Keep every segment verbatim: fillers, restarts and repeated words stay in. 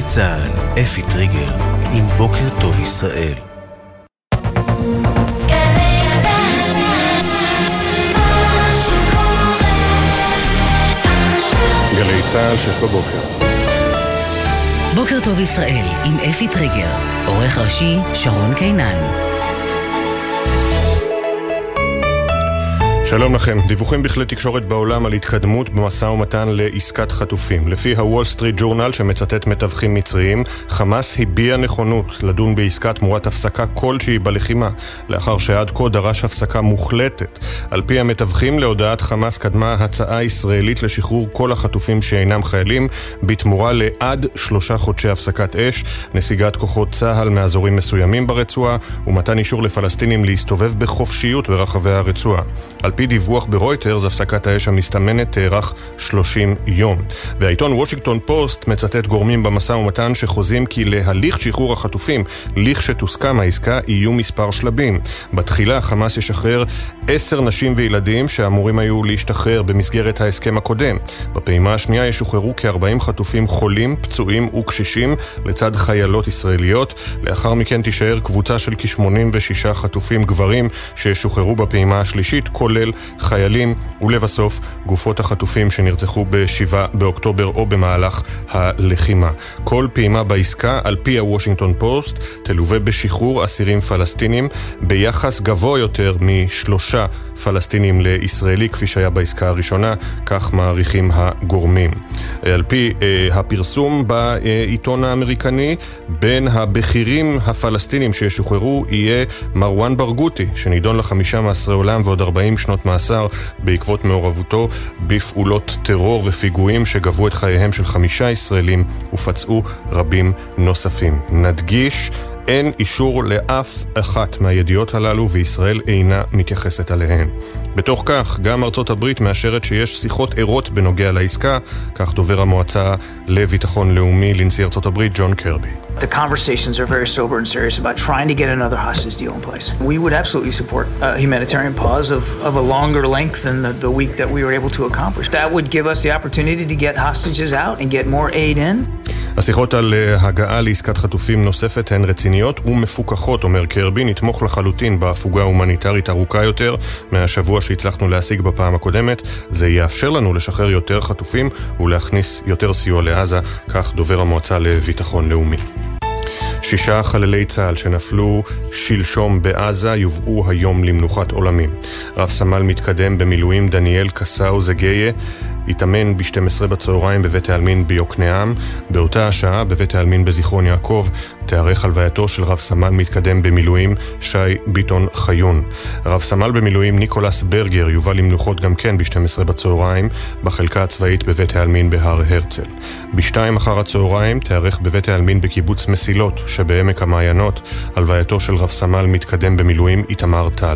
צה"ל, אפי טריגר, עם בוקר טוב ישראל. גלי צה"ל, שש בבוקר. בוקר טוב ישראל, עם אפי טריגר, עורך ראשי שרון קינן. שלום לכם. דיווחים בכלי תקשורת בעולם על התקדמות במשא ומתן לעסקת חטופים. לפי הוול סטריט ג'ורנל שמצטט מתווכים מצריים, חמאס הביע נכונות לדון בעסקה תמורת הפסקה כלשהי בלחימה, לאחר שעד כה דרש הפסקה מוחלטת. על פי המתווכים, להודעת חמאס קדמה הצעה ישראלית לשחרור כל החטופים שאינם חיילים, בתמורה לעד שלושה חודשי הפסקת אש, נסיגת כוחות צה"ל מאזורים מסוימים ברצועה, ומתן אישור לפלסטינים להסתובב בחופשיות ברחבי הרצועה. על פי דיווח ברויטרס, הפסקת האש המסתמנת תארך שלושים יום. והעיתון וושינגטון פוסט מצטט גורמים במשא ומתן שחוזים כי להליך שחרור החטופים, לכשתוסכם העסקה, יהיו מספר שלבים. בתחילה חמאס ישחרר עשר נשים וילדים שאמורים היו להשתחרר במסגרת ההסכם הקודם. בפעימה השנייה ישוחררו כ-ארבעים חטופים חולים, פצועים וקשישים לצד חיילות ישראליות. לאחר מכן תישאר קבוצה של כ-שמונים ושישה חטופים גברים שישוחררו בפעימה השלישית, כולל חיילים, ולבסוף גופות החטופים שנרצחו בשבעה באוקטובר או במהלך הלחימה. כל פעימה בעסקה, על פי הוושינגטון פוסט, תלווה בשחרור אסירים פלסטינים ביחס גבוה יותר משלושה פלסטינים לישראלי, כפי שהיה בעסקה הראשונה, כך מעריכים הגורמים. על פי אה, הפרסום בעיתון האמריקני, בין הבכירים הפלסטינים שישוחררו יהיה מרואן ברגותי, שנידון לחמישה מאסרי עולם ועוד ארבעים שנות מאסר בעקבות מעורבותו בפעולות טרור ופיגועים שגבו את חייהם של חמישה ישראלים ופצעו רבים נוספים. נדגיש, אין אישור לאף אחת מהידיעות הללו וישראל אינה מתייחסת עליהן. בתוך כך, גם ארצות הברית מאשרת שיש שיחות ערות בנוגע לעסקה, כך דובר המועצה לביטחון לאומי לנשיא ארצות הברית ג'ון קרבי. The conversations are very sober and serious about trying to get another hostage deal in place. We would absolutely support a humanitarian pause of, of a longer length than the, the week that we were able to accomplish. That would give us the opportunity to get hostages out and get more aid in. השיחות על הגעה לעסקת חטופים נוספת הן רציניות ומפוקחות, אומר קרבי. נתמוך לחלוטין בהפוגה הומניטרית ארוכה יותר מהשבוע שהצלחנו להשיג בפעם הקודמת. זה יאפשר לנו לשחרר יותר חטופים ולהכניס יותר סיוע לעזה, כך דובר המועצה לביטחון לאומי. שישה חללי צה"ל שנפלו שלשום בעזה יובאו היום למנוחת עולמים. רב סמל מתקדם במילואים דניאל קסאו זגיה התאמן ב-שתים עשרה בצהריים בבית העלמין ביוקנעם. באותה השעה בבית העלמין בזיכרון יעקב תארך הלווייתו של רב סמל מתקדם במילואים שי ביטון חיון. רב סמל במילואים ניקולס ברגר יובא למנוחות גם כן ב-שתים עשרה בצהריים בחלקה הצבאית בבית העלמין בהר הרצל. בשתיים אחר הצהריים תארך בבית העלמין בקיבוץ מסילות שבעמק המעיינות הלווייתו של רב סמל מתקדם במילואים איתמר טל.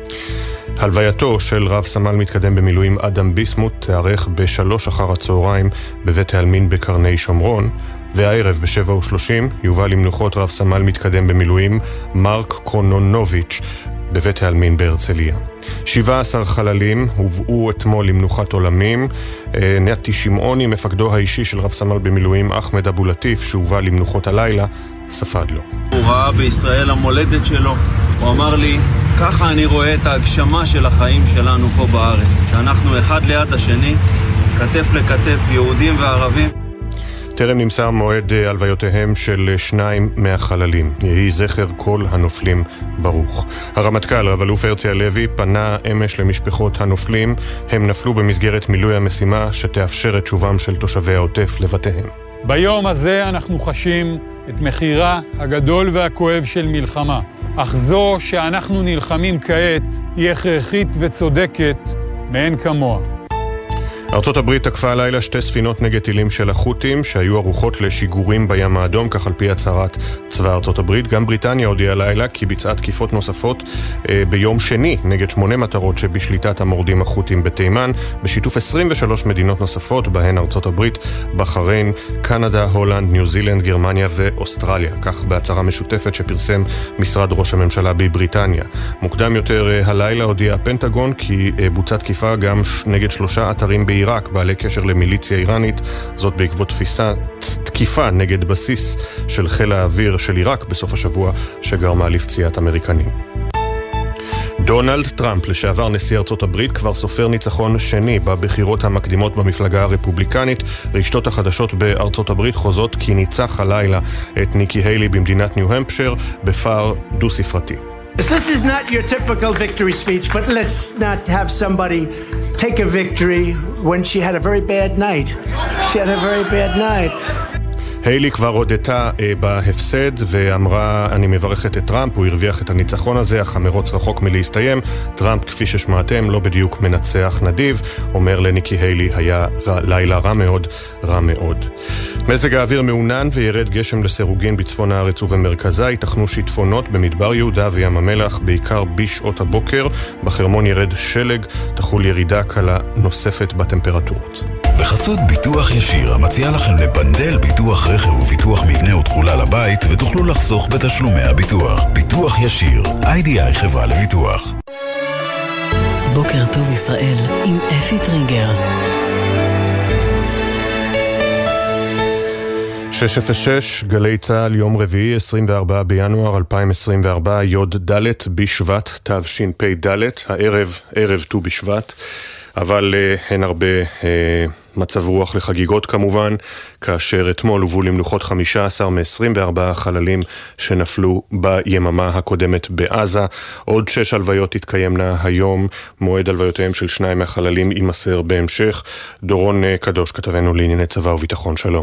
הלווייתו של רב סמל מתקדם במילואים אדם ביסמוט תארך בשלוש אחר הצהריים בבית העלמין בקרני שומרון, והערב בשבע ושלושים יובא למנוחות רב סמל מתקדם במילואים מרק קונונוביץ' בבית העלמין בהרצליה. שבעה עשר חללים הובאו אתמול למנוחת עולמים. נתי שמעוני, מפקדו האישי של רב סמל במילואים אחמד אבו לטיף, שהובא למנוחות הלילה, ספד לו. הוא ראה בישראל המולדת שלו. הוא אמר לי, ככה אני רואה את ההגשמה של החיים שלנו פה בארץ. שאנחנו אחד ליד השני, כתף לכתף, יהודים וערבים. טרם נמסר מועד הלוויותיהם של שניים מהחללים. יהי זכר כל הנופלים ברוך. הרמטכ"ל רב אלוף הרצי הלוי פנה אמש למשפחות הנופלים. הם נפלו במסגרת מילוי המשימה שתאפשר את שובם של תושבי העוטף לבתיהם. ביום הזה אנחנו חשים את מחירה הגדול והכואב של מלחמה. אך זו שאנחנו נלחמים כעת היא הכרחית וצודקת מאין כמוה. ארצות הברית תקפה הלילה שתי ספינות נגד טילים של החות'ים שהיו ערוכות לשיגורים בים האדום, כך על פי הצהרת צבא ארצות הברית. גם בריטניה הודיעה הלילה כי ביצעה תקיפות נוספות אה, ביום שני נגד שמונה מטרות שבשליטת המורדים החות'ים בתימן, בשיתוף עשרים ושלוש מדינות נוספות, בהן ארצות הברית, בחריין, קנדה, הולנד, ניו זילנד, גרמניה ואוסטרליה, כך בהצהרה משותפת שפרסם משרד ראש הממשלה בבריטניה. מוקדם יותר אה, הלילה הודיע הפנטגון כי אה, בוצעה תקיפה גם נגד שלושה אתרים ב בעיראק בעלי קשר למיליציה איראנית, זאת בעקבות תפיסה תקיפה נגד בסיס של חיל האוויר של עיראק בסוף השבוע שגרמה לפציעת אמריקנים. דונלד טראמפ, לשעבר נשיא ארצות הברית, כבר סופר ניצחון שני בבחירות המקדימות במפלגה הרפובליקנית. רשתות החדשות בארצות הברית חוזות כי ניצח הלילה את ניקי היילי במדינת ניו-המפשר בפער דו-ספרתי. This is not your typical victory speech, but let's not have somebody take a victory when she had a very bad night. She had a very bad night. היילי כבר הודתה אה, בהפסד ואמרה, אני מברכת את טראמפ, הוא הרוויח את הניצחון הזה, אך המרוץ רחוק מלהסתיים. טראמפ, כפי ששמעתם, לא בדיוק מנצח נדיב, אומר לניקי היילי, היה רע, לילה רע מאוד, רע מאוד. מזג האוויר מעונן וירד גשם לסירוגין בצפון הארץ ובמרכזה, ייתכנו שיטפונות במדבר יהודה וים המלח, בעיקר בשעות הבוקר. בחרמון ירד שלג, תחול ירידה קלה נוספת בטמפרטורות. בחסות ביטוח ישיר, המציע לכם לבנדל ביטוח רכב וביטוח מבנה ותכולה לבית, ותוכלו לחסוך בתשלומי הביטוח. ביטוח ישיר, איי די איי חברה לביטוח. בוקר טוב ישראל עם אפי טריגר. שש אפס שש, גלי צהל, יום רביעי, עשרים וארבעה בינואר אלפיים עשרים וארבע, יוד ד' בשבט, תשפ"ד, הערב, ערב ט"ו בשבט. אבל uh, אין הרבה uh, מצב רוח לחגיגות כמובן, כאשר אתמול הובאו למנוחות חמישה עשר מ-עשרים וארבעה חללים שנפלו ביממה הקודמת בעזה. עוד שש הלוויות התקיימנה היום, מועד הלוויותיהם של שניים מהחללים יימסר בהמשך. דורון uh, קדוש, כתבנו לענייני צבא וביטחון, שלום.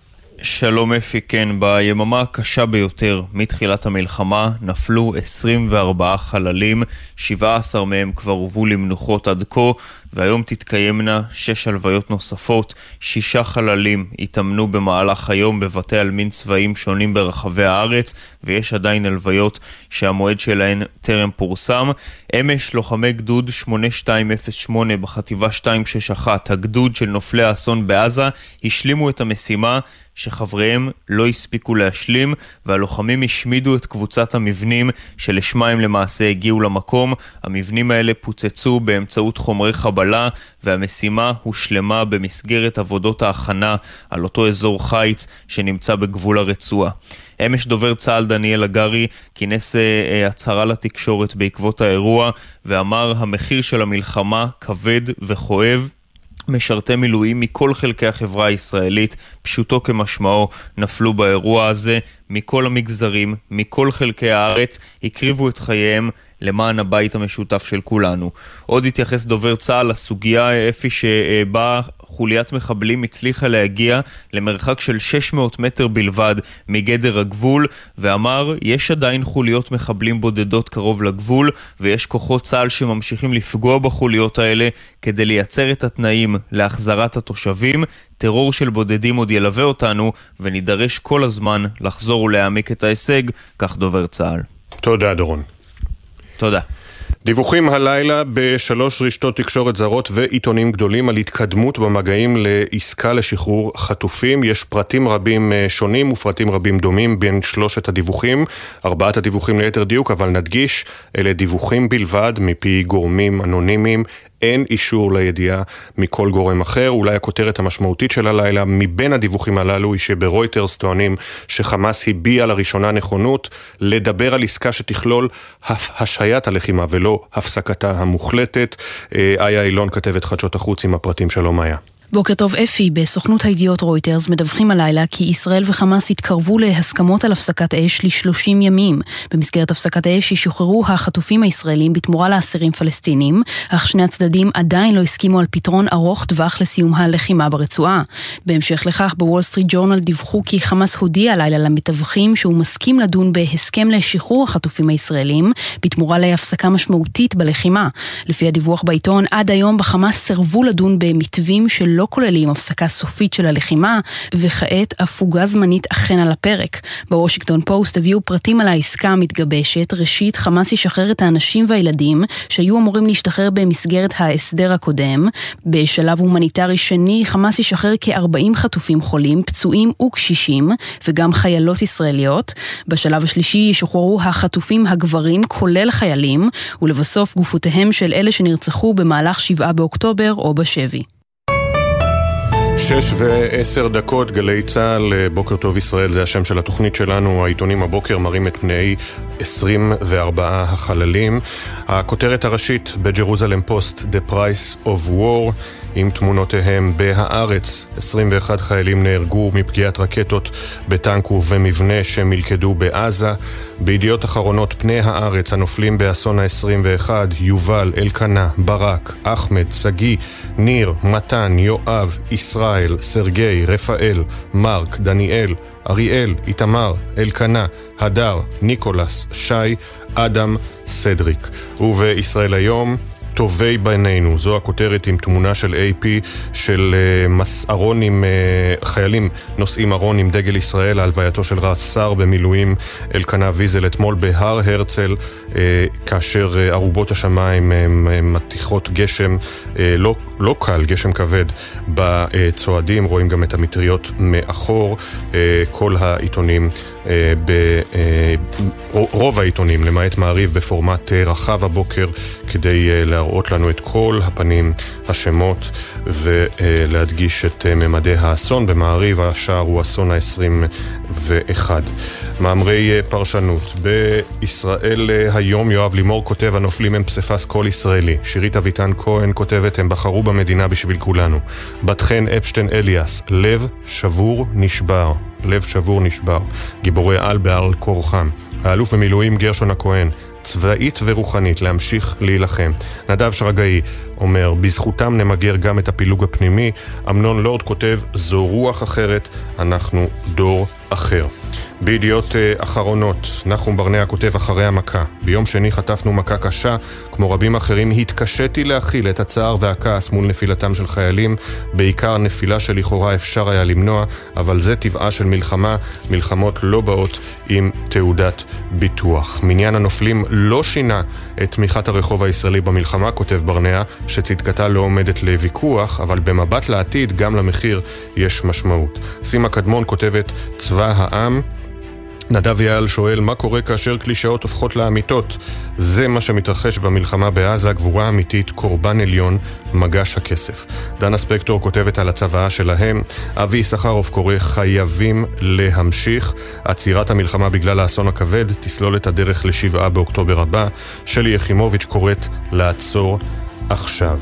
שלום אפי, כן, ביממה הקשה ביותר מתחילת המלחמה נפלו עשרים וארבעה חללים, שבעה עשר מהם כבר הובאו למנוחות עד כה, והיום תתקיימנה שש הלוויות נוספות. שישה חללים התאמנו במהלך היום בבתי עלמין צבאיים שונים ברחבי הארץ, ויש עדיין הלוויות שהמועד שלהן טרם פורסם. אמש לוחמי גדוד שמונה שתיים אפס שמונה בחטיבה שתיים שש אחת, הגדוד של נופלי האסון בעזה, השלימו את המשימה שחבריהם לא הספיקו להשלים, והלוחמים השמידו את קבוצת המבנים שלשמה הם למעשה הגיעו למקום. המבנים האלה פוצצו באמצעות חומרי חבלה, והמשימה הושלמה במסגרת עבודות ההכנה על אותו אזור חיץ שנמצא בגבול הרצועה. אמש דובר צה"ל דניאל הגרי כינס אה, הצהרה לתקשורת בעקבות האירוע, ואמר, המחיר של המלחמה כבד וכואב. משרתי מילואים מכל חלקי החברה הישראלית, פשוטו כמשמעו, נפלו באירוע הזה, מכל המגזרים, מכל חלקי הארץ, הקריבו את חייהם למען הבית המשותף של כולנו. עוד התייחס דובר צה"ל לסוגיה אפי שבה חוליית מחבלים הצליחה להגיע למרחק של שש מאות מטר בלבד מגדר הגבול, ואמר, יש עדיין חוליות מחבלים בודדות קרוב לגבול, ויש כוחות צה"ל שממשיכים לפגוע בחוליות האלה כדי לייצר את התנאים להחזרת התושבים. טרור של בודדים עוד ילווה אותנו, ונידרש כל הזמן לחזור ולהעמיק את ההישג, כך דובר צה"ל. תודה דורון. תודה. דיווחים הלילה בשלוש רשתות תקשורת זרות ועיתונים גדולים על התקדמות במגעים לעסקה לשחרור חטופים. יש פרטים רבים שונים ופרטים רבים דומים בין שלושת הדיווחים, ארבעת הדיווחים ליתר דיוק, אבל נדגיש, אלה דיווחים בלבד מפי גורמים אנונימיים, אין אישור לידיעה מכל גורם אחר. אולי הכותרת המשמעותית של הלילה מבין הדיווחים הללו היא שברויטרס טוענים שחמאס הביע לראשונה נכונות לדבר על עסקה שתכלול השהיית הלחימה ולא הפסקתה המוחלטת. איה אילון, כתבת חדשות החוץ, עם הפרטים. שלום איה. בוקר טוב אפי, בסוכנות הידיעות רויטרס מדווחים הלילה כי ישראל וחמאס התקרבו להסכמות על הפסקת אש ל-שלושים ימים. במסגרת הפסקת האש ישוחררו החטופים הישראלים בתמורה לאסירים פלסטינים, אך שני הצדדים עדיין לא הסכימו על פתרון ארוך טווח לסיום הלחימה ברצועה. בהמשך לכך, בוול סטריט ג'ורנל דיווחו כי חמאס הודיע הלילה למתווכים שהוא מסכים לדון בהסכם לשחרור החטופים הישראלים בתמורה להפסקה משמעותית בלחימה. לפי הדיווח בעיתון, עד היום בחמאס סרבו לדון במתווים של לא כוללים הפסקה סופית של הלחימה, וכעת הפוגה זמנית אכן על הפרק. בוושינגטון פוסט הביאו פרטים על העסקה המתגבשת. ראשית, חמאס ישחרר את האנשים והילדים שהיו אמורים להשתחרר במסגרת ההסדר הקודם. בשלב הומניטרי שני, חמאס ישחרר כ-ארבעים חטופים חולים, פצועים וקשישים, וגם חיילות ישראליות. בשלב השלישי ישוחררו החטופים הגברים, כולל חיילים, ולבסוף גופותיהם של אלה שנרצחו במהלך שבעה באוקטובר או בשבי. שש ועשר דקות, גלי צהל, בוקר טוב ישראל, זה השם של התוכנית שלנו. העיתונים הבוקר מראים את פני עשרים וארבעה החללים. הכותרת הראשית בג'רוזלם פוסט, The Price of War, עם תמונותיהם בהארץ. עשרים ואחד חיילים נהרגו מפגיעת רקטות בטנק ובמבנה שמלכדו בעזה. בידיעות אחרונות, פני הארץ, הנופלים באסון ה-עשרים ואחת, יובל, אלקנה, ברק, אחמד, סגי, ניר, מתן, יואב, ישראל, סרגי, רפאל, מרק, דניאל, אריאל, איתמר, אלקנה, הדר, ניקולס, שי, אדם, סדריק. ובישראל היום, טובי בינינו, זו הכותרת עם תמונה של איי פי של uh, ארון עם uh, חיילים נושאים ארון עם דגל ישראל, ההלווייתו של רס"ר במילואים אלקנה ויזל אתמול בהר הרצל, uh, כאשר uh, ארובות השמיים uh, מתיחות גשם uh, לא, לא קל, גשם כבד בצועדים, רואים גם את המטריות מאחור. uh, כל העיתונים uh, ב, uh, רוב העיתונים למעט מעריב בפורמט uh, רחב הבוקר כדי uh, להראות לנו את כל הפנים, השמות, ולהדגיש את ממדי האסון. במעריב השער הוא אסון ה-עשרים ואחת. מאמרי פרשנות. בישראל היום יואב לימור כותב, הנופלים הם פספס כל ישראלי. שירית אביטן כהן כותבת, הם בחרו במדינה בשביל כולנו. בת חן אפשטיין אליאס, לב שבור נשבר. לב שבור נשבר. גיבורי על בעל כורחם. האלוף במילואים גרשון הכהן, צבאית ורוחנית להמשיך להילחם. נדב שרגאי אומר, בזכותם נמגר גם את הפילוג הפנימי. אמנון לורד כותב, זו רוח אחרת, אנחנו דור אחר. בידיעות אחרונות, נחום ברנע כותב, אחרי המכה, ביום שני חטפנו מכה קשה, כמו רבים אחרים התקשיתי להכיל את הצער והכעס מול נפילתם של חיילים, בעיקר נפילה שלכאורה אפשר היה למנוע, אבל זה טבעה של מלחמה, מלחמות לא באות עם תעודת ביטוח. מניין הנופלים לא שינה את תמיכת הרחוב הישראלי במלחמה, כותב ברנע, שצדקתה לא עומדת לוויכוח, אבל במבט לעתיד גם למחיר יש משמעות. סימה קדמון כותבת, צבא העם. נדב יעל שואל, מה קורה כאשר קלישאות הופכות לאמיתות? זה מה שמתרחש במלחמה בעזה, גבורה אמיתית, קורבן עליון, מגש הכסף. דנה ספקטור כותבת על הצבאה שלהם. אבי סחרוף קורא, חייבים להמשיך. עצירת המלחמה בגלל האסון הכבד תסלול את הדרך לשבעה באוקטובר הבא. שלי יחימוביץ' קוראת לעצור עכשיו.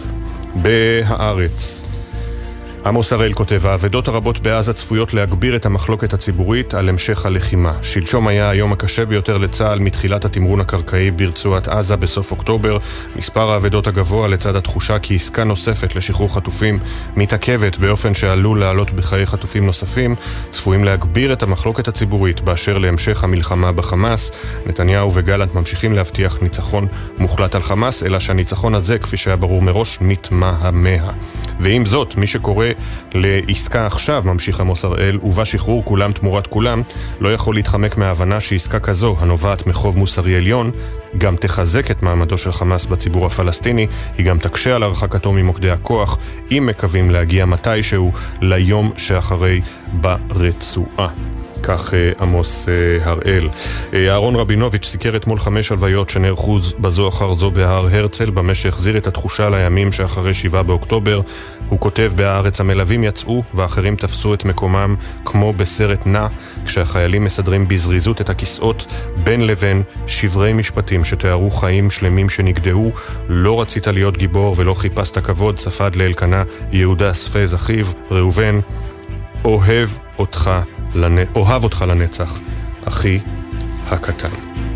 בהארץ, עמוס הראל כותב, העבדות הרבות בעזה צפויות להגביר את המחלוקת הציבורית על המשך הלחימה. שלשום היה היום הקשה ביותר לצה"ל מתחילת התמרון הקרקעי ברצועת עזה בסוף אוקטובר. מספר העבדות הגבוה לצד התחושה כי עסקה נוספת לשחרור חטופים מתעכבת באופן שעלול לעלות בחיי חטופים נוספים, צפויים להגביר את המחלוקת הציבורית באשר להמשך המלחמה בחמאס. נתניהו וגלנט ממשיכים להבטיח ניצחון מוחלט על חמאס, אלא שהניצחון הזה, כפי שהיה ברור מראש, מתמהמה. ועם זאת, מי שקורא לעסקה עכשיו, ממשיך עמוס הראל, ובה שחרור כולם תמורת כולם, לא יכול להתחמק מההבנה שעסקה כזו, הנובעת מחוב מוסרי עליון, גם תחזק את מעמדו של חמאס בציבור הפלסטיני, היא גם תקשה על הרחקתו ממוקדי הכוח, אם מקווים להגיע מתישהו ליום שאחרי ברצועה. כך עמוס הראל. אהרון רבינוביץ' סיקר אתמול חמש הלוויות שנערכו בזו אחר זו בהר הרצל, במה שהחזיר את התחושה לימים שאחרי שבעה באוקטובר. הוא כותב, בהארץ המלווים יצאו ואחרים תפסו את מקומם כמו בסרט נע, כשהחיילים מסדרים בזריזות את הכיסאות בין לבין שברי משפטים שתיארו חיים שלמים שנגדעו. לא רצית להיות גיבור ולא חיפשת כבוד, ספד לאלקנה יהודה ספז אחיו. ראובן, אוהב אותך אוהב אותך לנצח, אחי הקטן.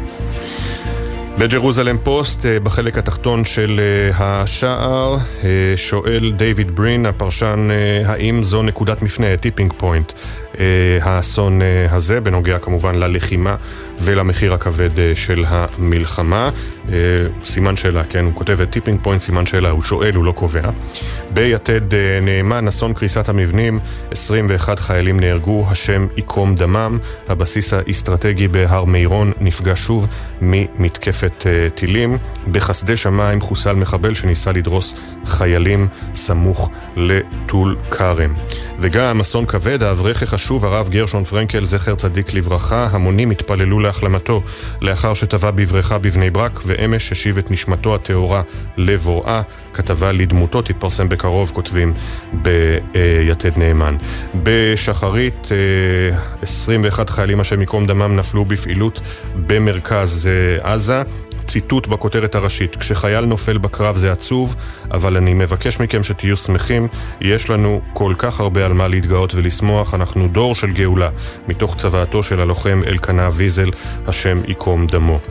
בג'רוזלם פוסט, בחלק התחתון של השער, שואל דיוויד ברין, הפרשן, האם זו נקודת מפנה, טיפינג פוינט, האסון הזה, בנוגע כמובן ללחימה ולמחיר הכבד של המלחמה. סימן שאלה, כן, הוא כותב את טיפינג פוינט, סימן שאלה, הוא שואל, הוא לא קובע. ביתד נאמן, אסון קריסת המבנים, עשרים ואחד חיילים נהרגו, השם יקום דמם. הבסיס האסטרטגי בהר מירון נפגע שוב ממתקפת טילים. בחסדי שמיים חוסל מחבל שניסה לדרוס חיילים סמוך לטול כרם. וגם אסון כבד, האברך החשוב שוב הרב גרשון פרנקל, זכר צדיק לברכה. המונים התפללו להחלמתו לאחר שטבע בבריכה בבני ברק, ואמש השיב את נשמתו הטהורה לבוראה. כתבה לדמותו תתפרסם בקרוב, כותבים ביתד נאמן. בשחרית עשרים ואחד חיילים השם יקום דמם נפלו בפעילות במרכז עזה. ציטוט בכותרת הראשית: כשחייל נופל בקרב זה עצוב, אבל אני מבקש מכם שתהיו שמחים, יש לנו כל כך הרבה על מה להתגאות ולשמוח, אנחנו דור של גאולה, מתוך צוואתו של הלוחם אלקנה ויזל, השם יקום דמו.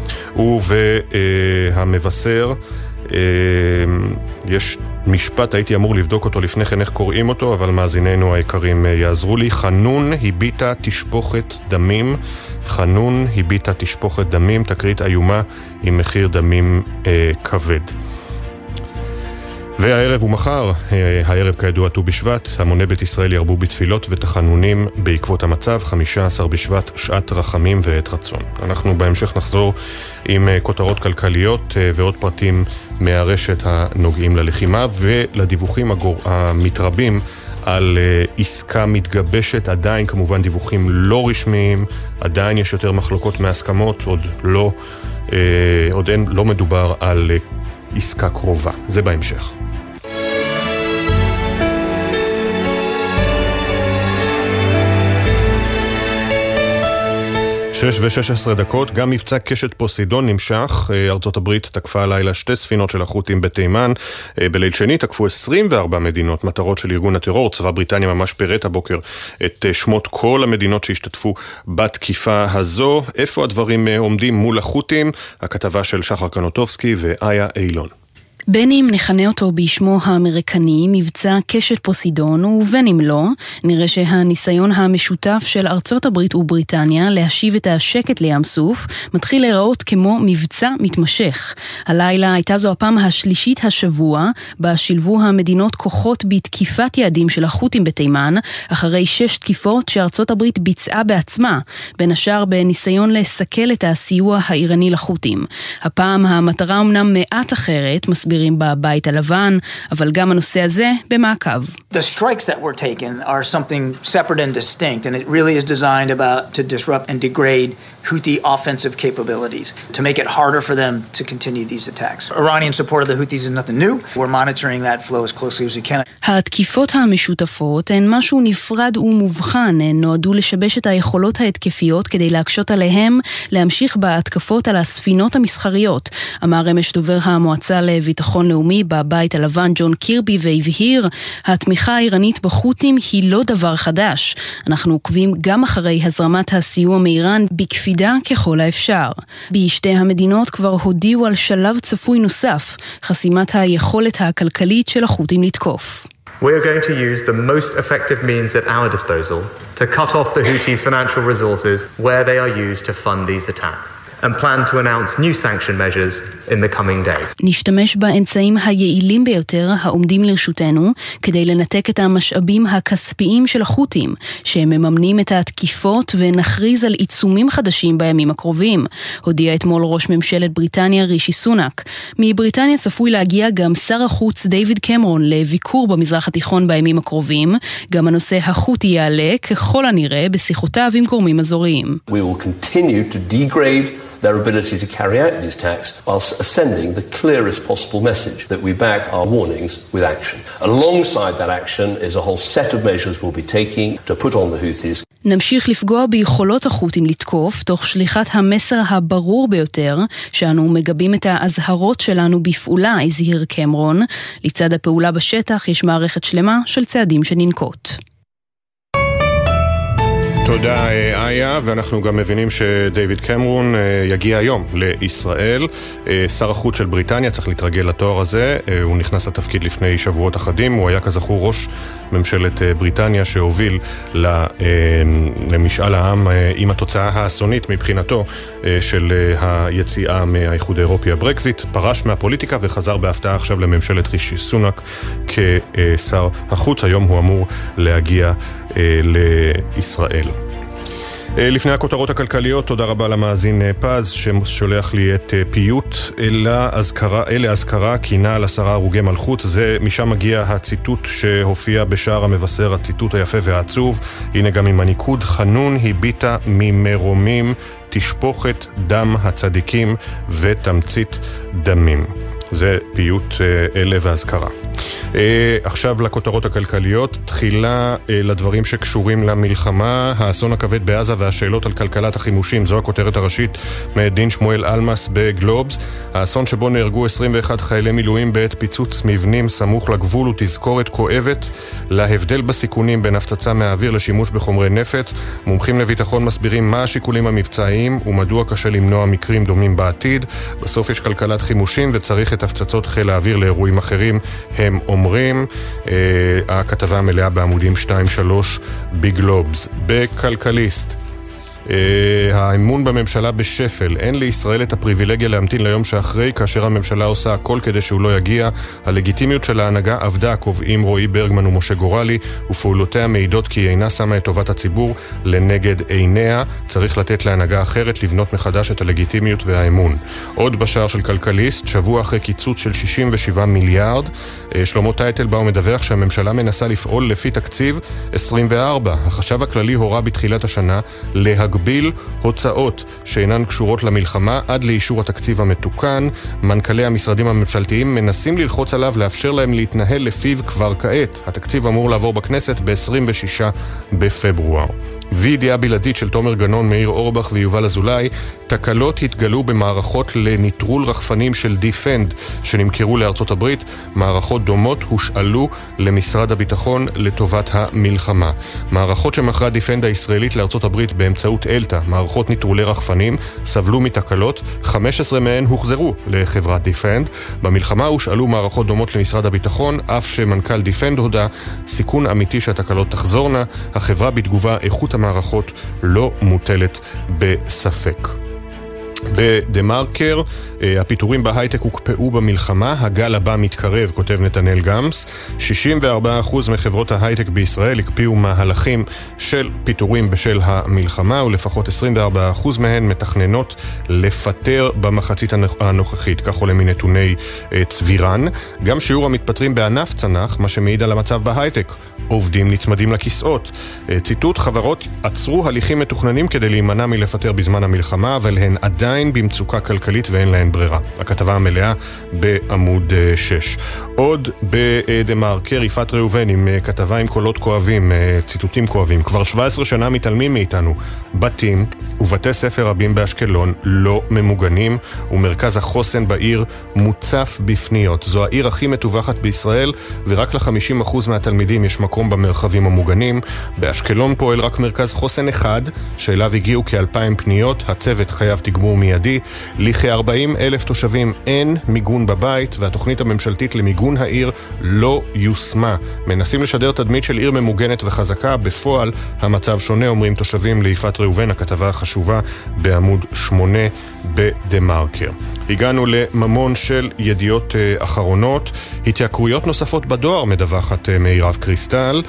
והמבשר, יש משפט, הייתי אמור לבדוק אותו לפני כן איך קוראים אותו, אבל מאזיננו היקרים יעזרו לי. חנון הביטה תשפוכת דמים, חנון הביטה תשפוכת דמים, תקרית איומה עם מחיר דמים אה, כבד. והערב ומחר, הערב כידוע ט"ו בשבט, המוני בית ישראל ירבו בתפילות ותחנונים בעקבות המצב. חמישה עשר בשבט, שעת רחמים ועת רצון. אנחנו בהמשך נחזור עם כותרות כלכליות ועוד פרטים מהרשת הנוגעים ללחימה ולדיווחים המתרבים על עסקה מתגבשת. עדיין כמובן דיווחים לא רשמיים, עדיין יש יותר מחלוקות מהסכמות, עוד לא, עוד אין, לא מדובר על עסקה קרובה. זה בהמשך. שש ושש עשרה דקות, גם מבצע קשת פוסידון נמשך. ארצות הברית תקפה הלילה שתי ספינות של החות'ים בתימן. בליל שני תקפו עשרים וארבע מדינות, מטרות של ארגון הטרור. צבא בריטניה ממש פירט הבוקר את שמות כל המדינות שהשתתפו בתקיפה הזו. איפה הדברים עומדים מול החות'ים? הכתבה של שחר קנוטובסקי ואיה אילון. בין אם נכנה אותו בשמו האמריקני, מבצע קשת פוסידון, ובין אם לא, נראה שהניסיון המשותף של ארצות הברית ובריטניה להשיב את השקט לים סוף, מתחיל להיראות כמו מבצע מתמשך. הלילה הייתה זו הפעם השלישית השבוע, בה שילבו המדינות כוחות בתקיפת יעדים של החות'ים בתימן, אחרי שש תקיפות שארצות הברית ביצעה בעצמה, בין השאר בניסיון לסכל את הסיוע האיראני לחות'ים. הפעם המטרה אמנם מעט אחרת, מסביר בבית הלבן, אבל גם הנושא הזה במעקב. The strikes that were taken are something separate and distinct, and it really is designed about to disrupt and degrade Houthi offensive capabilities, to make it harder for them to continue these attacks. Iranian support of the Houthis is nothing new. We're monitoring that flow as closely as we can. התקיפות המשותפות הן משהו נפרד ומובחן, הן נועדו לשבש את היכולות ההתקפיות כדי להקשות עליהם להמשיך בהתקפות על הספינות המסחריות, אמר אמש דובר המועצה לביטחון לאומי בבית הלבן ג'ון קירבי, והבהיר, התמיכה האיראנית בחות'ים היא לא דבר חדש. אנחנו עוקבים גם אחרי הזרמת הסיוע מאיראן בקפידה ככל האפשר. בשתי המדינות כבר הודיעו על שלב צפוי נוסף, חסימת היכולת הכלכלית של החות'ים לתקוף. We are going to use the most effective means at our disposal to cut off the Houthis' financial resources where they are used to fund these attacks, and plan to announce new sanction measures in the coming days. נשתמש באמצעים היעילים ביותר העומדים לרשותנו כדי לנתק את המשאבים הכספיים של החות'ים שמממנים את התקיפות, ונכריז על עיצומים חדשים בימים הקרובים, הודיע אתמול ראש ממשלת בריטניה רישי סונאק. מבריטניה צפוי להגיע גם שר החוץ דיוויד קמרון לביקור במזרח התיכון בימים הקרובים. גם הנושא החות'י יעלה ככל הנראה בשיחותיו עם גורמים אזוריים. We will continue to degrade their ability to carry out these attacks whilst sending the clearest possible message that we back our warnings with action. Alongside that action is a whole set of measures we'll be taking to put on the Houthis. נמשיך לפגוע ביכולות החות'ים לתקוף, תוך שליחת המסר הברור ביותר, שאנו מגבים את ההזהרות שלנו בפעולה, הזהיר קמרון. לצד הפעולה בשטח יש מערכת שלמה של צעדים שננקוט. תודה איה, ואנחנו גם מבינים שדייוויד קמרון יגיע היום לישראל. שר החוץ של בריטניה צריך להתרגל לתואר הזה, הוא נכנס לתפקיד לפני שבועות אחדים, הוא היה כזכור ראש ממשלת בריטניה שהוביל למשאל העם עם התוצאה האסונית מבחינתו של היציאה מהאיחוד האירופי, הברקזיט, פרש מהפוליטיקה וחזר בהפתעה עכשיו לממשלת רישי סונאק כשר החוץ. היום הוא אמור להגיע לישראל. לפני הכותרות הכלכליות, תודה רבה למאזין פז ששולח לי את פיוט אלה אזכרה, אלה אזכרה, קינה על עשרה הרוגי מלכות. זה משם מגיע הציטוט שהופיע בשער המבשר, הציטוט היפה והעצוב. הנה גם עם הניקוד, חנון הביטה ממרומים, תשפוכת דם הצדיקים ותמצית דמים. זה פיוט אלה והזכרה. עכשיו לכותרות הכלכליות, תחילה לדברים שקשורים למלחמה, האסון הכבד בעזה והשאלות על כלכלת החימושים, זו הכותרת הראשית מדין שמואל אלמס בגלובס. האסון שבו נהרגו עשרים ואחד חיילי מילואים בעת פיצוץ מבנים סמוך לגבול ותזכורת כואבת להבדל בסיכונים בין הפצצה מהאוויר לשימוש בחומרי נפץ. מומחים לביטחון מסבירים מה השיקולים המבצעיים ומדוע קשה למנוע מקרים דומים בעתיד. בסוף יש כלכלת חימושים וצריך את הפצצות חיל האוויר לאירועים אחרים, הם אומרים. אה, הכתבה המלאה בעמודים שתיים שלוש בגלובס. בכלכליסט, Uh, האמון בממשלה בשפל. אין לישראל את הפריבילגיה להמתין ליום שאחרי, כאשר הממשלה עושה הכל כדי שהוא לא יגיע. הלגיטימיות של ההנהגה עבדה, קובעים רועי ברגמן ומשה גורלי, ופעולותיה מעידות כי היא אינה שמה את טובת הציבור לנגד עיניה. צריך לתת להנהגה אחרת לבנות מחדש את הלגיטימיות והאמון. עוד בשער של כלכליסט, שבוע אחרי קיצוץ של שישים ושבעה מיליארד, uh, שלמה טייטלבאום מדווח שהממשלה מנסה לפעול לפי תקציב עשרים וארבע. החשב הכללי הורה בתחילת השנה להגביל ביל הוצאות שאינן קשורות למלחמה עד לאישור התקציב המתוקן. מנכ"לי המשרדים הממשלתיים מנסים ללחוץ עליו לאפשר להם להתנהל לפיו כבר כעת. התקציב אמור לעבור בכנסת ב-עשרים ושישה בפברואר. וידיעה בלעדית של תומר גנון, מאיר אורבך ויובל אזולאי, תקלות התגלו במערכות לניטרול רחפנים של דיפנד שנמכרו לארצות הברית. מערכות דומות הושאלו למשרד הביטחון לטובת המלחמה. מערכות שמכרה דיפנד הישראלית לארצות הברית באמצעות אלטה, מערכות ניטרולי רחפנים, סבלו מתקלות, חמש עשרה מהן הוחזרו לחברת דיפנד. במלחמה הושאלו מערכות דומות למשרד הביטחון, אף שמנכ"ל דיפנד הודה סיכון אמיתי שהתקלות תחזורנה. החברה בתגובה, איכות המערכות לא מוטלת בספק. בדמרקר, הפיטורים בהייטק הוקפאו במלחמה, הגל הבא מתקרב, כותב נתנאל גמס. שישים וארבעה אחוז מחברות ההייטק בישראל הקפיאו מהלכים של פיטורים בשל המלחמה, ולפחות עשרים וארבעה אחוז מהן מתכננות לפטר במחצית הנוכחית, כך עולה מנתוני צבירן. גם שיעור המתפטרים בענף צנח, מה שמעיד על המצב בהייטק. עובדים נצמדים לכיסאות. ציטוט, חברות עצרו הליכים מתוכננים כדי להימנע מלפטר בזמן המלחמה, אבל הן עדיין במצוקה כלכלית ואין להן ברירה. הכתבה המלאה בעמוד שש. עוד בדמרקר, יפעת ראובן עם כתבה עם קולות כואבים, ציטוטים כואבים. כבר שבע עשרה שנה מתעלמים מאיתנו. בתים ובתי ספר רבים באשקלון לא ממוגנים, ומרכז החוסן בעיר מוצף בפניות. זו העיר הכי מטווחת בישראל, ורק ל-חמישים אחוז מהתלמידים יש מקום במרחבים המוגנים. באשקלון פועל רק מרכז חוסן אחד, שאליו הגיעו כאלפיים פניות. הצוות חייב תגבור מיידי. לכ-ארבעים אלף תושבים אין מיגון בבית, והתוכנית הממשלתית למיגון העיר לא יושמה. מנסים לשדר תדמית של עיר ממוגנת וחזקה, בפועל המצב שונה, אומרים תושבים ליפעת ראובן. הכתבה החשובה בעמוד שמונה בדמרקר. הגענו לממון של ידיעות אחרונות. התייקרויות נוספות בדואר, מדווחת מירב קריסטל.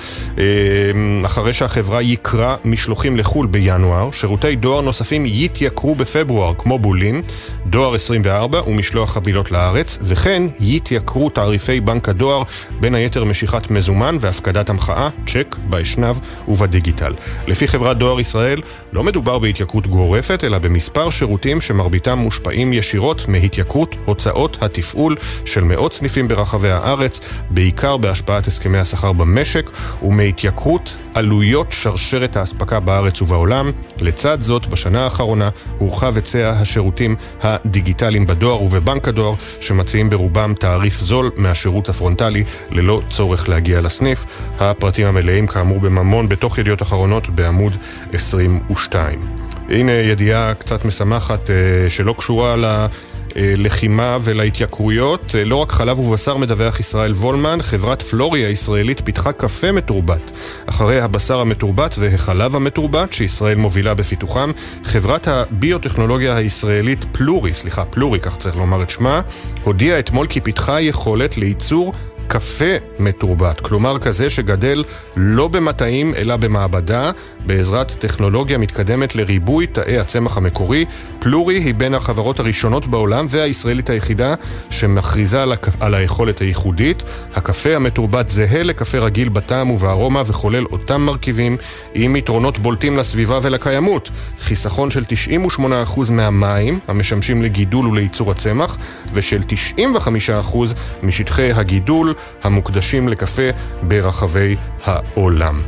אחרי שהחברה יקרה משלוחים לחול בינואר, שירותי דואר נוספים יתייקרו בפברואר, כמו בולים, דואר עשרים וארבע ומשלוח חבילות לארץ, וכן יתייקרו תעריפי בנק הדואר, בין היתר משיכת מזומן והפקדת המחאה, צ'ק, באשנב ובדיגיטל. לפי חברת דואר ישראל, לא מדובר בהתייקרות גורפת, אלא במספר שירותים שמרביתם מושפעים ישירות מהתייקרות הוצאות התפעול של מאות סניפים ברחבי הארץ, בעיקר בהשפעת הסכמי השכר במשק, ומהתייקרות עלויות שרשרת ההספקה בארץ ובעולם. לצד זאת, בשנה האחרונה הורחב היצע השירותים הדיגיטליים בדואר ובבנק הדואר, שמציעים ברובם תעריף זול מהשירות הפרונטלי ללא צורך להגיע לסניף. הפרטים המלאים כאמור בממון בתוך ידיעות אחרונות בעמוד עשרים ושתיים. הנה ידיעה קצת משמחת שלא קשורה ל... לחימה ולהתייקרויות. לא רק חלב ובשר, מדווח ישראל וולמן, חברת פלורי הישראלית פיתחה קפה מתורבת. אחרי הבשר המתורבת והחלב המתורבת שישראל מובילה בפיתוחם, חברת הביוטכנולוגיה הישראלית פלורי, סליחה, פלורי, כך צריך לומר את שמה, הודיעה אתמול כי פיתחה יכולת לייצור קפה מתורבת, כלומר כזה שגדל לא במטעים אלא במעבדה, בעזרת טכנולוגיה מתקדמת לריבוי תאי הצמח המקורי. פלורי היא בין החברות הראשונות בעולם והישראלית היחידה שמכריזה על, הכ... על היכולת הייחודית. הקפה המתורבת זהה לקפה רגיל בטעם ובארומה וכולל אותם מרכיבים עם יתרונות בולטים לסביבה ולקיימות. חיסכון של תשעים ושמונה אחוז מהמים המשמשים לגידול ולייצור הצמח ושל תשעים וחמישה אחוז משטחי הגידול המוקדשים לקפה ברחבי העולם.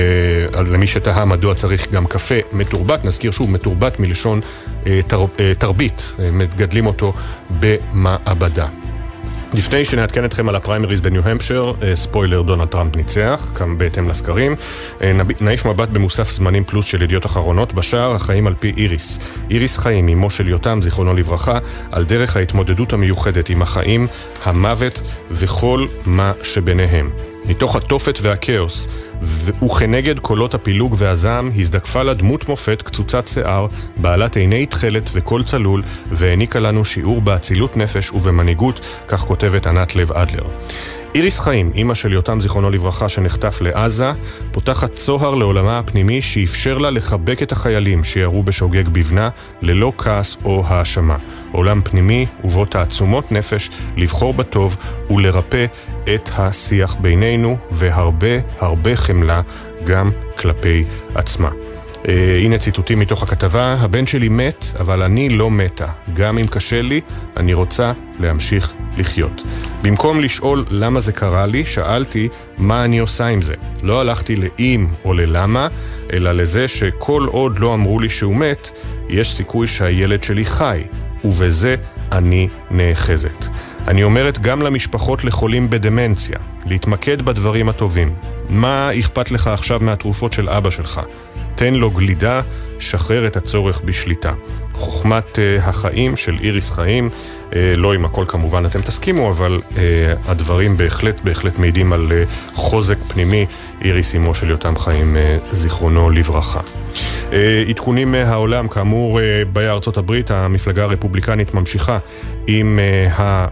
אז למי שתהה מדוע צריך גם קפה מתורבת, נזכיר שוב, מתורבת מלשון תר, תרבית, מגדלים אותו במעבדה. לפני שנעדכן אתכם על הפריימריז בניו-המפשר, ספוילר, דונלד טראמפ ניצח, כאן בהתאם לסקרים. נעיף מבט במוסף זמנים פלוס של ידיעות אחרונות, בשער החיים על פי איריס. איריס חיים, אמו של יותם, זיכרונו לברכה, על דרך ההתמודדות המיוחדת עם החיים, המוות וכל מה שביניהם. מתוך התופת והכאוס, וכנגד קולות הפילוג והזעם, הזדקפה לה דמות מופת, קצוצת שיער, בעלת עיני תכלת וקול צלול, והעניקה לנו שיעור באצילות נפש ובמנהיגות, כך כותבת ענת לב אדלר. איריס חיים, אמא של יותם זיכרונו לברכה שנחטף לעזה, פותחת צוהר לעולמה הפנימי שאפשר לה לחבק את החיילים שירו בשוגג בבנה ללא כעס או האשמה. עולם פנימי ובו תעצומות נפש לבחור בטוב ולרפא את השיח בינינו, והרבה הרבה חמלה גם כלפי עצמה. Uh, הנה ציטוטים מתוך הכתבה. הבן שלי מת, אבל אני לא מתה. גם אם קשה לי, אני רוצה להמשיך לחיות. במקום לשאול למה זה קרה לי, שאלתי מה אני עושה עם זה. לא הלכתי לאם או ללמה, אלא לזה שכל עוד לא אמרו לי שהוא מת, יש סיכוי שהילד שלי חי, ובזה אני נאחזת. אני אומרת גם למשפחות לחולים בדמנציה, להתמקד בדברים הטובים. מה אכפת לך עכשיו מהתרופות של אבא שלך? תן לו גלידה, שחרר את הצורך בשליטה. חוכמת uh, החיים של איריס חיים, uh, לא עם הכל כמובן אתם תסכימו, אבל uh, הדברים בהחלט בהחלט מעידים על uh, חוזק פנימי. איריס אמו של יותם חיים, uh, זיכרונו לברכה. Uh, עדכונים מהעולם, כאמור, uh, בארצות הברית המפלגה הרפובליקנית ממשיכה עם uh, ה...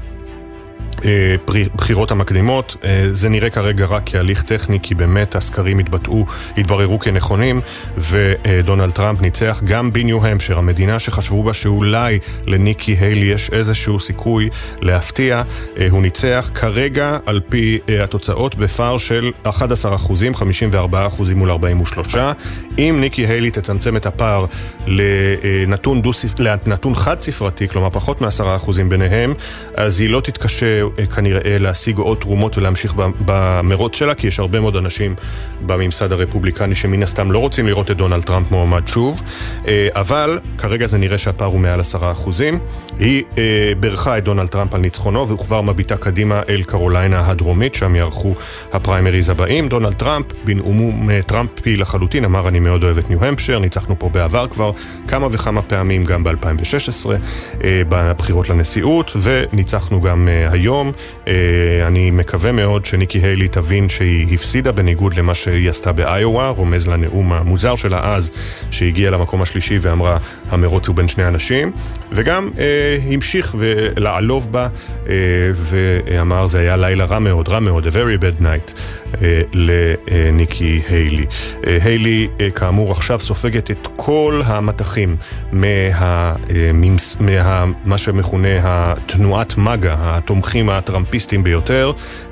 בחירות המקדימות. זה נראה כרגע רק כהליך טכני, כי באמת הסקרים התבטאו, התבררו כנכונים, ודונלד טראמפ ניצח גם בניו-המפשר, המדינה שחשבו בה שאולי לניקי היילי יש איזשהו סיכוי להפתיע. הוא ניצח כרגע על פי התוצאות בפער של אחד עשר אחוזים, חמישים וארבעה אחוזים מול ארבעים ושלושה. אם ניקי היילי תצמצם את הפער לנתון, לנתון חד ספרתי, כלומר פחות מעשרה אחוזים ביניהם, אז היא לא תתקשה כנראה להשיג עוד תרומות ולהמשיך במרוץ שלה, כי יש הרבה מאוד אנשים בממסד הרפובליקני שמן הסתם לא רוצים לראות את דונלד טראמפ מועמד שוב, אבל כרגע זה נראה שהפער הוא מעל עשרה אחוזים. היא ברכה את דונלד טראמפ על ניצחונו, והוא כבר מביטה קדימה אל קרוליינה הדרומית, שם יערכו הפריימריז הבאים. דונלד טראמפ, בנאומו טראמפי לחלוטין, אמר אני מאוד אוהב את ניו-המפשר, ניצחנו פה בעבר כבר כמה וכמה פעמים, גם ב-אלפיים ושש עשרה בבחירות לנשיאות, וניצחנו גם היום. אני מקווה מאוד שניקי היילי תבין שהיא הפסידה, בניגוד למה שהיא עשתה באיואה, רומז לנאום המוזר שלה אז, שהגיעה למקום השלישי ואמרה המרוץ הוא בין שני אנשים, וגם אה, המשיך ולעלוב בה, אה, ואמר זה היה לילה רע מאוד, רע מאוד, a very bad night אה, לניקי היילי. אה, היילי אה, כאמור עכשיו סופגת את כל המתחים מה, אה, ממס, מה, מה שמכונה התנועת מגה, התומכים הטראמפיסטים ביותר,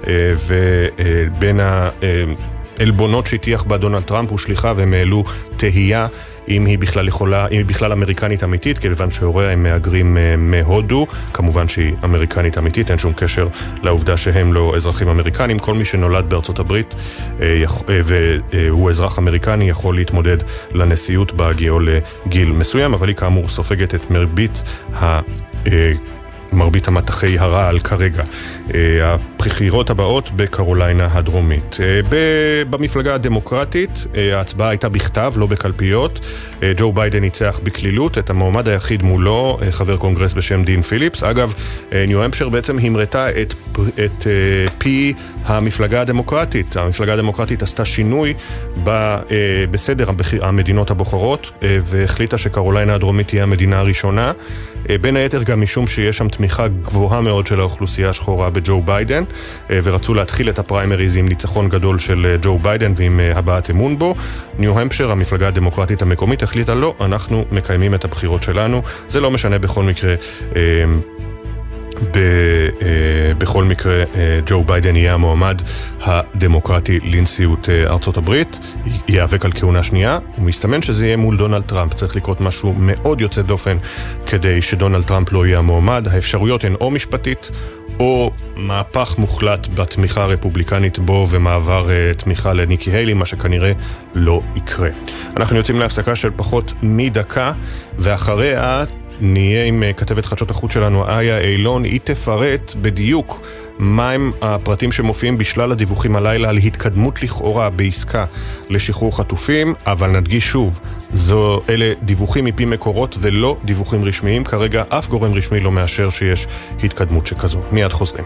ובין העלבונות שהטיח בה דונלד טראמפ הוא שליחה, והם העלו תהייה אם היא בכלל יכולה, אם היא בכלל אמריקנית אמיתית, כיוון שהוריה הם מהגרים מהודו. כמובן שהיא אמריקנית אמיתית, אין שום קשר לעובדה שהם לא אזרחים אמריקנים. כל מי שנולד בארצות הברית והוא אזרח אמריקני יכול להתמודד לנשיאות בהגיעו לגיל מסוים, אבל היא כאמור סופגת את מרבית ה... מרבית המתחי הרעל כרגע. הבחירות הבאות בקרוליינה הדרומית. במפלגה הדמוקרטית ההצבעה הייתה בכתב, לא בקלפיות. ג'ו ביידן ניצח בכלילות, את המועמד היחיד מולו, חבר קונגרס בשם דין פיליפס. אגב, ניו-המפשר בעצם המרתה את, את פי המפלגה הדמוקרטית. המפלגה הדמוקרטית עשתה שינוי ב, בסדר המדינות הבוחרות, והחליטה שקרוליינה הדרומית תהיה המדינה הראשונה בין היתר גם משום שיש שם תמיכה גבוהה מאוד של האוכלוסייה השחורה בג'ו ביידן, ורצו להתחיל את הפריימריז עם ניצחון גדול של ג'ו ביידן ועם הבעת אמון בו. ניו המפשר, המפלגה הדמוקרטית המקומית, החליטה לא, אנחנו מקיימים את הבחירות שלנו. זה לא משנה בכל מקרה, ב, בכל מקרה ג'ו ביידן יהיה המועמד הדמוקרטי לנשיאות ארצות הברית, ייאבק על כהונה שנייה, ומסתמן שזה יהיה מול דונלד טראמפ. צריך לקרות משהו מאוד יוצא דופן כדי שדונלד טראמפ לא יהיה המועמד. האפשרויות הן או משפטית או מהפך מוחלט בתמיכה הרפובליקנית בו ומעבר תמיכה לניקי היילי, מה שכנראה לא יקרה. אנחנו יוצאים להפסקה של פחות מדקה, ואחריה נהיה עם כתבת חדשות החוץ שלנו, איה אילון. היא תפרט בדיוק מהם הפרטים שמופיעים בשלל הדיווחים הלילה על התקדמות לכאורה בעסקה לשחרור חטופים, אבל נדגיש שוב, זו, אלה דיווחים מפי מקורות ולא דיווחים רשמיים. כרגע אף גורם רשמי לא מאשר שיש התקדמות שכזו. מיד חוזרים.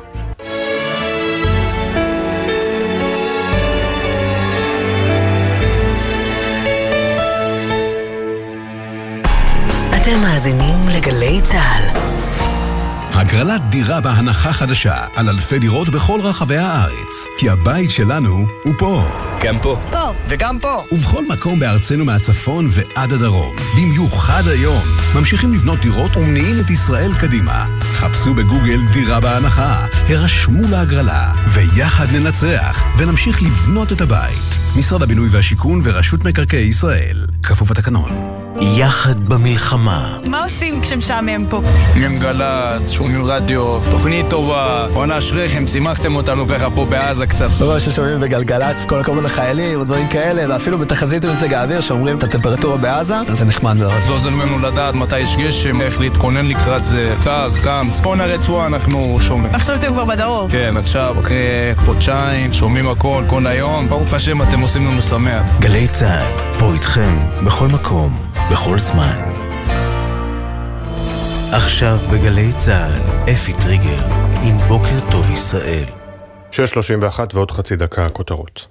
אתם מאזינים לגלי צהל. הגרלת דירה בהנחה חדשה על אלפי דירות בכל רחבי הארץ, כי הבית שלנו הוא פה. גם פה. פה. וגם פה. ובכל מקום בארצנו מהצפון ועד הדרום. במיוחד היום. ממשיכים לבנות דירות ומניעים את ישראל קדימה. חפשו בגוגל דירה בהנחה, הרשמו להגרלה, ויחד ננצח, ונמשיך לבנות את הבית. משרד הבינוי והשיכון ורשות מקרקעי ישראל. כפוף התקנון. יחד במלחמה. מה עושים כשמשעמם פה? שומעים גל"צ, שומעים רדיו, תוכנית טובה, עונה אשריכם, שימחתם אותנו ככה פה בעזה קצת. לא ששומעים בגלגל"צ, כל הכבוד לחיילים ודברים כאלה, ואפילו בתחזית מזג האוויר שאומרים את הטמפרטורה בעזה, זה נחמד מאוד. זו עוזר לנו לדעת מתי יש גשם, איך להתכונן לקראת זה, קר, חם, צפון הרצועה אנחנו שומעים. עכשיו אתם כבר בדרום. כן, עכשיו אחרי חודשיים, שומעים הכל, כל היום, ברוך השם אתם עושים לנו שמח. גלי צהל, פה איתכם, בכל מקום, בכל זמן. עכשיו בגלי צהל, אפי טריגר, עם בוקר טוב ישראל. שש שלושים ואחת ועוד חצי דקה הכותרות.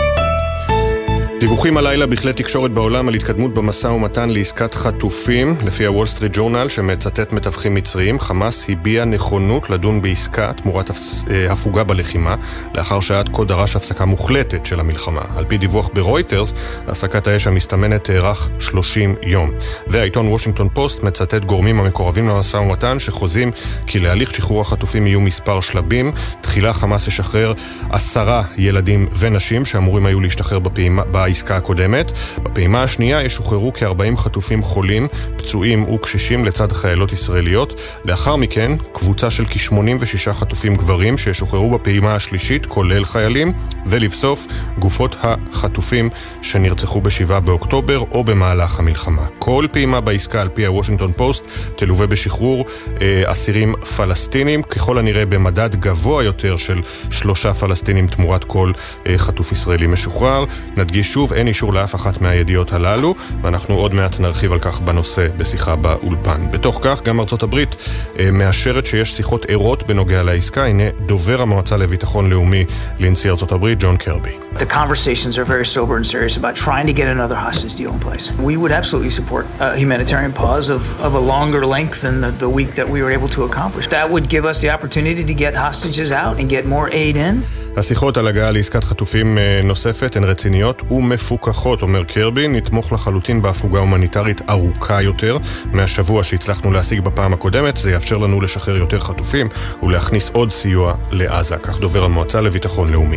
דיווחים הלילה בכלי תקשורת בעולם על התקדמות במשא ומתן לעסקת חטופים. לפי הוול סטריט ג'ורנל שמצטט מתווכים מצריים, חמאס הביע נכונות לדון בעסקה תמורת הפוגה בלחימה, לאחר שעד כה דרש הפסקה מוחלטת של המלחמה. על פי דיווח ברויטרס, הפסקת האש המסתמנת תארך שלושים יום. והעיתון וושינגטון פוסט מצטט גורמים המקורבים למשא ומתן שחוזים כי להליך שחרור החטופים יהיו מספר שלבים. תחילה חמאס ישחרר עשרה ילדים ונשים שאמורים היו להשתחרר בפעימה העסקה הקודמת. בפעימה השנייה ישוחררו כ-ארבעים חטופים חולים, פצועים וקשישים לצד חיילות ישראליות. לאחר מכן, קבוצה של כ-שמונים ושישה חטופים גברים שישוחררו בפעימה השלישית, כולל חיילים, ולבסוף גופות החטופים שנרצחו בשבעה באוקטובר או במהלך המלחמה. כל פעימה בעסקה על פי הוושינגטון פוסט תלווה בשחרור אה, אסירים פלסטינים, ככל הנראה במדד גבוה יותר של שלושה פלסטינים תמורת כל אה, חטוף ישראלי משוחרר. נדגיש שוב, אין אישור לאף אחת מהידיעות הללו, ואנחנו עוד מעט נרחיב על כך בנושא בשיחה באולפן. בתוך כך, גם ארצות הברית אה, מאשרת שיש שיחות ערות בנוגע לעסקה. הנה דובר המועצה לביטחון לאומי לנשיא ארצות הברית, ג'ון קרבי. The conversations are very sober and serious about trying to get another hostage deal in place. We would absolutely support a humanitarian pause of, of a longer length than the, the week that we were able to accomplish. That would give us the opportunity to get hostages out and get more aid in. השיחות על הגעה לעסקת חטופים נוספת הן רציניות ומפוקחות, אומר קרבי. נתמוך לחלוטין בהפוגה הומניטרית ארוכה יותר מהשבוע שהצלחנו להשיג בפעם הקודמת. זה יאפשר לנו לשחרר יותר חטופים ולהכניס עוד סיוע לעזה, כך דובר המועצה לביטחון לאומי.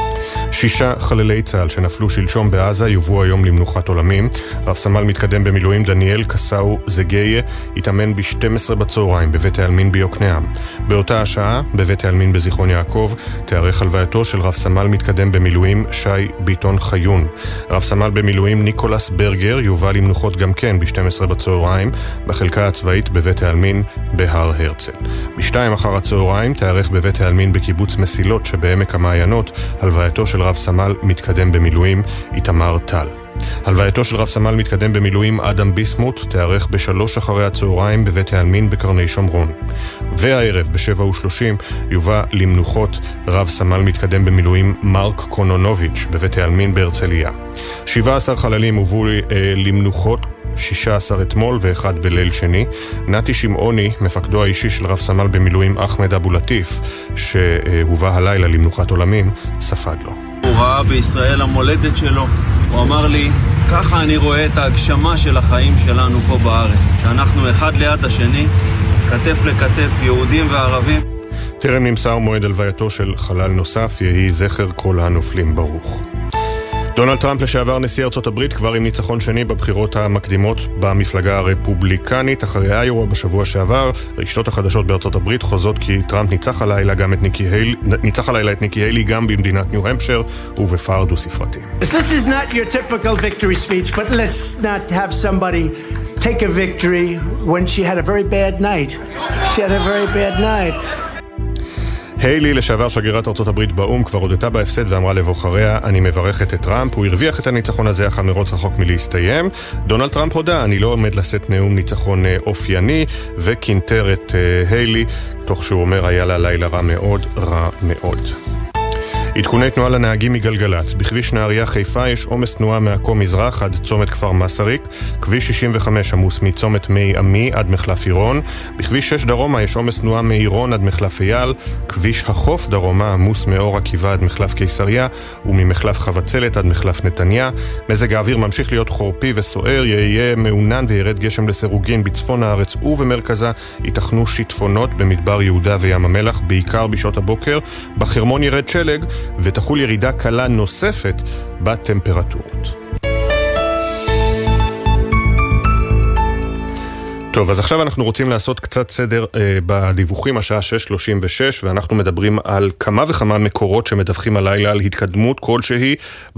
שישה חללי צה"ל שנפלו שלשום בעזה יובאו היום למנוחת עולמים. רב סמל מתקדם במילואים דניאל קסאו זגיה התאמן ב-שתים עשרה בצהריים בבית העלמין ביוקנעם. באותה השעה, בבית העלמין בזיכרון יעקב, תארך הלווייתו של רב סמל מתקדם במילואים שי ביטון חיון. רב סמל במילואים ניקולס ברגר יובא למנוחות גם כן ב-שתים עשרה בצהריים בחלקה הצבאית בבית העלמין בהר הרצל. בשתיים אחר הצהריים תארך בבית העלמין בקיבוץ מסילות שבעמק המעיינות הלווייתו של רב סמל מתקדם במילואים איתמר טל. הלווייתו של רב סמל מתקדם במילואים אדם ביסמוט תארך בשלוש אחרי הצהריים בבית העלמין בקרני שומרון. והערב בשבע ושלושים יובא למנוחות רב סמל מתקדם במילואים מרק קונונוביץ' בבית העלמין בהרצליה. שבעה עשר חללים הובאו אה, למנוחות שישה עשר אתמול ואחד בליל שני. נתי שמעוני, מפקדו האישי של רב סמל במילואים אחמד אבו לטיף, שהובא הלילה למנוחת עולמים, ספד לו. הוא ראה בישראל המולדת שלו, הוא אמר לי, ככה אני רואה את ההגשמה של החיים שלנו פה בארץ, שאנחנו אחד ליד השני, כתף לכתף, יהודים וערבים. טרם נמסר מועד הלווייתו של חלל נוסף, יהי זכר כל הנופלים ברוך. דונלד טראמפ לשעבר נשיא ארצות הברית כבר עם ניצחון שני בבחירות המקדימות במפלגה הרפובליקנית. אחרי האירו בשבוע שעבר, רשתות החדשות בארצות הברית חוזות כי טראמפ ניצח הלילה גם את ניקי היילי, ניצח הלילה את ניקי היילי גם במדינת ניו המפשר ובפער דו ספרתי. This is not your typical victory speech, but let's not have somebody take a victory when she had a very bad night. She had a very bad night. היילי, לשעבר שגרירת ארצות הברית באום, כבר הודתה בהפסד ואמרה לבוחריה, אני מברכת את טראמפ, הוא הרוויח את הניצחון הזה אך המרוץ רחוק מלהסתיים. דונלד טראמפ הודה, אני לא עומד לשאת נאום ניצחון אופייני, וקינטר את היילי, תוך שהוא אומר היה לה לילה רע מאוד, רע מאוד. עדכוני תנועה לנהגים מגלגלץ. בכביש נהריה חיפה יש עומס תנועה מעכו מזרח עד צומת כפר מסריק. כביש שישים וחמש עמוס מצומת מי עמי עד מחלף עירון. בכביש שש דרומה יש עומס תנועה מעירון עד מחלף אייל. כביש החוף דרומה עמוס מאור עקיבא עד מחלף קיסריה וממחלף חבצלת עד מחלף נתניה. מזג האוויר ממשיך להיות חורפי וסוער, יהיה מעונן וירד גשם לסירוגין בצפון הארץ ובמרכזה. ייתכנו שיטפונות במדבר יהודה וים המלח, בעיקר בשעות הבוקר. בחרמון ירד שלג ותחול ירידה קלה נוספת בטמפרטורות. טוב, אז עכשיו אנחנו רוצים לעשות קצת סדר אה, בדיווחים, השעה שש שלושים ושש, ואנחנו מדברים על כמה וכמה מקורות שמדווחים הלילה על התקדמות כלשהי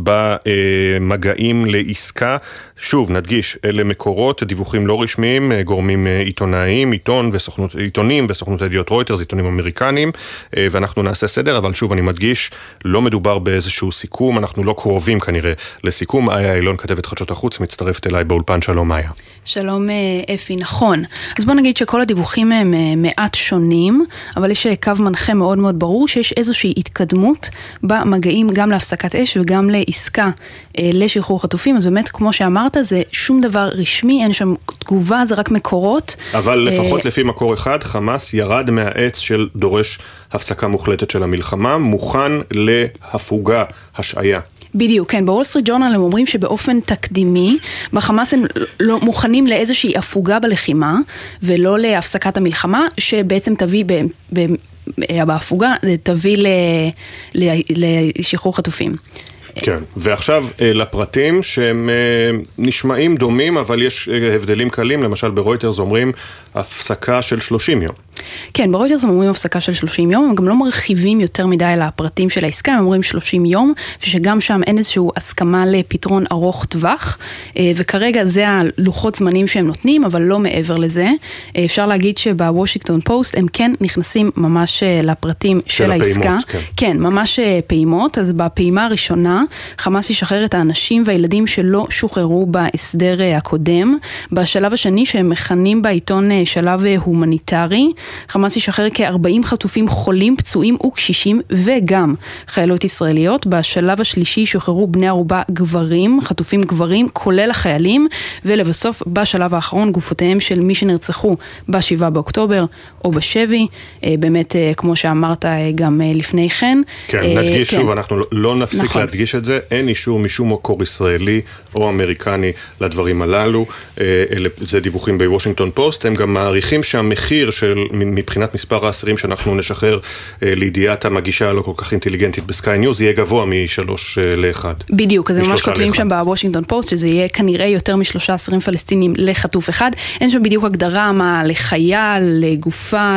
במגעים לעסקה. שוב, נדגיש, אלה מקורות, דיווחים לא רשמיים, גורמים עיתונאיים, עיתון וסוכנות, עיתונים וסוכנות הידיעות רויטרס, עיתונים אמריקנים, אה, ואנחנו נעשה סדר, אבל שוב אני מדגיש, לא מדובר באיזשהו סיכום, אנחנו לא קרובים כנראה לסיכום. איה אילון, כתבת חדשות החוץ, מצטרפת אליי באולפן. שלום איה. שלום אפי, נכון. אז בוא נגיד שכל הדיווחים הם מעט שונים, אבל יש קו מנחה מאוד מאוד ברור שיש איזושהי התקדמות במגעים גם להפסקת אש וגם לעסקה לשחרור חטופים. אז באמת, כמו שאמרת, זה שום דבר רשמי, אין שם תגובה, זה רק מקורות. אבל לפחות לפי מקור אחד, חמאס ירד מהעץ של דורש הפסקה מוחלטת של המלחמה, מוכן להפוגה, השעיה. בדיוק, כן. בוול סטריט ג'ורנל הם אומרים שבאופן תקדימי, בחמאס הם לא מוכנים לאיזושהי הפוגה בלחימה, ולא להפסקת המלחמה, שבעצם תביא ב, ב, בהפוגה, תביא ל, ל, לשחרור חטופים. כן, ועכשיו לפרטים שהם נשמעים דומים, אבל יש הבדלים קלים. למשל ברויטרס אומרים הפסקה של שלושים יום. כן, ברויטרס אומרים הפסקה של שלושים יום, הם גם לא מרחיבים יותר מדי על הפרטים של העסקה, הם אומרים שלושים יום, ושגם שם אין איזשהו הסכמה לפתרון ארוך טווח, וכרגע זה הלוחות זמנים שהם נותנים, אבל לא מעבר לזה. אפשר להגיד שבוושינגטון פוסט הם כן נכנסים ממש לפרטים של, של העסקה. הפעימות, כן. כן, ממש פעימות. אז בפעימה הראשונה, חמאס ישחרר את האנשים והילדים שלא שוחררו בהסדר הקודם. בשלב השני שהם מכנים בעיתון שלב הומניטרי, חמאס ישחרר כ-ארבעים חטופים חולים, פצועים וקשישים וגם חיילות ישראליות. בשלב השלישי שוחררו בני ערובה גברים, חטופים גברים, כולל החיילים, ולבסוף בשלב האחרון גופותיהם של מי שנרצחו בשבעה באוקטובר או בשבי. באמת, כמו שאמרת גם לפני כן. כן, נדגיש כן. שוב, אנחנו לא נפסיק נכון. להדגיש את זה, אין אישור משום מקור ישראלי או אמריקני לדברים הללו. זה דיווחים בוושינגטון פוסט, הם גם מעריכים שהמחיר של מבחינת מספר האסירים שאנחנו נשחרר לידיעת המגישה הלא כל כך אינטליגנטית בסקיי ניוז, יהיה גבוה משלוש לאחד. בדיוק, אז הם ממש כותבים שם בוושינגטון פוסט, שזה יהיה כנראה יותר משלושה אסירים פלסטינים לחטוף אחד. אין שם בדיוק הגדרה מה לחייל, לגופה,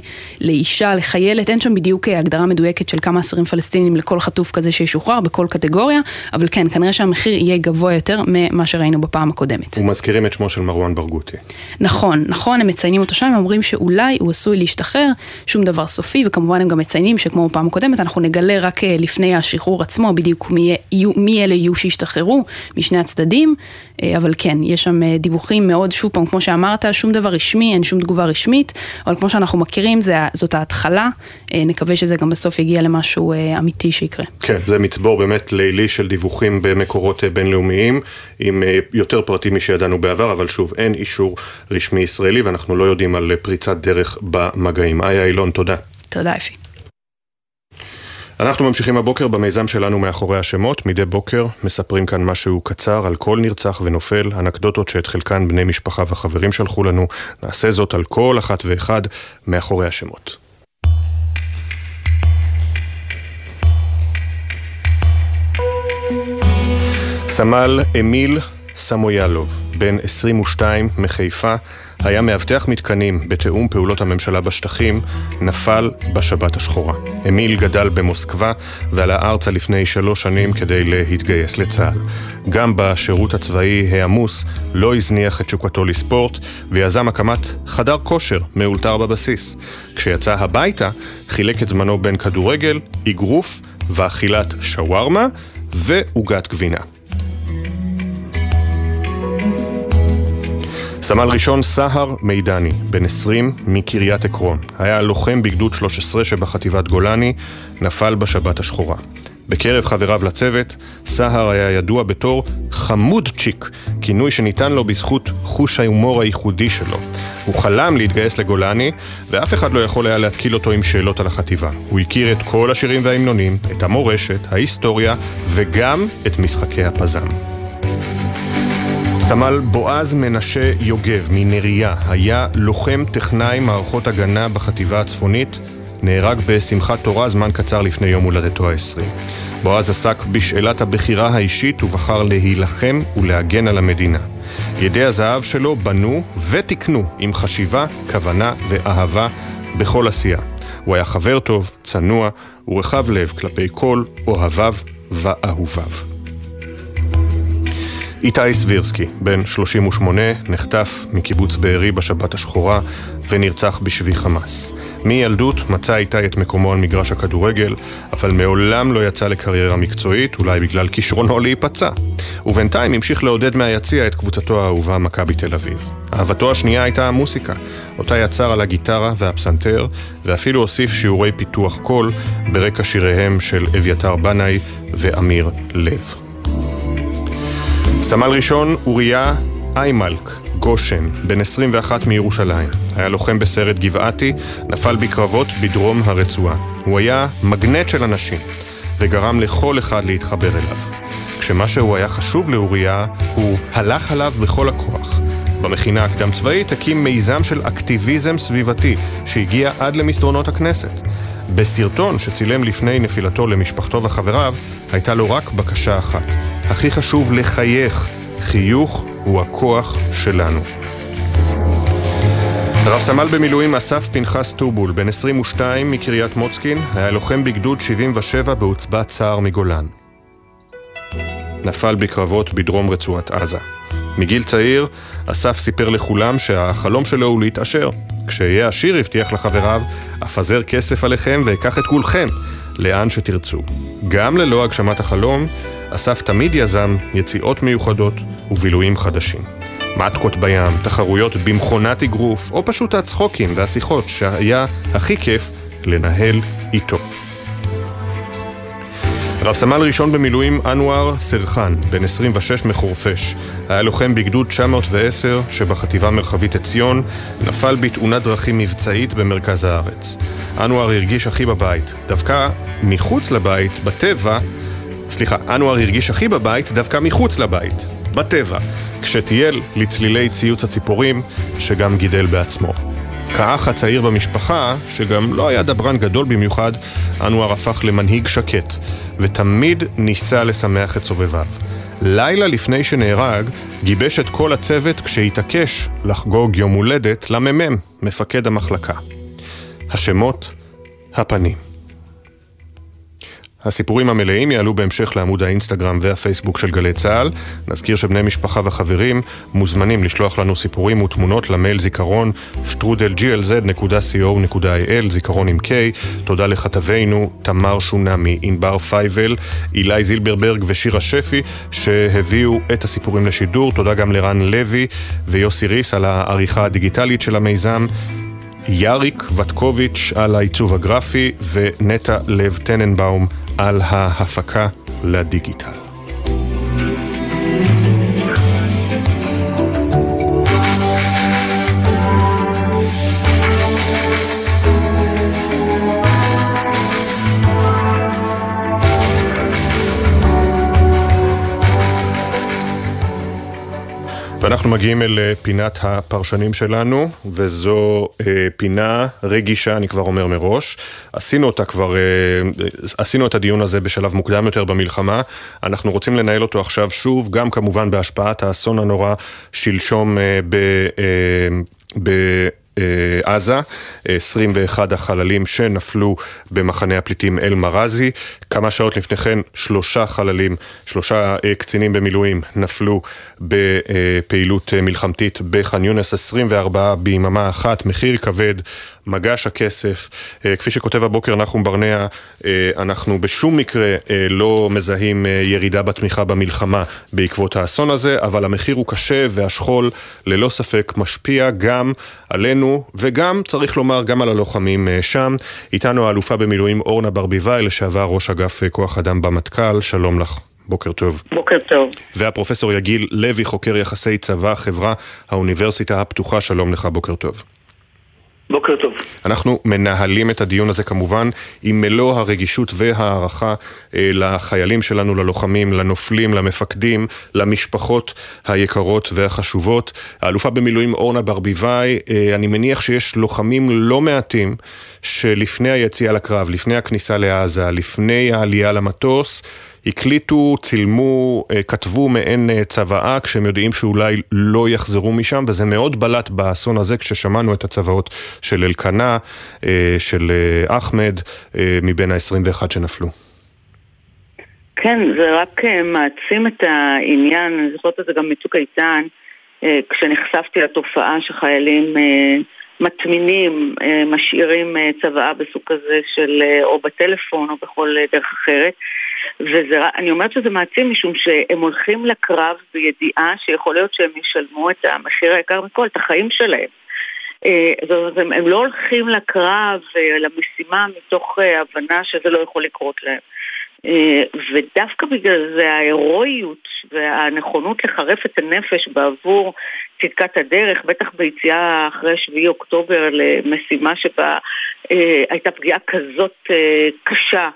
לאישה, לחיילת, אין שם בדיוק הגדרה מדויקת של כמה אסירים פלסטינים לכל חטוף כזה שישוחרר בכל קטגוריה, אבל כן, כנראה שהמחיר יהיה גבוה יותר ממה שראינו בפעם הקודמת. ומזכירים את שמו של מרואן ברגותי. נכון, נכון, הם מציינים אותו שם, הם אומרים שאולי הוא עשוי להשתחרר, שום דבר סופי, וכמובן הם גם מציינים שכמו בפעם הקודמת, אנחנו נגלה רק לפני השחרור עצמו, בדיוק מי, מי אלה יהיו שישתחררו משני הצדדים, אבל כן, יש שם דיווחים מאוד, שוב פעם, כמו שאמרת, שום דבר רשמי, אין שום תגובה רשמית, אבל כמו שאנחנו מכירים, זאת ההתחלה, נקווה שזה גם בסוף יגיע למשהו אמיתי שיקרה. כן, זה מצבור באמת לילי של דיווחים במקורות בינלאומיים, עם יותר פרטים משידענו בעבר, אבל שוב, אין אישור רשמי ישראלי, ואנחנו לא יודעים על פריצת דרך במגעים. איה אילון, תודה. תודה, אפי. אנחנו ממשיכים הבוקר במיזם שלנו מאחורי השמות. מדי בוקר מספרים כאן משהו קצר על כל נרצח ונופל, אנקדוטות שאת חלקן בני משפחה וחברים שלחו לנו. נעשה זאת על כל אחת ואחד מאחורי השמות. סמל אמיל סמויאלוב, בן עשרים ושתיים מחיפה, היה מאבטח מתקנים בתאום פעולות הממשלה בשטחים, נפל בשבת השחורה. אמיל גדל במוסקבה ועלה ארצה לפני שלוש שנים כדי להתגייס לצה"ל. גם בשירות הצבאי העמוס לא הזניח את תשוקתו לספורט ויזם הקמת חדר כושר מאולתר בבסיס. כשיצא הביתה חילק את זמנו בין כדורגל, אגרוף ואכילת שווארמה ועוגת גבינה. סמל ראשון סהר מידני, בן עשרים מקריית עקרון. היה לוחם בגדוד שלוש עשרה שבחטיבת גולני, נפל בשבת השחורה. בקרב חבריו לצוות, סהר היה ידוע בתור חמודצ'יק, כינוי שניתן לו בזכות חוש ההומור הייחודי שלו. הוא חלם להתגייס לגולני, ואף אחד לא יכול היה להתקיל אותו עם שאלות על החטיבה. הוא הכיר את כל השירים וההמנונים, את המורשת, ההיסטוריה, וגם את משחקי הפזם. סמל בועז מנשה יוגב מנריה היה לוחם טכנאי מערכות הגנה בחטיבה הצפונית, נהרג בשמחת תורה זמן קצר לפני יום הולדתו העשרים. בועז עסק בשאלת הבחירה האישית ובחר להילחם ולהגן על המדינה. ידי הזהב שלו בנו ותקנו עם חשיבה, כוונה ואהבה בכל עשייה. הוא היה חבר טוב, צנוע ורחב לב כלפי כל אוהביו ואהוביו. איתי סבירסקי, בן שלושים ושמונה, נחטף מקיבוץ בארי בשבת השחורה ונרצח בשבי חמאס. מילדות מצא איתי את מקומו על מגרש הכדורגל, אבל מעולם לא יצא לקריירה מקצועית, אולי בגלל כישרונו להיפצע. ובינתיים המשיך לעודד מהיציע את קבוצתו האהובה מכבי תל אביב. אהבתו השנייה הייתה המוסיקה, אותה יצר על הגיטרה והפסנתר, ואפילו הוסיף שיעורי פיתוח קול ברקע שיריהם של אביתר בנאי ואמיר לב. סמל ראשון אוריה איימלק גושן, בן עשרים ואחת מירושלים. היה לוחם בסרט גבעתי, נפל בקרבות בדרום הרצועה. הוא היה מגנט של אנשים, וגרם לכל אחד להתחבר אליו. כשמשהו היה חשוב לאוריה, הוא הלך עליו בכל הכוח. במכינה הקדם צבאית הקים מיזם של אקטיביזם סביבתי, שהגיע עד למסדרונות הכנסת. בסרטון שצילם לפני נפילתו למשפחתו וחבריו, הייתה לו רק בקשה אחת. הכי חשוב לחייך, חיוך הוא הכוח שלנו. רב סמל במילואים אסף פנחס טובול, בן עשרים ושתיים מקריית מוצקין, היה לוחם בגדוד שבעים ושבע בעוצבת צער מגולן. נפל בקרבות בדרום רצועת עזה. מגיל צעיר, אסף סיפר לכולם שהחלום שלו הוא להתעשר. כשיהיה עשיר הבטיח לחבריו, אפזר כסף עליכם ויקח את כולכם לאן שתרצו. גם ללא הגשמת החלום, אסף תמיד יזם יציאות מיוחדות ובילויים חדשים. מתקות בים, תחרויות במכונת אגרוף, או פשוט הצחוקים והשיחות שהיה הכי כיף לנהל איתו. רב סמל ראשון במילואים אנואר סרחן, בן עשרים ושש מחורפש, היה לוחם בגדוד תשע מאות ועשר שבחטיבה מרחבית עציון, נפל בתאונת דרכים מבצעית במרכז הארץ. אנואר הרגיש הכי בבית, דווקא מחוץ לבית, בטבע, סליחה, אנואר הרגיש הכי בבית, דווקא מחוץ לבית, בטבע, כשטייל לצלילי ציוץ הציפורים שגם גידל בעצמו. כאח הצעיר במשפחה, שגם לא היה דברן גדול במיוחד, אנואר הפך למנהיג שקט, ותמיד ניסה לשמח את סובביו. לילה לפני שנהרג, גיבש את כל הצוות כשהתעקש לחגוג יום הולדת לממם, מפקד המחלקה. השמות, הפנים. הסיפורים המלאים יעלו בהמשך לעמוד האינסטגרם והפייסבוק של גלי צהל. נזכיר שבני משפחה וחברים מוזמנים לשלוח לנו סיפורים ותמונות למייל זיכרון שטרודל ג'י אל זד נקודה סי או נקודה איי אל, זיכרון עם K. תודה לכתבינו תמר שונמי, ענבר פייבל, אילי זילברברג ושירה שפי שהביאו את הסיפורים לשידור. תודה גם לרן לוי ויוסי ריס על העריכה הדיגיטלית של המיזם, יאריק וטקוביץ' על העיצוב הגרפי ונטע לב טננבאום על ההפקה לדיגיטל. ואנחנו מגיעים אל פינת הפרשנים שלנו, וזו אה, פינה רגישה, אני כבר אומר מראש. עשינו אותה כבר, אה, עשינו את הדיון הזה בשלב מוקדם יותר במלחמה. אנחנו רוצים לנהל אותו עכשיו שוב, גם כמובן בהשפעת האסון הנורא שלשום אה, ב... אה, ב עזה, עשרים ואחד החללים שנפלו במחנה הפליטים אל מרזי. כמה שעות לפני כן שלושה חללים, שלושה קצינים במילואים נפלו בפעילות מלחמתית בח'אן יונס, עשרים וארבעה ביממה אחת, מחיר כבד, מגש הכסף. כפי שכותב הבוקר נחום ברנע, אנחנו בשום מקרה לא מזהים ירידה בתמיכה במלחמה בעקבות האסון הזה, אבל המחיר הוא קשה והשכול ללא ספק משפיע גם עלינו וגם, צריך לומר, גם על הלוחמים שם. איתנו האלופה במילואים אורנה ברביבאי, לשעבר ראש אגף כוח אדם במטכ"ל. שלום לך. בוקר טוב. בוקר טוב. והפרופסור יגיל לוי, חוקר יחסי צבא חברה, האוניברסיטה הפתוחה. שלום לך, בוקר טוב. בוקר טוב. אנחנו מנהלים את הדיון הזה כמובן עם מלוא הרגישות והערכה אה, לחיילים שלנו, ללוחמים, לנופלים, למפקדים, למשפחות היקרות והחשובות. האלופה במילואים אורנה ברביבאי, אה, אני מניח שיש לוחמים לא מעטים שלפני היציאה לקרב, לפני הכניסה לעזה, לפני העלייה למטוס, הקליטו, צילמו, כתבו מעין צוואה כשהם יודעים שאולי לא יחזרו משם, וזה מאוד בלט באסון הזה כששמענו את הצוואות של אלקנה, של אחמד, מבין ה-עשרים ואחת שנפלו. כן, זה רק מעצים את העניין. אני זוכרת את זה גם מצוק איתן, כשנחשפתי לתופעה שחיילים מתמינים, משאירים צוואה בסוג כזה של או בטלפון או בכל דרך אחרת. ואני אומרת שזה מעצים משום שהם הולכים לקרב בידיעה שיכול להיות שהם ישלמו את המחיר היקר מכל, את החיים שלהם. זאת אומרת, הם לא הולכים לקרב, למשימה, מתוך הבנה שזה לא יכול לקרות להם. ודווקא בגלל זה ההירואיות והנכונות לחרף את הנפש בעבור צדקת הדרך, בטח ביציאה אחרי שביעי אוקטובר למשימה שבה הייתה פגיעה כזאת קשה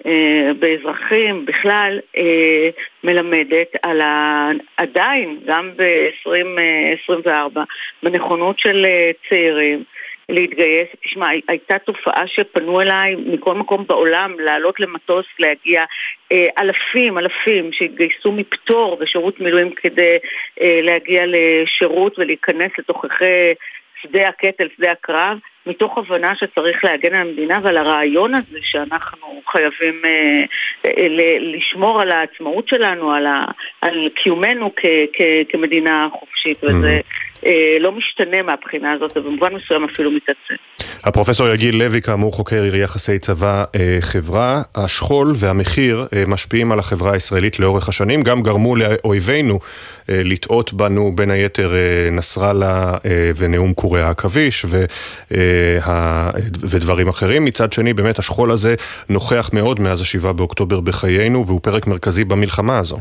באזרחים בכלל, מלמדת על עדיין גם ב-עשרים עשרים וארבע בנכונות של צעירים להתגייס. תשמע, הייתה תופעה שפנו אליי מכל מקום בעולם לעלות למטוס, להגיע אלפים, אלפים שהתגייסו מפטור ושירות מילואים כדי להגיע לשירות ולהיכנס לתוככי שדה הקטל, שדה הקרב, מתוך הבנה שצריך להגן על המדינה ועל הרעיון הזה שאנחנו חייבים אה, ל- לשמור על העצמאות שלנו, על, ה- על קיומנו כ- כ- כמדינה חופשית, mm-hmm. וזה אה, לא משתנה מהבחינה הזאת, ובמובן מסוים אפילו מתעצם. הפרופסור יגיל לוי, כאמור חוקר יחסי צבא אה, חברה, השכול והמחיר אה, משפיעים על החברה הישראלית לאורך השנים, גם גרמו לאויבינו אה, לטעות בנו, בין היתר אה, נסראללה אה, ונאום קורי העכביש ו... אה, ודברים אחרים. מצד שני, באמת השכול הזה נוכח מאוד מאז השבעה באוקטובר בחיינו, והוא פרק מרכזי במלחמה הזו.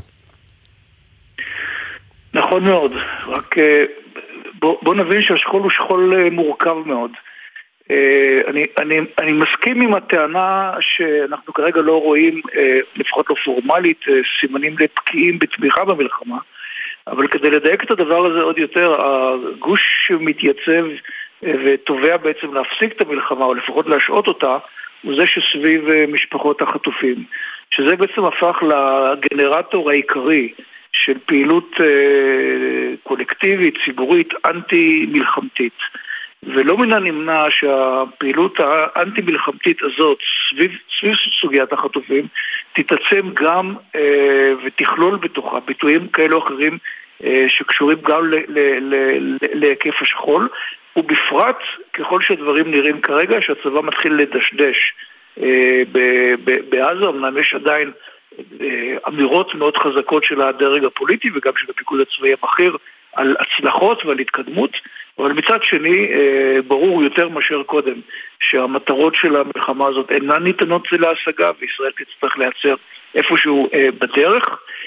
נכון מאוד, רק בוא, בוא נבין שהשכול הוא שכול מורכב מאוד. אני, אני, אני מסכים עם הטענה שאנחנו כרגע לא רואים, לפחות לא פורמלית, סימנים לפקיעים בתמיכה במלחמה, אבל כדי לדייק את הדבר הזה עוד יותר, הגוש שמתייצב ותובע בעצם להפסיק את המלחמה, או לפחות להשעות אותה, הוא זה שסביב משפחות החטופים. שזה בעצם הפך לגנרטור העיקרי של פעילות קולקטיבית, ציבורית, אנטי-מלחמתית. ולא מן הנמנע שהפעילות האנטי-מלחמתית הזאת סביב, סביב סוגיית החטופים תתעצם גם אה, ותכלול בתוכה ביטויים כאלו או אחרים אה, שקשורים גם להיקף השכול, ובפרט ככל שהדברים נראים כרגע שהצבא מתחיל לדשדש אה, בעזה. אמנם יש עדיין אה, אמירות מאוד חזקות של הדרג הפוליטי וגם של הפיקוד הצבאי הבכיר על הצלחות ועל התקדמות, אבל מצד שני ברור יותר מאשר קודם שהמטרות של המלחמה הזאת אינן ניתנות להשגה, וישראל תצטרך לייצר איפשהו בדרך,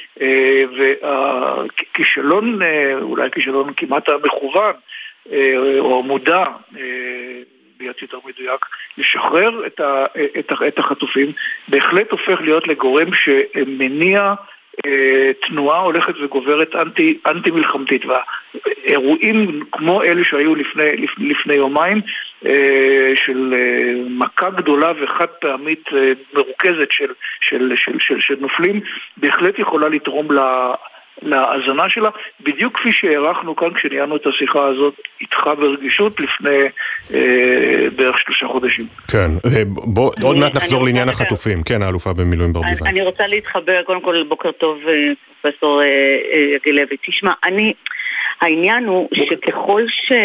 והכישלון, אולי כישלון כמעט המכוון או מודע, להיות יותר מדויק, לשחרר את, ה, את, ה, את החטופים, בהחלט הופך להיות לגורם שמניע תנועה הולכת וגוברת אנטי, אנטי מלחמתית, והאירועים כמו אלה שהיו לפני, לפני, לפני יומיים של מכה גדולה וחד פעמית מרוכזת של, של, של, של, של נופלים בהחלט יכולה לתרום ל להאזנה שלה, בדיוק כפי שהערכנו כאן כשניינו את השיחה הזאת איתך ברגישות לפני אה, בערך שלושה חודשים. כן, בוא עוד מעט נחזור לעניין החטופים. כן, האלופה במילואים ברביבאי. אני רוצה להתחבר, קודם כל בוקר טוב פרופסור יגיל לוי. תשמע, אני, העניין הוא שככל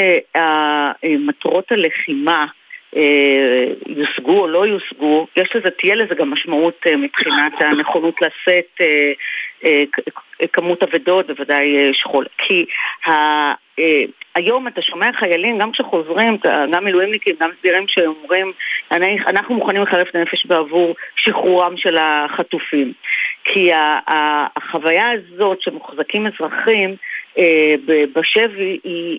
שהמטרות הלחימה יושגו או לא יושגו, יש לזה, תהיה לזה גם משמעות מבחינת הנכונות לשאת כמות עבדות, בוודאי שכול. כי היום אתה שומע חיילים, גם כשחוזרים, גם מילואימניקים, גם סדירים שאומרים, אנחנו מוכנים לחרף את הנפש בעבור שחרורם של החטופים. כי החוויה הזאת שמוחזקים אזרחים בשבי היא...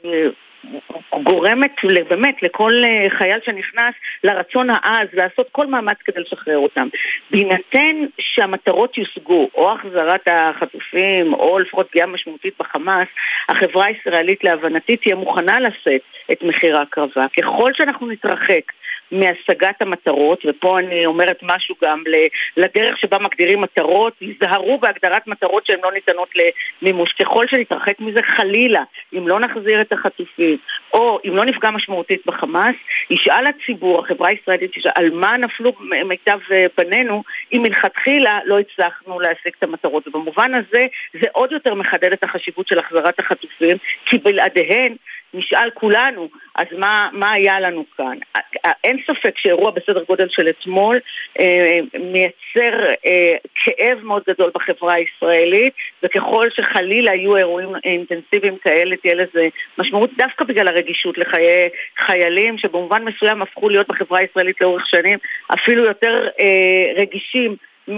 גורמת באמת לכל חייל שנכנס לרצון העז לעשות כל מאמץ כדי לשחרר אותם. בהינתן שהמטרות יושגו, או החזרת החטופים או לפחות פגיעה משמעותית בחמאס, החברה הישראלית להבנתי תהיה מוכנה לשאת את מחיר ההקרבה. ככל שאנחנו נתרחק מהשגת המטרות, ופה אני אומרת משהו גם לדרך שבה מגדירים מטרות, יזהרו בהגדרת מטרות שהן לא ניתנות למימוש. ככל שנתרחק מזה חלילה, אם לא נחזיר את החטופים, או אם לא נפגע משמעותית בחמאס, ישאל הציבור, החברה הישראלית, ישאל, על מה נפלו מיטב פנינו, אם מלכתחילה לא הצלחנו להשיג את המטרות. ובמובן הזה, זה עוד יותר מחדד את החשיבות של החזרת החטופים, כי בלעדיהן נשאל כולנו, אז מה, מה היה לנו כאן? אין ספק שאירוע בסדר גודל של אתמול אה, מייצר אה, כאב מאוד גדול בחברה הישראלית, וככל שחלילה יהיו אירועים אינטנסיביים כאלה, תהיה לזה משמעות דווקא בגלל הרגישות לחיי חיילים, שבמובן מסוים הפכו להיות בחברה הישראלית לאורך שנים, אפילו יותר אה, רגישים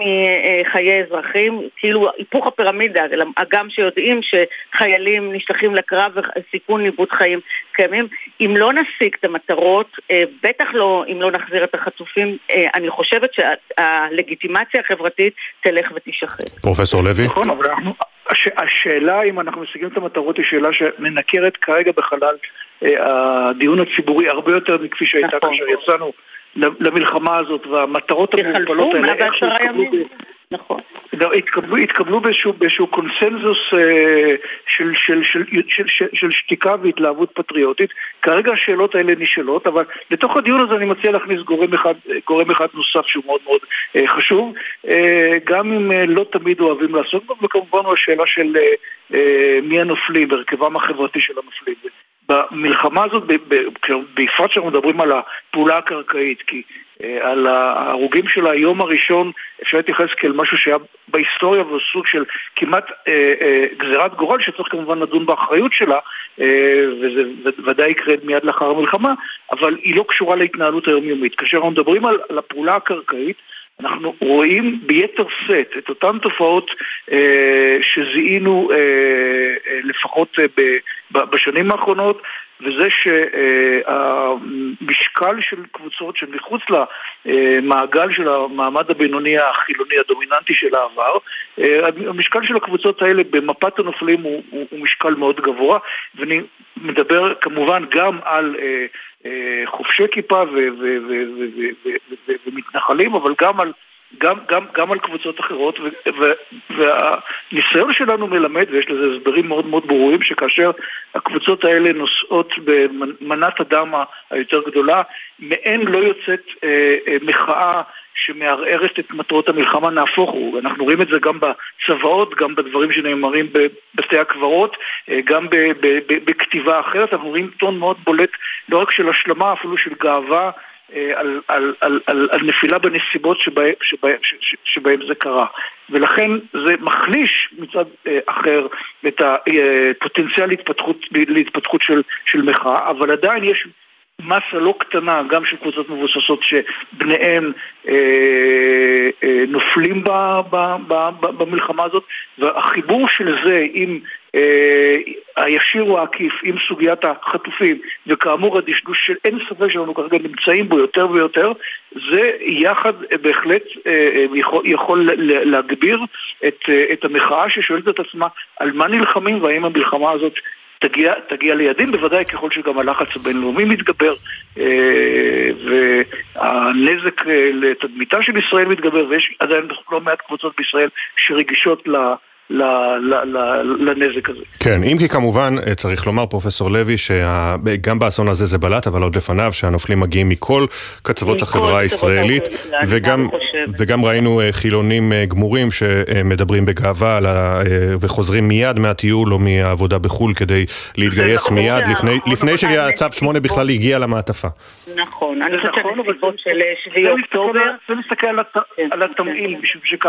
מחיי אזרחים, כאילו היפוך הפירמידה, גם שיודעים שחיילים נשלחים לקרב וסיכון לאיבוד חיים קיימים. אם לא נשיג את המטרות, בטח לא אם לא נחזיר את החטופים, אני חושבת שהלגיטימציה החברתית תלך ותשחרר. פרופסור לוי? נכון, אבל אנחנו, הש, השאלה אם אנחנו משיגים את המטרות היא שאלה שמנקרת כרגע בחלל הדיון הציבורי הרבה יותר מכפי שהייתה כאשר יצאנו למלחמה הזאת, והמטרות המוגבלות האלה איכשהו התקבלו, נכון. התקבלו, התקבלו באיזשהו, באיזשהו קונסנזוס של, של, של, של, של, של שתיקה והתלהבות פטריוטית. כרגע השאלות האלה נשאלות, אבל לתוך הדיון הזה אני מציע להכניס גורם אחד, גורם אחד נוסף שהוא מאוד מאוד חשוב, גם אם לא תמיד אוהבים לעשות בו, וכמובן הוא השאלה של מי הנופלים, הרכבם החברתי של הנופלים. במלחמה הזאת, בפרט שאנחנו מדברים על הפעולה הקרקעית, כי על ההרוגים של היום הראשון אפשר להתייחס כאל משהו שהיה בהיסטוריה וסוג של כמעט גזירת גורל שצריך כמובן לדון באחריות שלה, וזה ודאי יקרה מיד לאחר המלחמה, אבל היא לא קשורה להתנהלות היומיומית. כאשר אנחנו מדברים על הפעולה הקרקעית, אנחנו רואים ביתר סט את אותן תופעות אה, שזיהינו אה, אה, לפחות אה, ב, בשנים האחרונות, וזה שהמשקל של קבוצות שמחוץ למעגל של המעמד הבינוני החילוני הדומיננטי של העבר, אה, המשקל של הקבוצות האלה במפת הנופלים הוא, הוא, הוא משקל מאוד גבוה, ואני מדבר כמובן גם על אה, חובשי כיפה ומתנחלים, אבל גם על גם, גם, גם על קבוצות אחרות, ו, ו, והניסיון שלנו מלמד, ויש לזה הסברים מאוד מאוד ברורים, שכאשר הקבוצות האלה נושאות במנת הדם היותר גדולה, מהן לא יוצאת אה, אה, מחאה שמערערת את מטרות המלחמה, נהפוך הוא. אנחנו רואים את זה גם בצבאות, גם בדברים שנאמרים בבתי הקברות, גם בכתיבה אחרת. אנחנו רואים טון מאוד בולט, לא רק של השלמה, אפילו של גאווה, על, על, על, על, על נפילה בנסיבות שבהם, שבהם, שבהם זה קרה. ולכן זה מחליש מצד אחר את הפוטנציאל להתפתחות, להתפתחות של, של מחאה, אבל עדיין יש מסה לא קטנה, גם של קבוצות מבוססות שבניהם אה, אה, נופלים ב, ב, ב, ב, במלחמה הזאת, והחיבור של זה עם אה, הישיר או העקיף, עם סוגיית החטופים, וכאמור הדשדוש של אין ספק שלנו כרגע נמצאים בו יותר ויותר, זה יחד בהחלט אה, יכול, יכול להגביר את, את המחאה ששואלת את עצמה על מה נלחמים והאם המלחמה הזאת תגיע, תגיע ליעדים, בוודאי ככל שגם הלחץ הבינלאומי מתגבר אה, והנזק לתדמיתה של ישראל מתגבר, ויש עדיין לא מעט קבוצות בישראל שרגישות ל... לנזק הזה. כן, אם כי כמובן צריך לומר פרופסור לוי שגם באסון הזה זה בלט, אבל עוד לפניו שהנופלים מגיעים מכל קצוות החברה הישראלית, וגם וגם ראינו חילונים גמורים שמדברים בגאווה וחוזרים מיד מהטיול או מהעבודה בחול כדי להתגייס מיד לפני שהצו שמונה בכלל הגיע למעטפה. נכון, אני חושבת שבסיבות של שביעי אוקטובר זה מסתכל על התמעיל,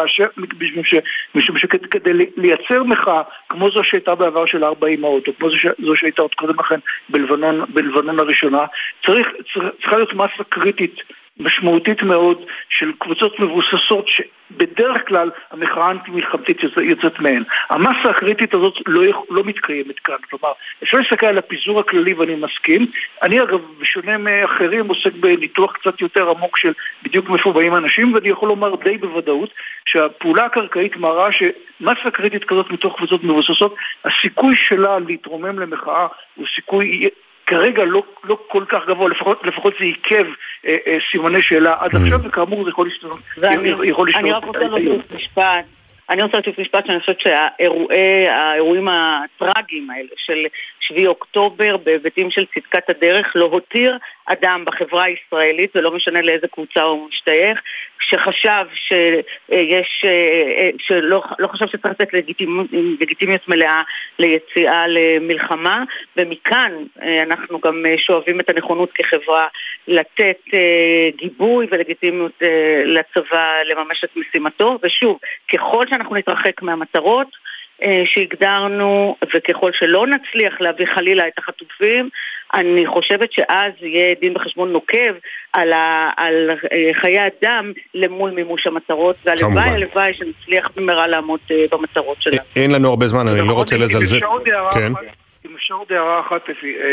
משום שכדי לייצר מחאה כמו זו שהייתה בעבר של ארבע אמהות, או כמו זו שהייתה עוד קודם לכן בלבנון, בלבנון הראשונה, צריך, צריכה להיות מסה קריטית משמעותית מאוד של קבוצות מבוססות שבדרך כלל המחאה האנטי-מלחמתית יוצאת מהן. המסה הקריטית הזאת לא, לא מתקיימת כאן. כלומר, אפשר להסתכל על הפיזור הכללי ואני מסכים. אני אגב, בשונה מאחרים, עוסק בניתוח קצת יותר עמוק של בדיוק מאיפה באים אנשים, ואני יכול לומר די בוודאות שהפעולה הקרקעית מראה שמסה קריטית כזאת מתוך קבוצות מבוססות, הסיכוי שלה להתרומם למחאה הוא סיכוי כרגע לא, לא כל כך גבוה, לפחות, לפחות זה עיכב אה, אה, סימני שאלה עד עכשיו, וכאמור זה יכול להשתנות. אני רק רוצה להוסיף משפט, אני רוצה להוסיף משפט שאני חושבת שהאירועים הטרגיים האלה של שביעי אוקטובר בהיבטים של צדקת הדרך לא הותיר אדם בחברה הישראלית, ולא משנה לאיזה קבוצה הוא משתייך, שחשב שיש, שלא לא חשב שצריך לתת לגיטימיות, לגיטימיות מלאה ליציאה למלחמה, ומכאן אנחנו גם שואבים את הנכונות כחברה לתת גיבוי ולגיטימיות לצבא לממש את משימתו, ושוב, ככל שאנחנו נתרחק מהמטרות שהגדרנו, וככל שלא נצליח להביא חלילה את החטופים, אני חושבת שאז יהיה דין בחשבון נוקב על, ה, על חיי אדם למול מימוש המטרות, והלוואי הלוואי שנצליח במהרה לעמוד במטרות שלנו. אין לנו הרבה זמן, אני לא רוצה לזלזל. כן. אם אפשר עוד הערה אחת,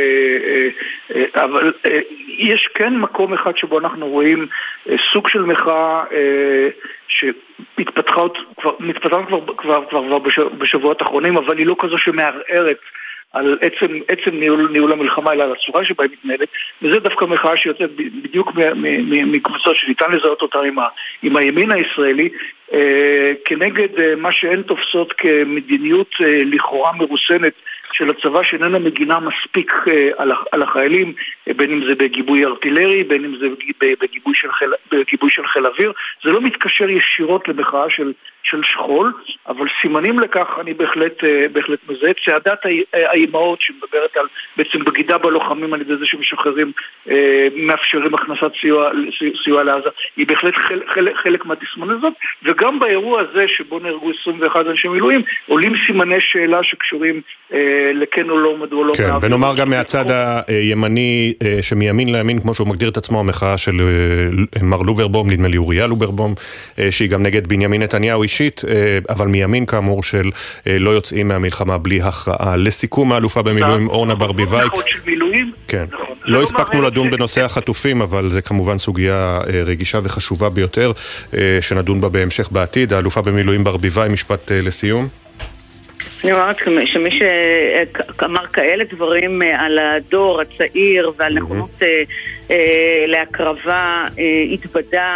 אבל יש כן מקום אחד שבו אנחנו רואים סוג של מחאה שמתפתחה כבר, כבר, כבר בשבועות האחרונים, אבל היא לא כזו שמערערת על עצם, עצם ניהול, ניהול המלחמה, אלא על הצורה שבה היא מתנהלת, וזה דווקא מחאה שיוצאת בדיוק מקבוצות שניתן לזהות אותה עם, ה, עם הימין הישראלי, אה, כנגד אה, מה שהן תופסות כמדיניות אה, לכאורה מרוסנת של הצבא שאיננה מגינה מספיק אה, על, על החיילים, אה, בין אם זה בגיבוי ארטילרי, בין אם זה בגיבוי של חיל, בגיבוי של חיל אוויר. זה לא מתקשר ישירות למחאה של, של שכול, אבל סימנים לכך אני בהחלט, אה, בהחלט מזהה. צעדת האימהות שמדברת על בעצם בגידה בלוחמים על ידי זה שמשחררים, אה, מאפשרים הכנסת סיוע, סיוע לעזה, היא בהחלט חלק, חלק, חלק מהתסמונת הזאת, וגם באירוע הזה שבו נהרגו עשרים ואחד אנשי מילואים, עולים סימני שאלה שקשורים אה, לכן או לא, מדוע לא. כן, מעביר. ונאמר גם מהצד הימני, אה, שמימין לימין, כמו שהוא מגדיר את עצמו, המחאה של אה, מר לוברבום, נדמה לי אוריה לוברבום, אה, שהיא גם נגד בנימין נתניהו אישית, אה, אבל מימין כאמור של אה, לא יוצאים מהמלחמה בלי הכרעה. לסיכום, האלופה במילואים אורנה ברביבאי. כן. לא הספקנו לדון בנושא החטופים, אבל זה כמובן סוגיה אה, רגישה וחשובה ביותר, אה, שנדון בה בהמשך בעתיד. האלופה במילואים ברביבאי, משפט אה, לסיום. אני אומרת שמי שאמר כאלה דברים על הדור הצעיר ועל נכונות להקרבה התבדה.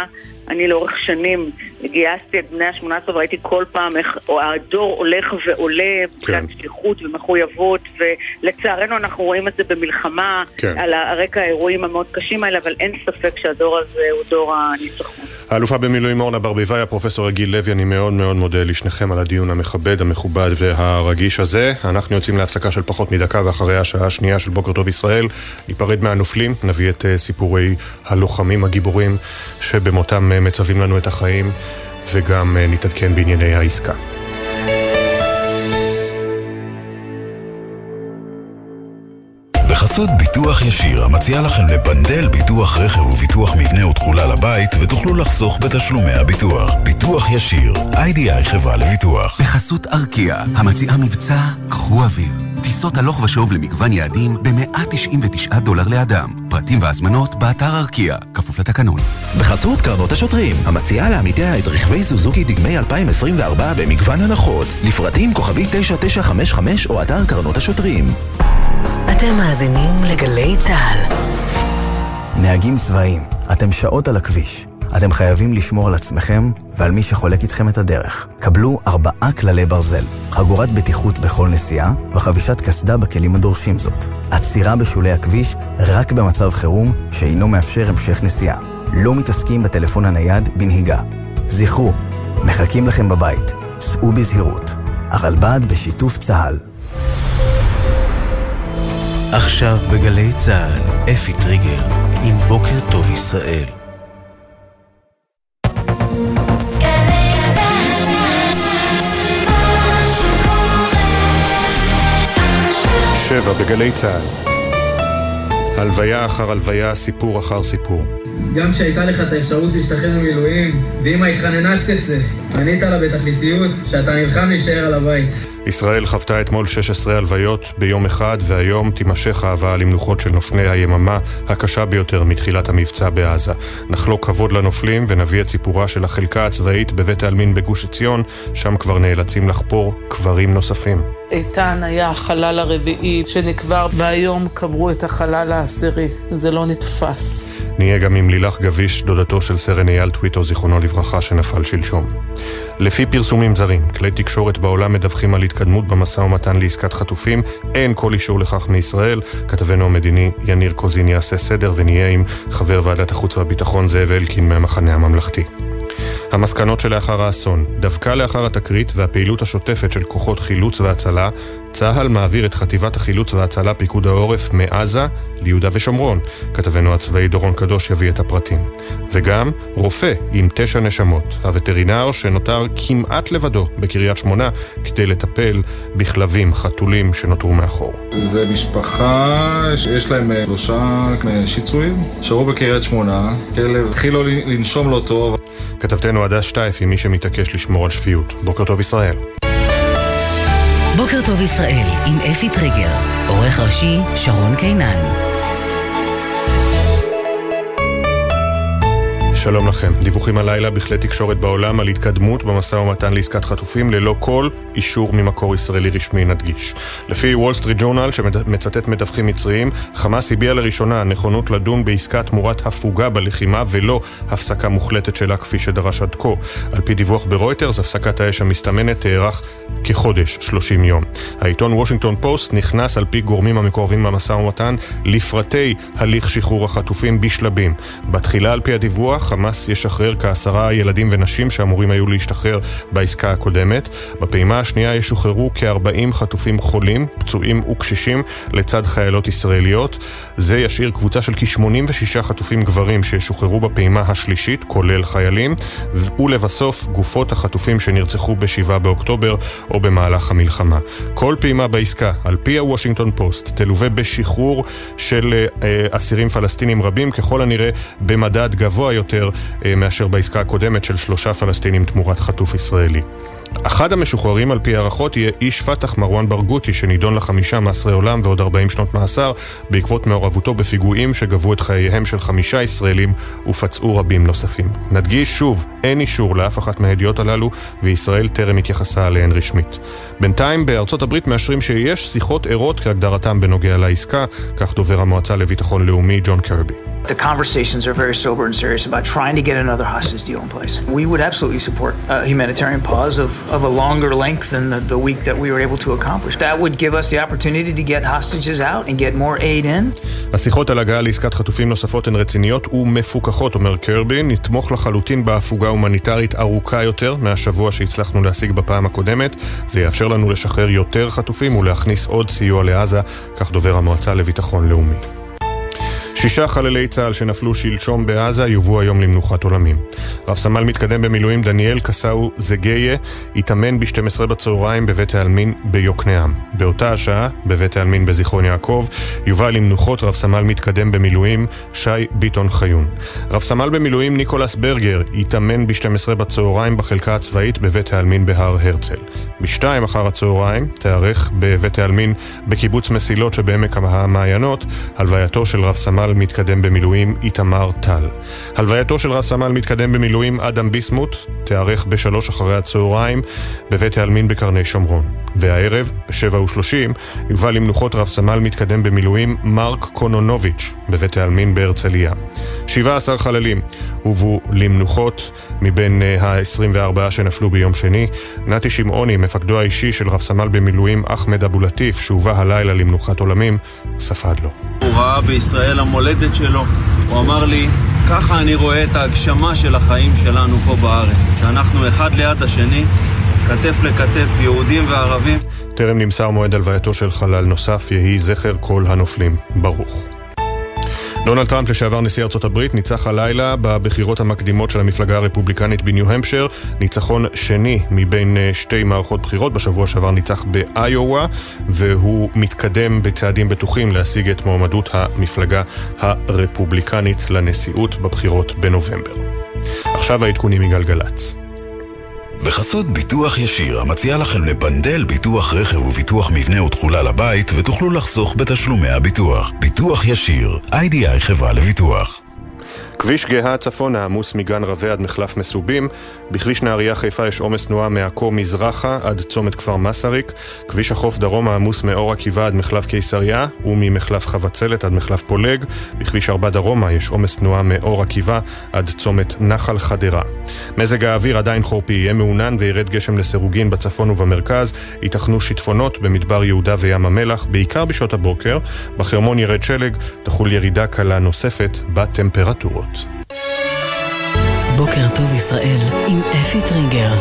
אני לאורך שנים גייסתי את בני ה-שמונה עשרה וראיתי כל פעם איך הדור הולך ועולה בגלל שליחות ומחויבות, ולצערנו אנחנו רואים את זה במלחמה על הרקע האירועים המאוד קשים האלה, אבל אין ספק שהדור הזה הוא דור הניצחון. האלופה במילואים אורנה ברביבאי, הפרופסור גיל לוי, אני מאוד מאוד מודה לשניכם על הדיון המכבד, המכובד והרגיש הזה. אנחנו יוצאים להפסקה של פחות מדקה, ואחרי השעה השנייה של בוקר טוב ישראל ניפרד מהנופלים, נביא את סיפורי הלוחמים הגיבורים שבמותם מצווים לנו את החיים, וגם נתעדכן בענייני העסקה. בחסות ביטוח ישיר, המציע לכם לפנדל ביטוח רכב וביטוח מבנה ותכולה לבית, ותוכלו לחסוך בתשלומי הביטוח. ביטוח ישיר, איי די איי חברה לביטוח. בחסות ארקיע, המציעה מבצע קחו אוויר. טיסות הלוך ושוב למגוון יעדים ב-מאה תשעים ותשעה דולר לאדם. פרטים והזמנות באתר ארקיע, כפוף לתקנון. בחסות קרנות השוטרים, המציעה לעמיתיה את רכבי סוזוקי דגמי אלפיים עשרים וארבע במגוון הנחות. לפרטים כוכבי תשע תשע חמש חמש או אתר קרנות השוטרים. אתם מאזינים לגלי צהל. נהגים צבאיים, אתם שעות על הכביש. אתם חייבים לשמור על עצמכם ועל מי שחולק איתכם את הדרך. קבלו ארבעה כללי ברזל, חגורת בטיחות בכל נסיעה וחבישת קסדה בכלים הדורשים זאת. עצירה בשולי הכביש רק במצב חירום שאינו מאפשר המשך נסיעה. לא מתעסקים בטלפון הנייד בנהיגה. זכרו, מחכים לכם בבית. סעו בזהירות. הרלב"ד בשיתוף צה"ל. עכשיו בגלי צהל, אפי טריגר עם בוקר טוב ישראל. שבע בגלי צהל. הלוויה אחר הלוויה, סיפור אחר סיפור. גם כשהייתה לך את האפשרות להשתחרר ממילואים, ואמא התחננה שתצא, ענית לה בתכליתיות שאתה נלחם להישאר על הבית. ישראל חוותה אתמול שש עשרה הלוויות ביום אחד, והיום תימשך ההבאה למנוחות של נופלי היממה הקשה ביותר מתחילת המבצע בעזה. נחלוק כבוד לנופלים ונביא את סיפורה של החלקה הצבאית בבית העלמין בגוש עציון, שם כבר נאלצים לחפור קברים נוספים. איתן היה החלל הרביעי שנקבר, והיום קברו את החלל העשירי. זה לא נתפס. נהיה גם עם לילך גביש, דודתו של סרן אייל טוויטו, זיכרונו לברכה, שנפל שלשום. לפי פרסומים זרים, כלי תקשורת בעולם מדווחים על התקדמות במשא ומתן לעסקת חטופים. אין כל אישור לכך מישראל. כתבנו המדיני יניר קוזין יעשה סדר, ונהיה עם חבר ועדת החוץ והביטחון זאב אלקין מהמחנה הממלכתי. המסקנות שלאחר האסון, דווקא לאחר התקרית והפעילות השוטפת של כוחות חילוץ והצלה, צהל מעביר את חטיבת החילוץ והצלה פיקוד העורף מעזה ליהודה ושומרון. כתבנו הצבאי דורון קדוש יביא את הפרטים. וגם רופא עם תשע נשמות, הווטרינר שנותר כמעט לבדו בקריית שמונה כדי לטפל בכלבים, חתולים שנותרו מאחור. זה משפחה שיש להם שלושה שיצועים, שרו בקריית שמונה, כלב התחיל לו לנשום לא טוב. כתבתנו עדה שטייף עם מי שמתעקש לשמור על שפיות. בוקר טוב ישראל. בוקר טוב ישראל עם אפי טריגר, עורך ראשי שרון קינן. שלום לכם. דיווחים הלילה בכלי תקשורת בעולם על התקדמות במשא ומתן לעסקת חטופים ללא כל אישור ממקור ישראלי רשמי, נדגיש. לפי וול סטריט ג'ורנל שמצטט מדווחים מצריים, חמאס הביע לראשונה נכונות לדון בעסקה תמורת הפוגה בלחימה ולא הפסקה מוחלטת שלה כפי שדרש עד כה. על פי דיווח ברויטרס, הפסקת האש המסתמנת תארך כחודש, שלושים יום. העיתון וושינגטון פוסט נכנס על פי גורמים המקורבים במשא ומתן לפרטי הליך שחרור החטופים בשלבים. בתחילה על פי הדיווח חמאס ישחרר כעשרה ילדים ונשים שאמורים היו להשתחרר בעסקה הקודמת. בפעימה השנייה ישוחררו כ-ארבעים חטופים חולים, פצועים וקשישים לצד חיילות ישראליות. זה ישאיר קבוצה של כ-שמונים ושישה חטופים גברים שישוחררו בפעימה השלישית, כולל חיילים, ולבסוף גופות החטופים שנרצחו בשבעה באוקטובר או במהלך המלחמה. כל פעימה בעסקה, על פי הוושינגטון פוסט, תלווה בשחרור של אה, אסירים פלסטינים רבים, ככל הנראה במדד גבוה יותר מאשר בעסקה הקודמת של שלושה פלסטינים תמורת חטוף ישראלי. אחד המשוחררים על פי הערכות יהיה איש פתח מרואן ברגותי, שנידון לחמישה מאסרי עולם ועוד ארבעים שנות מאסר בעקבות מעורבותו בפיגועים שגבו את חייהם של חמישה ישראלים ופצעו רבים נוספים. נדגיש שוב, אין אישור לאף אחת מהידיעות הללו, וישראל טרם התייחסה עליהן רשמית. בינתיים בארצות הברית מאשרים שיש שיחות ערות כהגדרתם בנוגע לעסקה, כך דובר המועצה לביטחון לאומי ג'ון קרבי. The conversations are very sober and serious about trying to get another hostage deal in place. We would absolutely support a humanitarian pause of, of a longer length than the, the week that we were able to accomplish. That would give us the opportunity to get hostages out and get more aid in. השיחות על הגעה לעסקת חטופים נוספות הן רציניות ומפוקחות, אומר קרבי. נתמוך לחלוטין בהפוגה הומניטרית ארוכה יותר מהשבוע שהצלחנו להשיג בפעם הקודמת. זה יאפשר לנו לשחרר יותר חטופים ולהכניס עוד סיוע לעזה, כך דובר המועצה לביטחון לאומי. שישה חללי צה"ל שנפלו שלשום בעזה יובאו היום למנוחת עולמים. רב סמל מתקדם במילואים דניאל קסאו זגיה התאמן ב-שתים עשרה בצהריים בבית העלמין ביוקנעם. באותה השעה, בבית העלמין בזיכרון יעקב, יובא למנוחות רב סמל מתקדם במילואים שי ביטון חיון. רב סמל במילואים ניקולס ברגר התאמן ב-שתים עשרה בצהריים בחלקה הצבאית בבית העלמין בהר הרצל. בשתיים אחר הצהריים תארך בבית העלמין בקיבוץ מסילות שבעמק המעיינות הלווייתו של רב סמל מתקדם במילואים איתמר טל. הלווייתו של רב סמל מתקדם במילואים אדם ביסמוט תארך בשלוש אחרי הצהריים בבית העלמין בקרני שומרון. והערב בשבע ושלושים יובא למנוחות רב סמל מתקדם במילואים מרק קונונוביץ' בבית העלמין בהרצליה. שבעה עשר חללים הובאו למנוחות מבין ה-עשרים וארבע שנפלו ביום שני. נתי שמעוני, מפקדו האישי של רב סמל במילואים אחמד אבו לטיף, שהובא הלילה למנוחת עולמים, ספד לו. הוא ראה בישראל המולדת שלו. הוא אמר לי, ככה אני רואה את ההגשמה של החיים שלנו פה בארץ. שאנחנו אחד ליד השני, כתף לכתף, יהודים וערבים. טרם נמסר מועד הלווייתו של חלל נוסף, יהי זכר כל הנופלים ברוך. דונלד טראמפ, לשעבר נשיא ארצות הברית, ניצח הלילה בבחירות המקדימות של המפלגה הרפובליקנית בניו-המפשר, ניצחון שני מבין שתי מערכות בחירות. בשבוע שעבר ניצח באיואה, והוא מתקדם בצעדים בטוחים להשיג את מועמדות המפלגה הרפובליקנית לנשיאות בבחירות בנובמבר. עכשיו העדכונים מגלגלץ. בחסות ביטוח ישיר, המציע לכם לבנדל ביטוח רכב וביטוח מבנה ותכולה לבית, ותוכלו לחסוך בתשלומי הביטוח. ביטוח ישיר, איי די איי חברה לביטוח. כביש גאה צפון העמוס מגן רווה עד מחלף מסובים. בכביש נהריה חיפה יש עומס תנועה מעכו מזרחה עד צומת כפר מסריק. כביש החוף דרום העמוס מאור עקיבא עד מחלף קיסריה וממחלף חבצלת עד מחלף פולג. בכביש ארבע דרומה יש עומס תנועה מאור עקיבא עד צומת נחל חדרה. מזג האוויר עדיין חורפי, יהיה מעונן וירד גשם לסירוגין בצפון ובמרכז. ייתכנו שיטפונות במדבר יהודה וים המלח, בעיקר בשעות הבוקר. בחרמון ירד שלג, תחול ירידה קלה נוספת בטמפרטורות. בוקר טוב ישראל עם אפי טריגר.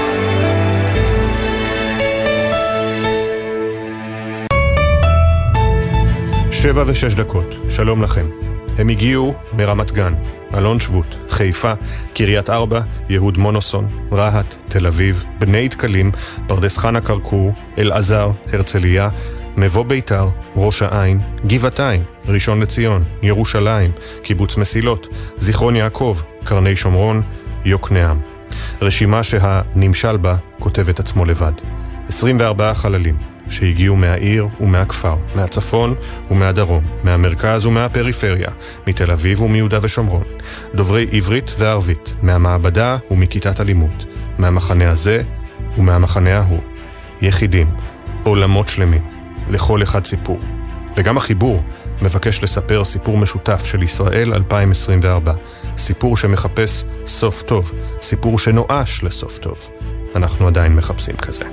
שבע ושש דקות, שלום לכם. הם הגיעו מרמת גן, אלון שבות, חיפה, קריית ארבע, יהוד מונוסון, רהט, תל אביב, בני דקלים, פרדס חנה כרכור, אלעזר, הרצליה, מבוא ביתר, ראש העין, גבעתיים, ראשון לציון, ירושלים, קיבוץ מסילות, זיכרון יעקב, קרני שומרון, יוקנעם. רשימה שהנמשל בה כותב את עצמו לבד. עשרים וארבעה חללים שהגיעו מהעיר ומהכפר, מהצפון ומהדרום, מהמרכז ומהפריפריה, מתל אביב ומיהודה ושומרון, דוברי עברית וערבית, מהמעבדה ומכיתת הלימוד, מהמחנה הזה ומהמחנה ההוא. יחידים, עולמות שלמים, לכל אחד סיפור. וגם החיבור מבקש לספר סיפור משותף של ישראל אלפיים עשרים וארבע. סיפור שמחפש סוף טוב, סיפור שנואש לסוף טוב. אנחנו עדיין מחפשים כזה.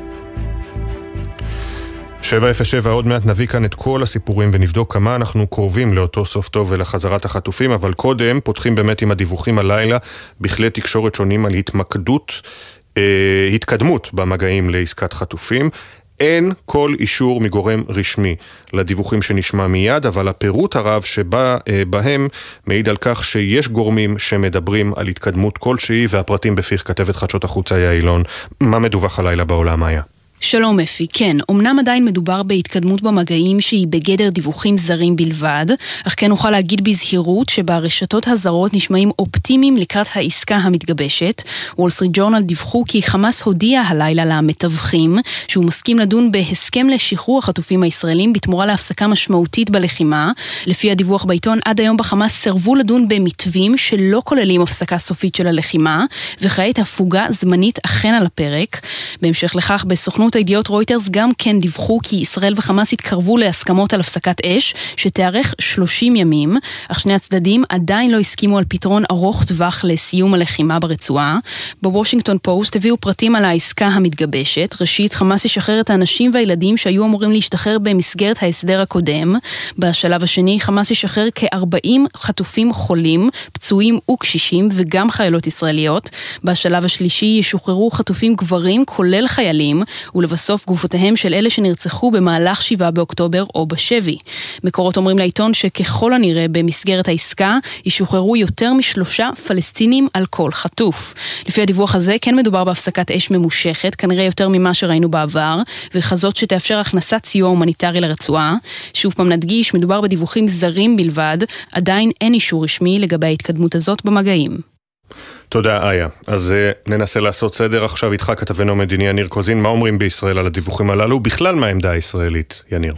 שבע אפס שבע, עוד מעט נביא כאן את כל הסיפורים ונבדוק כמה אנחנו קרובים לאותו סוף טוב ולחזרת החטופים, אבל קודם פותחים באמת עם הדיווחים הלילה בכלי תקשורת שונים על התמקדות, אה, התקדמות במגעים לעסקת חטופים. אין כל אישור מגורם רשמי לדיווחים שנשמע מיד, אבל הפירוט הרב שבא אה, בהם מעיד על כך שיש גורמים שמדברים על התקדמות כלשהי, והפרטים בפיך כתבת חדשות החוץ היה אילון. מה מדווח הלילה בעולם היה? שלום אפי, כן, אמנם עדיין מדובר בהתקדמות במגעים שהיא בגדר דיווחים זרים בלבד, אך כן נוכל להגיד בזהירות שברשתות הזרות נשמעים אופטימיים לקראת העסקה המתגבשת. וול סטריט ג'ורנל דיווחו כי חמאס הודיע הלילה למתווכים שהוא מסכים לדון בהסכם לשחרור החטופים הישראלים בתמורה להפסקה משמעותית בלחימה. לפי הדיווח בעיתון, עד היום בחמאס סרבו לדון במתווים שלא כוללים הפסקה סופית של הלחימה, וכעת הפוגה זמנית אכן על הפרק. בהמשך לכך, בסוכנות סוכנות הידיעות רויטרס גם כן דיווחו כי ישראל וחמאס התקרבו להסכמות על הפסקת אש, שתארך שלושים ימים, אך שני הצדדים עדיין לא הסכימו על פתרון ארוך טווח לסיום הלחימה ברצועה. בוושינגטון פוסט הביאו פרטים על העסקה המתגבשת. ראשית, חמאס ישחרר את האנשים והילדים שהיו אמורים להשתחרר במסגרת ההסדר הקודם. בשלב השני, חמאס ישחרר כ-ארבעים חטופים חולים, פצועים וקשישים וגם חיילות ישראליות. בשלב השלישי ישוחררו חטופים גברים כולל חיילים, ולבסוף גופותיהם של אלה שנרצחו במהלך שבעה באוקטובר או בשבי. מקורות אומרים לעיתון שככל הנראה במסגרת העסקה ישוחררו יותר משלושה פלסטינים על כל חטוף. לפי הדיווח הזה כן מדובר בהפסקת אש ממושכת, כנראה יותר ממה שראינו בעבר, וחזות שתאפשר הכנסת סיוע הומניטרי לרצועה. שוב פעם נדגיש, מדובר בדיווחים זרים בלבד, עדיין אין אישור רשמי לגבי ההתקדמות הזאת במגעים. תודה איה. אז uh, ננסה לעשות סדר עכשיו איתך, כתבנו המדיני יניר קוזין. מה אומרים בישראל על הדיווחים הללו? בכלל מה העמדה הישראלית, יניר?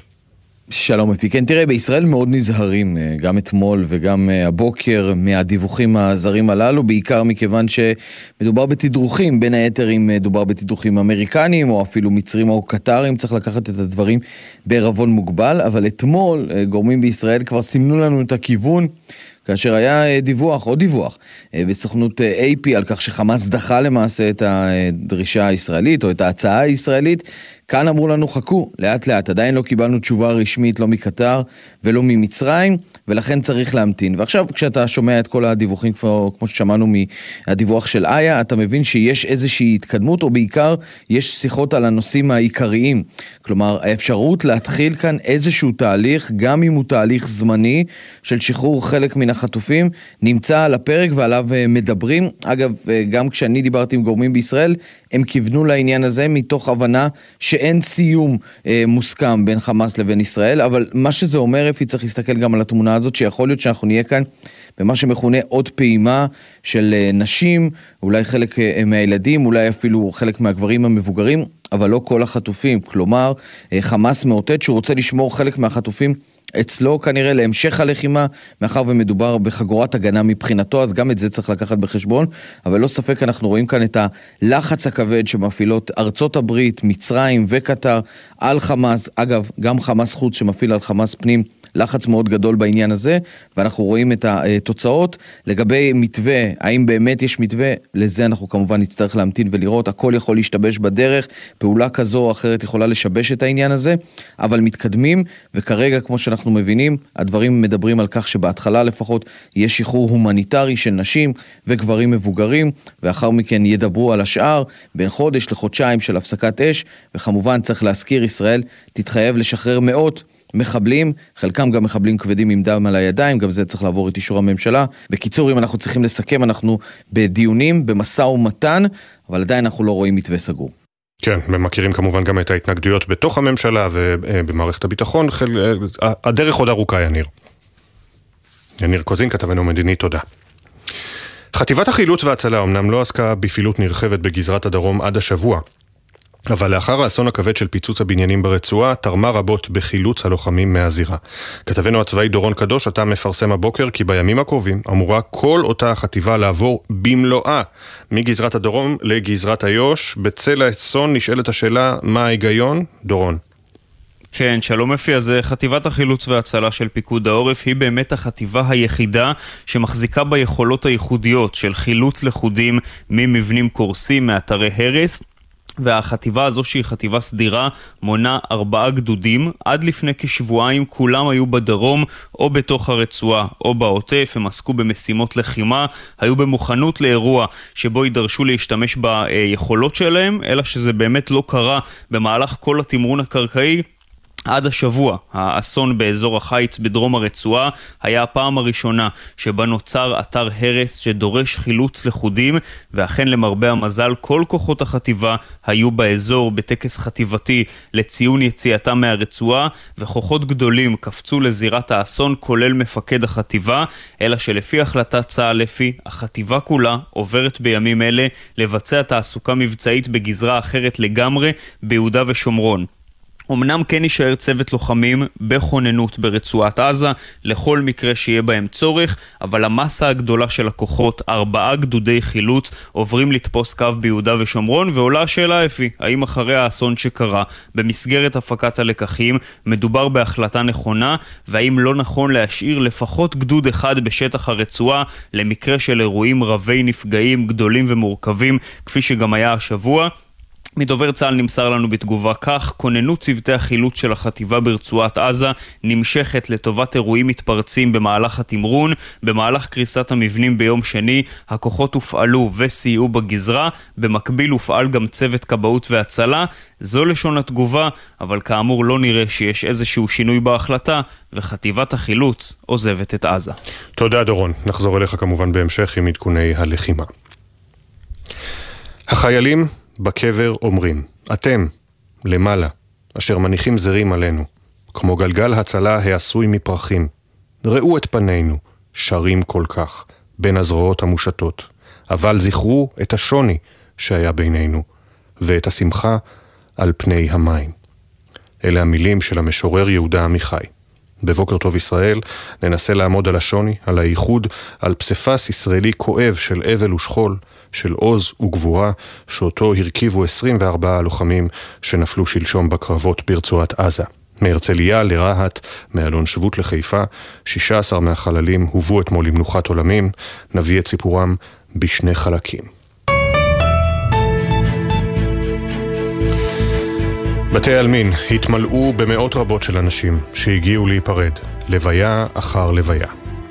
שלום אפי. כן, תראה, בישראל מאוד נזהרים, גם אתמול וגם הבוקר, מהדיווחים הזרים הללו, בעיקר מכיוון שמדובר בתדרוכים, בין היתר אם מדובר בתדרוכים אמריקניים או אפילו מצרים או קטרים, צריך לקחת את הדברים בערבון מוגבל, אבל אתמול גורמים בישראל כבר סימנו לנו את הכיוון, כאשר היה דיווח, או דיווח, בסוכנות איי פי על כך שחמאס דחה למעשה את הדרישה הישראלית או את ההצעה הישראלית. כאן אמרו לנו חכו, לאט לאט, עדיין לא קיבלנו תשובה רשמית, לא מקטר ולא ממצרים, ולכן צריך להמתין. ועכשיו כשאתה שומע את כל הדיווחים, כמו ששמענו מהדיווח של איה, אתה מבין שיש איזושהי התקדמות, או בעיקר יש שיחות על הנושאים העיקריים. כלומר, האפשרות להתחיל כאן איזשהו תהליך, גם אם הוא תהליך זמני, של שחרור חלק מן החטופים, נמצא על הפרק ועליו מדברים. אגב, גם כשאני דיברתי עם גורמים בישראל, הם כיוונו לעניין הזה מתוך הבנה שאין סיום אה, מוסכם בין חמאס לבין ישראל, אבל מה שזה אומר, אפי, צריך להסתכל גם על התמונה הזאת, שיכול להיות שאנחנו נהיה כאן במה שמכונה עוד פעימה של אה, נשים, אולי חלק אה, מהילדים, אולי אפילו חלק מהגברים המבוגרים, אבל לא כל החטופים. כלומר, אה, חמאס מאותת שהוא רוצה לשמור חלק מהחטופים אצלו כנראה להמשך הלחימה, מאחר ומדובר בחגורת הגנה מבחינתו, אז גם את זה צריך לקחת בחשבון, אבל לא ספק אנחנו רואים כאן את הלחץ הכבד שמפעילות ארצות הברית, מצרים וקטר על חמאס, אגב גם חמאס חוץ שמפעיל על חמאס פנים, לחץ מאוד גדול בעניין הזה, ואנחנו רואים את התוצאות. לגבי מתווה, האם באמת יש מתווה, לזה אנחנו כמובן נצטרך להמתין ולראות, הכל יכול להשתבש בדרך, פעולה כזו או אחרת יכולה לשבש את העניין הזה, אבל מתקדמים, וכרגע כמו שאנחנו מבינים, הדברים מדברים על כך שבהתחלה לפחות יש שחרור הומניטרי של נשים וגברים מבוגרים, ואחר מכן ידברו על השאר, בין חודש לחודשיים של הפסקת אש, וכמובן צריך להזכיר, ישראל תתחייב לשחרר מאות מחבלים, חלקם גם מחבלים כבדים עם דם על הידיים, גם זה צריך לעבור את אישור הממשלה. בקיצור, אם אנחנו צריכים לסכם, אנחנו בדיונים, במשא ומתן, אבל עדיין אנחנו לא רואים מתווה סגור. כן, ומכירים כמובן גם את ההתנגדויות בתוך הממשלה ובמערכת הביטחון. הדרך עוד ארוכה, יניר. יניר קוזין, כתבנו מדיני, תודה. חטיבת החילוץ וההצלה אמנם לא עסקה בפעילות נרחבת בגזרת הדרום עד השבוע, אבל לאחר האסון הכבד של פיצוץ הבניינים ברצועה, תרמה רבות בחילוץ הלוחמים מהזירה. כתבנו הצבאי דורון קדוש, אתה מפרסם הבוקר כי בימים הקרובים אמורה כל אותה החטיבה לעבור במלואה מגזרת הדרום לגזרת איו"ש. בצל האסון נשאלת השאלה, מה ההיגיון? דורון. כן, שלום אפי. אז חטיבת החילוץ וההצלה של פיקוד העורף היא באמת החטיבה היחידה שמחזיקה ביכולות הייחודיות של חילוץ לחודים ממבנים קורסים, מאתרי הרס, והחטיבה הזו שהיא חטיבה סדירה מונה ארבעה גדודים. עד לפני כשבועיים כולם היו בדרום או בתוך הרצועה או בעוטף, הם עסקו במשימות לחימה, היו במוכנות לאירוע שבו יידרשו להשתמש ביכולות שלהם, אלא שזה באמת לא קרה במהלך כל התמרון הקרקעי. עד השבוע, האסון באזור החיץ בדרום הרצועה היה הפעם הראשונה שבה נוצר אתר הרס שדורש חילוץ לחודים, ואכן למרבה המזל כל כוחות החטיבה היו באזור בטקס חטיבתי לציון יציאתם מהרצועה, וכוחות גדולים קפצו לזירת האסון כולל מפקד החטיבה, אלא שלפי החלטת צה"ל לפי, החטיבה כולה עוברת בימים אלה לבצע תעסוקה מבצעית בגזרה אחרת לגמרי ביהודה ושומרון. אמנם כן יישאר צוות לוחמים בכוננות ברצועת עזה, לכל מקרה שיהיה בהם צורך, אבל המסה הגדולה של הכוחות, ארבעה גדודי חילוץ, עוברים לתפוס קו ביהודה ושומרון, ועולה השאלה אפי, האם אחרי האסון שקרה, במסגרת הפקת הלקחים, מדובר בהחלטה נכונה, והאם לא נכון להשאיר לפחות גדוד אחד בשטח הרצועה, למקרה של אירועים רבי נפגעים גדולים ומורכבים, כפי שגם היה השבוע. מדובר צה"ל נמסר לנו בתגובה כך, כוננות צוותי החילוץ של החטיבה ברצועת עזה נמשכת לטובת אירועים מתפרצים במהלך התמרון, במהלך קריסת המבנים ביום שני, הכוחות הופעלו וסייעו בגזרה, במקביל הופעל גם צוות כבאות והצלה, זו לשון התגובה, אבל כאמור לא נראה שיש איזשהו שינוי בהחלטה, וחטיבת החילוץ עוזבת את עזה. תודה דורון, נחזור אליך כמובן בהמשך עם עדכוני הלחימה. החיילים בקבר אומרים, אתם, למעלה, אשר מניחים זרים עלינו, כמו גלגל הצלה העשוי מפרחים, ראו את פנינו, שרים כל כך, בין הזרועות המושטות, אבל זכרו את השוני שהיה בינינו, ואת השמחה על פני המים. אלה המילים של המשורר יהודה עמיחי. בבוקר טוב ישראל ננסה לעמוד על השוני, על הייחוד, על פספס ישראלי כואב של אבל ושכול, של עוז וגבורה, שאותו הרכיבו עשרים וארבעה הלוחמים שנפלו שלשום בקרבות ברצועת עזה. מהרצליה לרהט, מאלון שבות לחיפה, שישה עשר מהחללים הובאו אתמול למנוחת עולמים, נביא את סיפורם בשני חלקים. בתי העלמין התמלאו במאות רבות של אנשים שהגיעו להיפרד, לוויה אחר לוויה.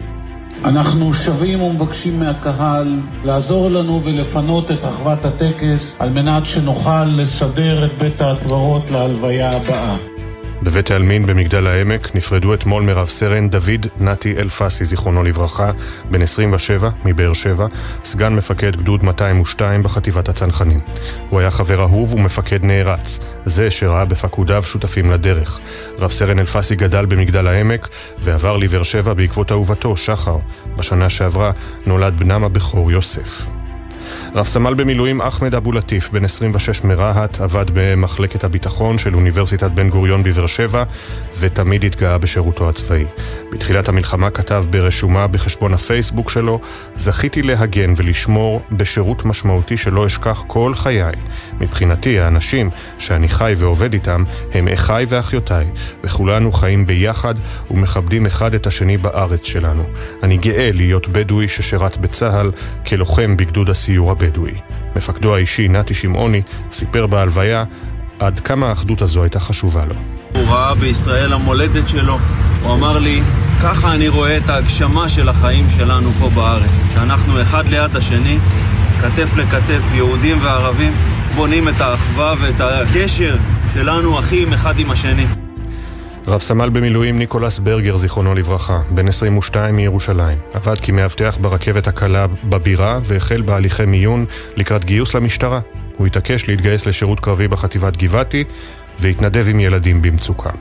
אנחנו שווים ומבקשים מהקהל לעזור לנו ולפנות את אחוות הטקס על מנת שנוכל לסדר את בית הקברות להלוויה הבאה. בבית העלמין במגדל העמק נפרדו אתמול מרב סרן דוד נתי אלפסי, זיכרונו לברכה, בן עשרים ושבע מבאר שבע, סגן מפקד גדוד מאתיים ושתיים בחטיבת הצנחנים. הוא היה חבר אהוב ומפקד נערץ, זה שראה בפקודיו שותפים לדרך. רב סרן אלפסי גדל במגדל העמק ועבר לבאר שבע בעקבות אהובתו, שחר. בשנה שעברה נולד בנם הבכור יוסף. רב סמל במילואים אחמד אבו לטיף, בן עשרים ושש מרהט, עבד במחלקת הביטחון של אוניברסיטת בן גוריון בבאר שבע, ותמיד התגאה בשירותו הצבאי. בתחילת המלחמה כתב ברשומה בחשבון הפייסבוק שלו, זכיתי להגן ולשמור בשירות משמעותי שלא אשכח כל חיי. מבחינתי, האנשים שאני חי ועובד איתם הם אחיי ואחיותיי, וכולנו חיים ביחד ומכבדים אחד את השני בארץ שלנו. אני גאה להיות בדואי ששירת בצהל כלוחם בגדוד הסיור הבדואי. מפקדו האישי נתי שמעוני סיפר בהלוויה עד כמה האחדות הזו הייתה חשובה לו. הוא ראה בישראל המולדת שלו, הוא אמר לי, ככה אני רואה את ההגשמה של החיים שלנו פה בארץ, שאנחנו אחד ליד השני, כתף לכתף, יהודים וערבים, בונים את האחווה ואת הקשר שלנו אחים אחד עם השני. רב סמל במילואים ניקולס ברגר, זיכרונו לברכה, בן עשרים ושתיים מירושלים, עבד כמאבטח ברכבת הקלה בבירה והחל בהליכי מיון לקראת גיוס למשטרה. הוא התעקש להתגייס לשירות קרבי בחטיבת גבעתי והתנדב עם ילדים במצוקה.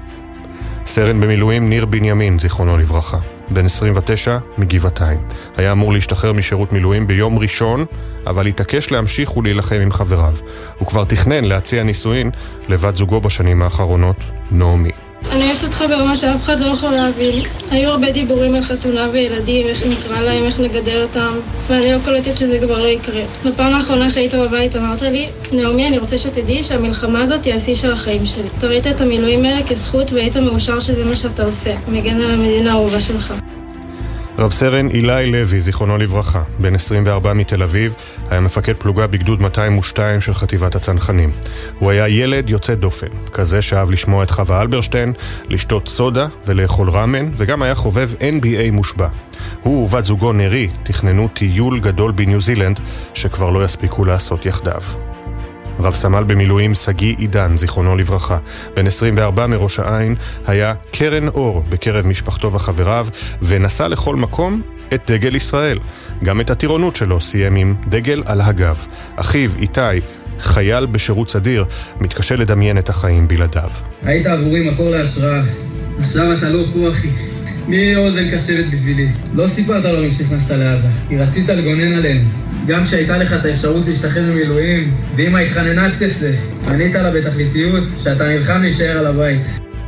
סרן במילואים ניר בנימין, זיכרונו לברכה, בן עשרים ותשע מגבעתיים, היה אמור להשתחרר משירות מילואים ביום ראשון, אבל התעקש להמשיך ולהילחם עם חבריו. הוא כבר תכנן להציע נישואין לבת זוגו בשנים האחרונות, נעמי. אני אוהבת אותך ברמה שאף אחד לא יכול להבין. היו הרבה דיבורים על חתונה וילדים, איך נקרא להם, איך נגדל אותם, ואני לא קולטת שזה כבר לא יקרה. בפעם האחרונה שהיית בבית אמרת לי, נעמי, אני רוצה שתדעי שהמלחמה הזאת היא השיא של החיים שלי. אתה ראית את המילואים האלה כזכות והיית מאושר שזה מה שאתה עושה, מגן על המדינה האהובה שלך. רב סרן אילי לוי, זיכרונו לברכה, בן עשרים וארבע מתל אביב, היה מפקד פלוגה בגדוד מאתיים ושתיים של חטיבת הצנחנים. הוא היה ילד יוצא דופן, כזה שאהב לשמוע את חווה אלברשטיין, לשתות סודה ולאכול רמן, וגם היה חובב אן בי איי מושבע. הוא ובת זוגו נרי תכננו טיול גדול בניו זילנד, שכבר לא יספיקו לעשות יחדיו. רב סמל במילואים סגי עידן, זיכרונו לברכה, בן עשרים וארבע מראש העין, היה קרן אור בקרב משפחתו וחבריו, ונסע לכל מקום את דגל ישראל. גם את הטירונות שלו סיים עם דגל על הגב. אחיו איתי, חייל בשירות סדיר, מתקשה לדמיין את החיים בלעדיו. היית עבורי מקור להשראה. עכשיו אתה לא פה, אחי. מי אוזן קשבת בשבילי? לא סיפרת לו שנכנסת לעזה, כי רצית לגונן עלינו. גם כשהייתה לך את האפשרות להשתחרר ממילואים, ואמא התחננה שתצא, ענית לה בתכליתיות שאתה נלחם להישאר על הבית.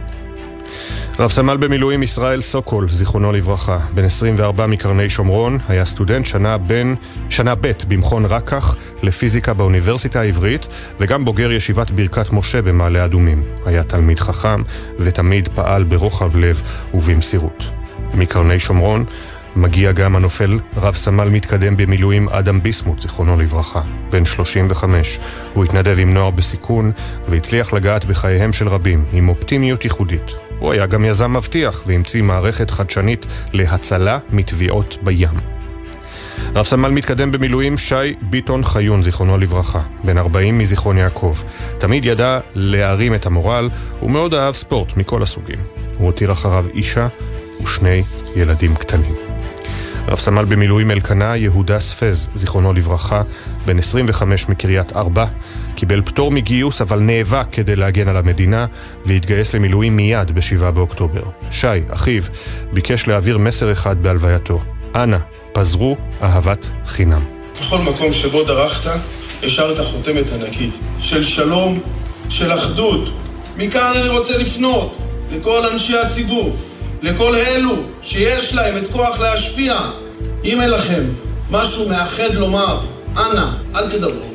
רב סמל במילואים ישראל סוקול, זיכרונו לברכה, בן עשרים וארבע מקרני שומרון, היה סטודנט שנה, בין, שנה ב' במכון רקח לפיזיקה באוניברסיטה העברית, וגם בוגר ישיבת ברכת משה במעלה אדומים. היה תלמיד חכם ותמיד פעל ברוחב לב ובמסירות. מקרני שומרון מגיע גם הנופל רב סמל מתקדם במילואים אדם ביסמוט, זיכרונו לברכה, בן שלושים וחמש. הוא התנדב עם נוער בסיכון והצליח לגעת בחייהם של רבים עם אופטימיות ייחודית. הוא היה גם יזם מבטיח והמציא מערכת חדשנית להצלה מתביעות בים. רב סמל מתקדם במילואים שי ביטון חיון, זיכרונו לברכה, בן ארבעים מזיכרון יעקב. תמיד ידע להרים את המורל ומאוד אהב ספורט מכל הסוגים. הוא הותיר אחריו אישה ושני ילדים קטנים. רב סמל במילואים אלקנה יהודה ספז, זיכרונו לברכה, בן עשרים וחמש מקריית ארבע, קיבל פטור מגיוס אבל נאבק כדי להגן על המדינה והתגייס למילואים מיד בשבעה באוקטובר. שי, אחיו, ביקש להעביר מסר אחד בהלווייתו: אנא, פזרו אהבת חינם. בכל מקום שבו דרכת, השארת חותמת ענקית של שלום, של אחדות. מכאן אני רוצה לפנות לכל אנשי הציבור, לכל אלו שיש להם את כוח להשפיע. אם אין לכם משהו מאחד לומר, אנא, אל תדברו.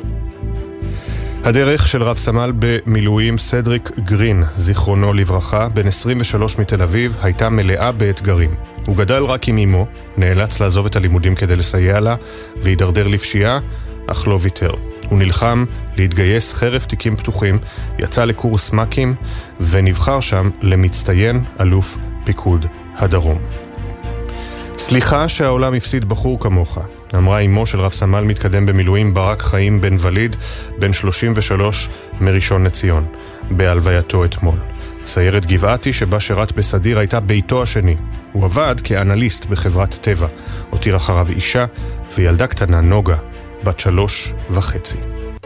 הדרך של רב סמל במילואים סדריק גרין, זיכרונו לברכה, בן עשרים ושלוש מתל אביב, הייתה מלאה באתגרים. הוא גדל רק עם אמו, נאלץ לעזוב את הלימודים כדי לסייע לה, והידרדר לפשיעה, אך לא ויתר. הוא נלחם להתגייס חרף תיקים פתוחים, יצא לקורס מקים, ונבחר שם למצטיין אלוף פיקוד הדרום. סליחה שהעולם הפסיד בחור כמוך, אמרה אמו של רב סמל מתקדם במילואים ברק חיים בן וליד, בן שלושים ושלוש מראשון לציון, בהלווייתו אתמול. סיירת גבעתי שבה שירת בסדיר הייתה ביתו השני. הוא עבד כאנליסט בחברת טבע. הותיר אחריו אישה וילדה קטנה נוגה, בת שלוש וחצי.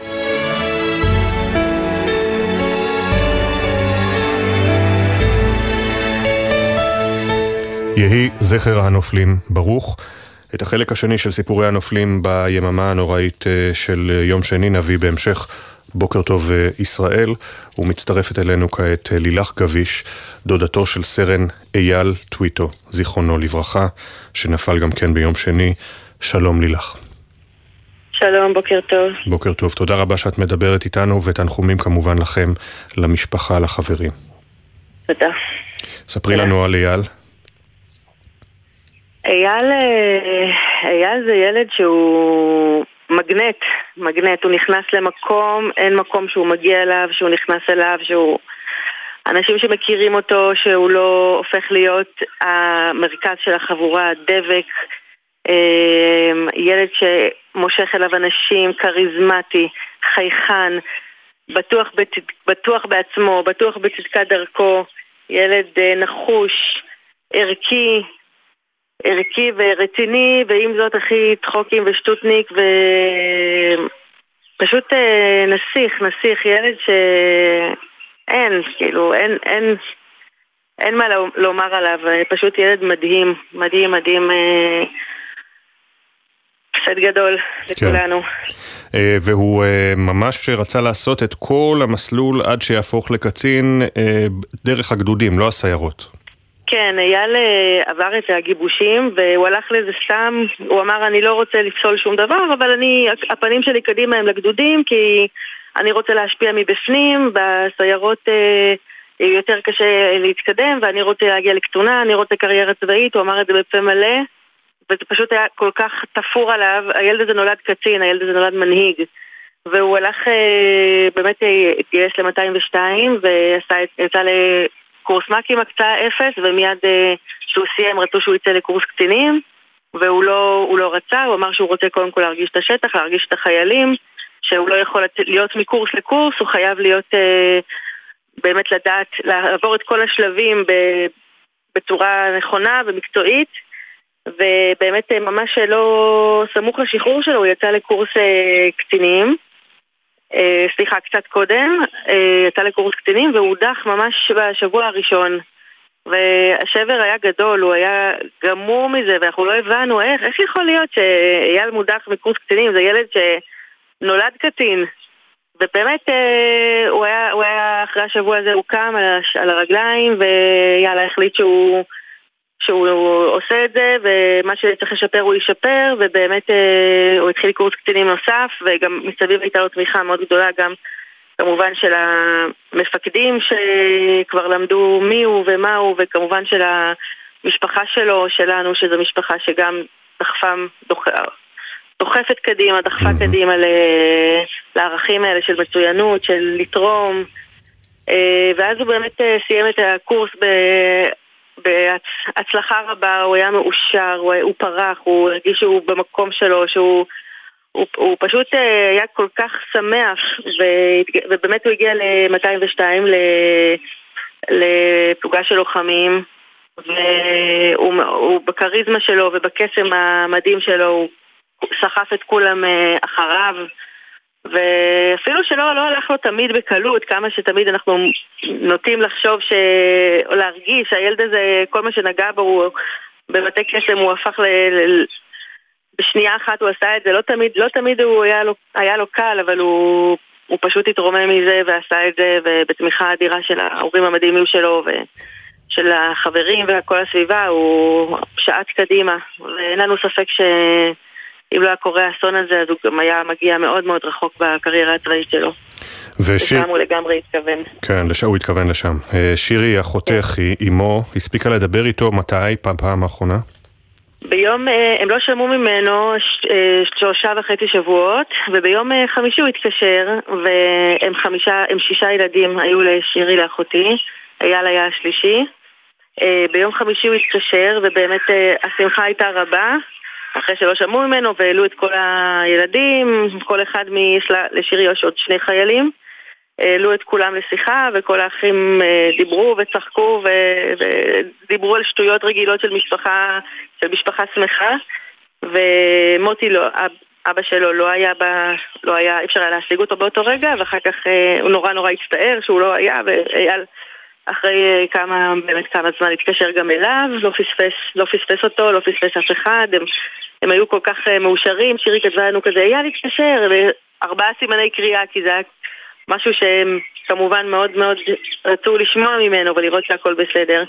יהי זכר הנופלים ברוך. את החלק השני של סיפורי הנופלים ביממה הנוראית של יום שני נביא בהמשך בוקר טוב ישראל. ומצטרפת אלינו כעת לילך גביש, דודתו של סרן אייל טוויטו, זיכרונו לברכה, שנפל גם כן ביום שני. שלום לילך. שלום, בוקר טוב. בוקר טוב, תודה רבה שאת מדברת איתנו, ותנחומים כמובן לכם, למשפחה, לחברים. תודה. ספרי לנו על אייל. אייל, אייל זה ילד שהוא מגנט, מגנט, הוא נכנס למקום, אין מקום שהוא מגיע אליו, שהוא נכנס אליו, שהוא... אנשים שמכירים אותו, שהוא לא הופך להיות המרכז של החבורה, דבק, ילד שמושך אליו אנשים, קריזמטי, חייכן, בטוח, בטוח בעצמו, בטוח בצדקת דרכו, ילד נחוש, ערכי, ערכי ורציני, ועם זאת הכי צחוקים ושטוטניק, ופשוט נסיך, נסיך, ילד שאין, כאילו, אין, אין, אין מה לומר עליו, פשוט ילד מדהים, מדהים, מדהים, פסד גדול לכולנו. כן. והוא ממש רצה לעשות את כל המסלול עד שיהפוך לקצין דרך הגדודים, לא הסיירות. כן, אייל עבר את הגיבושים והוא הלך לזה סתם, הוא אמר אני לא רוצה לפסול שום דבר, אבל אני, הפנים שלי קדימה הם לגדודים כי אני רוצה להשפיע מבפנים, בסיירות יותר קשה להתקדם ואני רוצה להגיע לקצונה, אני רוצה קריירה צבאית, הוא אמר את זה בפה מלא וזה פשוט היה כל כך תפור עליו. הילד הזה נולד קצין, הילד הזה נולד מנהיג, והוא הלך באמת התגייס ל-מאתיים ושתיים ויצא לקורס מקים הקצאה אפס, ומיד שהוא סיים רצו שהוא יצא לקורס קצינים והוא לא, הוא לא רצה, הוא אמר שהוא רוצה קודם כל להרגיש את השטח, להרגיש את החיילים, שהוא לא יכול להיות מקורס לקורס, הוא חייב להיות באמת לדעת, לעבור את כל השלבים בצורה נכונה ומקצועית, ובאמת ממש לא סמוך לשחרור שלו הוא יצא לקורס קצינים, סליחה קצת קודם, יצא לקורס קצינים והוא הודח ממש בשבוע הראשון, והשבר היה גדול, הוא היה גמור מזה, ואנחנו לא הבנו איך, איך יכול להיות שאייל מודח מקורס קצינים, זה ילד שנולד קצין, ובאמת הוא היה, הוא היה אחרי השבוע הזה, הוא קם על, על הרגליים, ויאללה, החליט שהוא, שהוא עושה את זה, ומה שצריך לשפר הוא ישפר, ובאמת הוא התחיל קורס קצינים נוסף, וגם מסביב הייתה לו תמיכה מאוד גדולה, גם כמובן של המפקדים שכבר למדו מי הוא ומה הוא, וכמובן של המשפחה שלו, שלנו, שזו משפחה שגם דחפה, דוח, דוחפת קדימה, דחפה mm-hmm. קדימה לערכים האלה של מצוינות, של לתרום, ואז הוא באמת סיים את הקורס ב... בהצלחה רבה, הוא היה מאושר, הוא, הוא פרח, הוא הרגיש שהוא במקום שלו, שהוא הוא, הוא פשוט היה כל כך שמח, ו, ובאמת הוא הגיע ל-מאתיים ושתיים לפלוגה של לוחמים, והוא הוא בקריזמה שלו ובקסם המדהים שלו, הוא סחף את כולם אחריו, ואפילו שלא לא הלך לו תמיד בקלות, כמה שתמיד אנחנו נוטים לחשוב ש... או להרגיש שהילד הזה, כל מה שנגע בו הוא בבתי קסם, הוא הפך ל... ל... בשנייה אחת הוא עשה את זה, לא תמיד, לא תמיד הוא היה לו, היה לו קל, אבל הוא, הוא פשוט התרומם מזה ועשה את זה, ובתמיכה אדירה של ההורים המדהימים שלו ושל החברים וכל הסביבה, הוא שעט קדימה, ואין לנו ספק ש... אם לא היה קורה האסון הזה, אז הוא גם היה מגיע מאוד מאוד רחוק בקריירה הצבאית שלו. ושיר... לשם הוא לגמרי התכוון. כן, לשם הוא התכוון לשם. שירי, אחותך, היא אימו, הספיקה לדבר איתו מתי, פעם פעם האחרונה? ביום, הם לא שמעו ממנו שלושה וחצי שבועות, וביום חמישי הוא התקשר, והם חמישה, הם שישה ילדים היו לשירי לאחותי, אייל היה השלישי. ביום חמישי הוא התקשר, ובאמת השמחה הייתה רבה, אחרי שלא שמעו ממנו והעלו את כל הילדים, כל אחד יש לשירי יש עוד שני חיילים, העלו את כולם לשיחה, וכל האחים דיברו וצחקו ודיברו על שטויות רגילות של משפחה, של משפחה שמחה, ומוטי לא, אבא שלו לא היה, ב, לא היה, אפשר היה להשיג אותו באותו רגע, ואחר כך הוא נורא נורא הצטער שהוא לא היה, ואייל אחרי כמה, באמת כמה זמן התקשר גם אליו, לא פספס, לא פספס אותו, לא פספס אף אחד, הם, הם היו כל כך מאושרים, שירי כתבה לנו כזה, אייל התקשר, וארבעה סימני קריאה, כי זה היה משהו שהם כמובן מאוד מאוד רצו לשמוע ממנו, ולראות שהכל בסדר.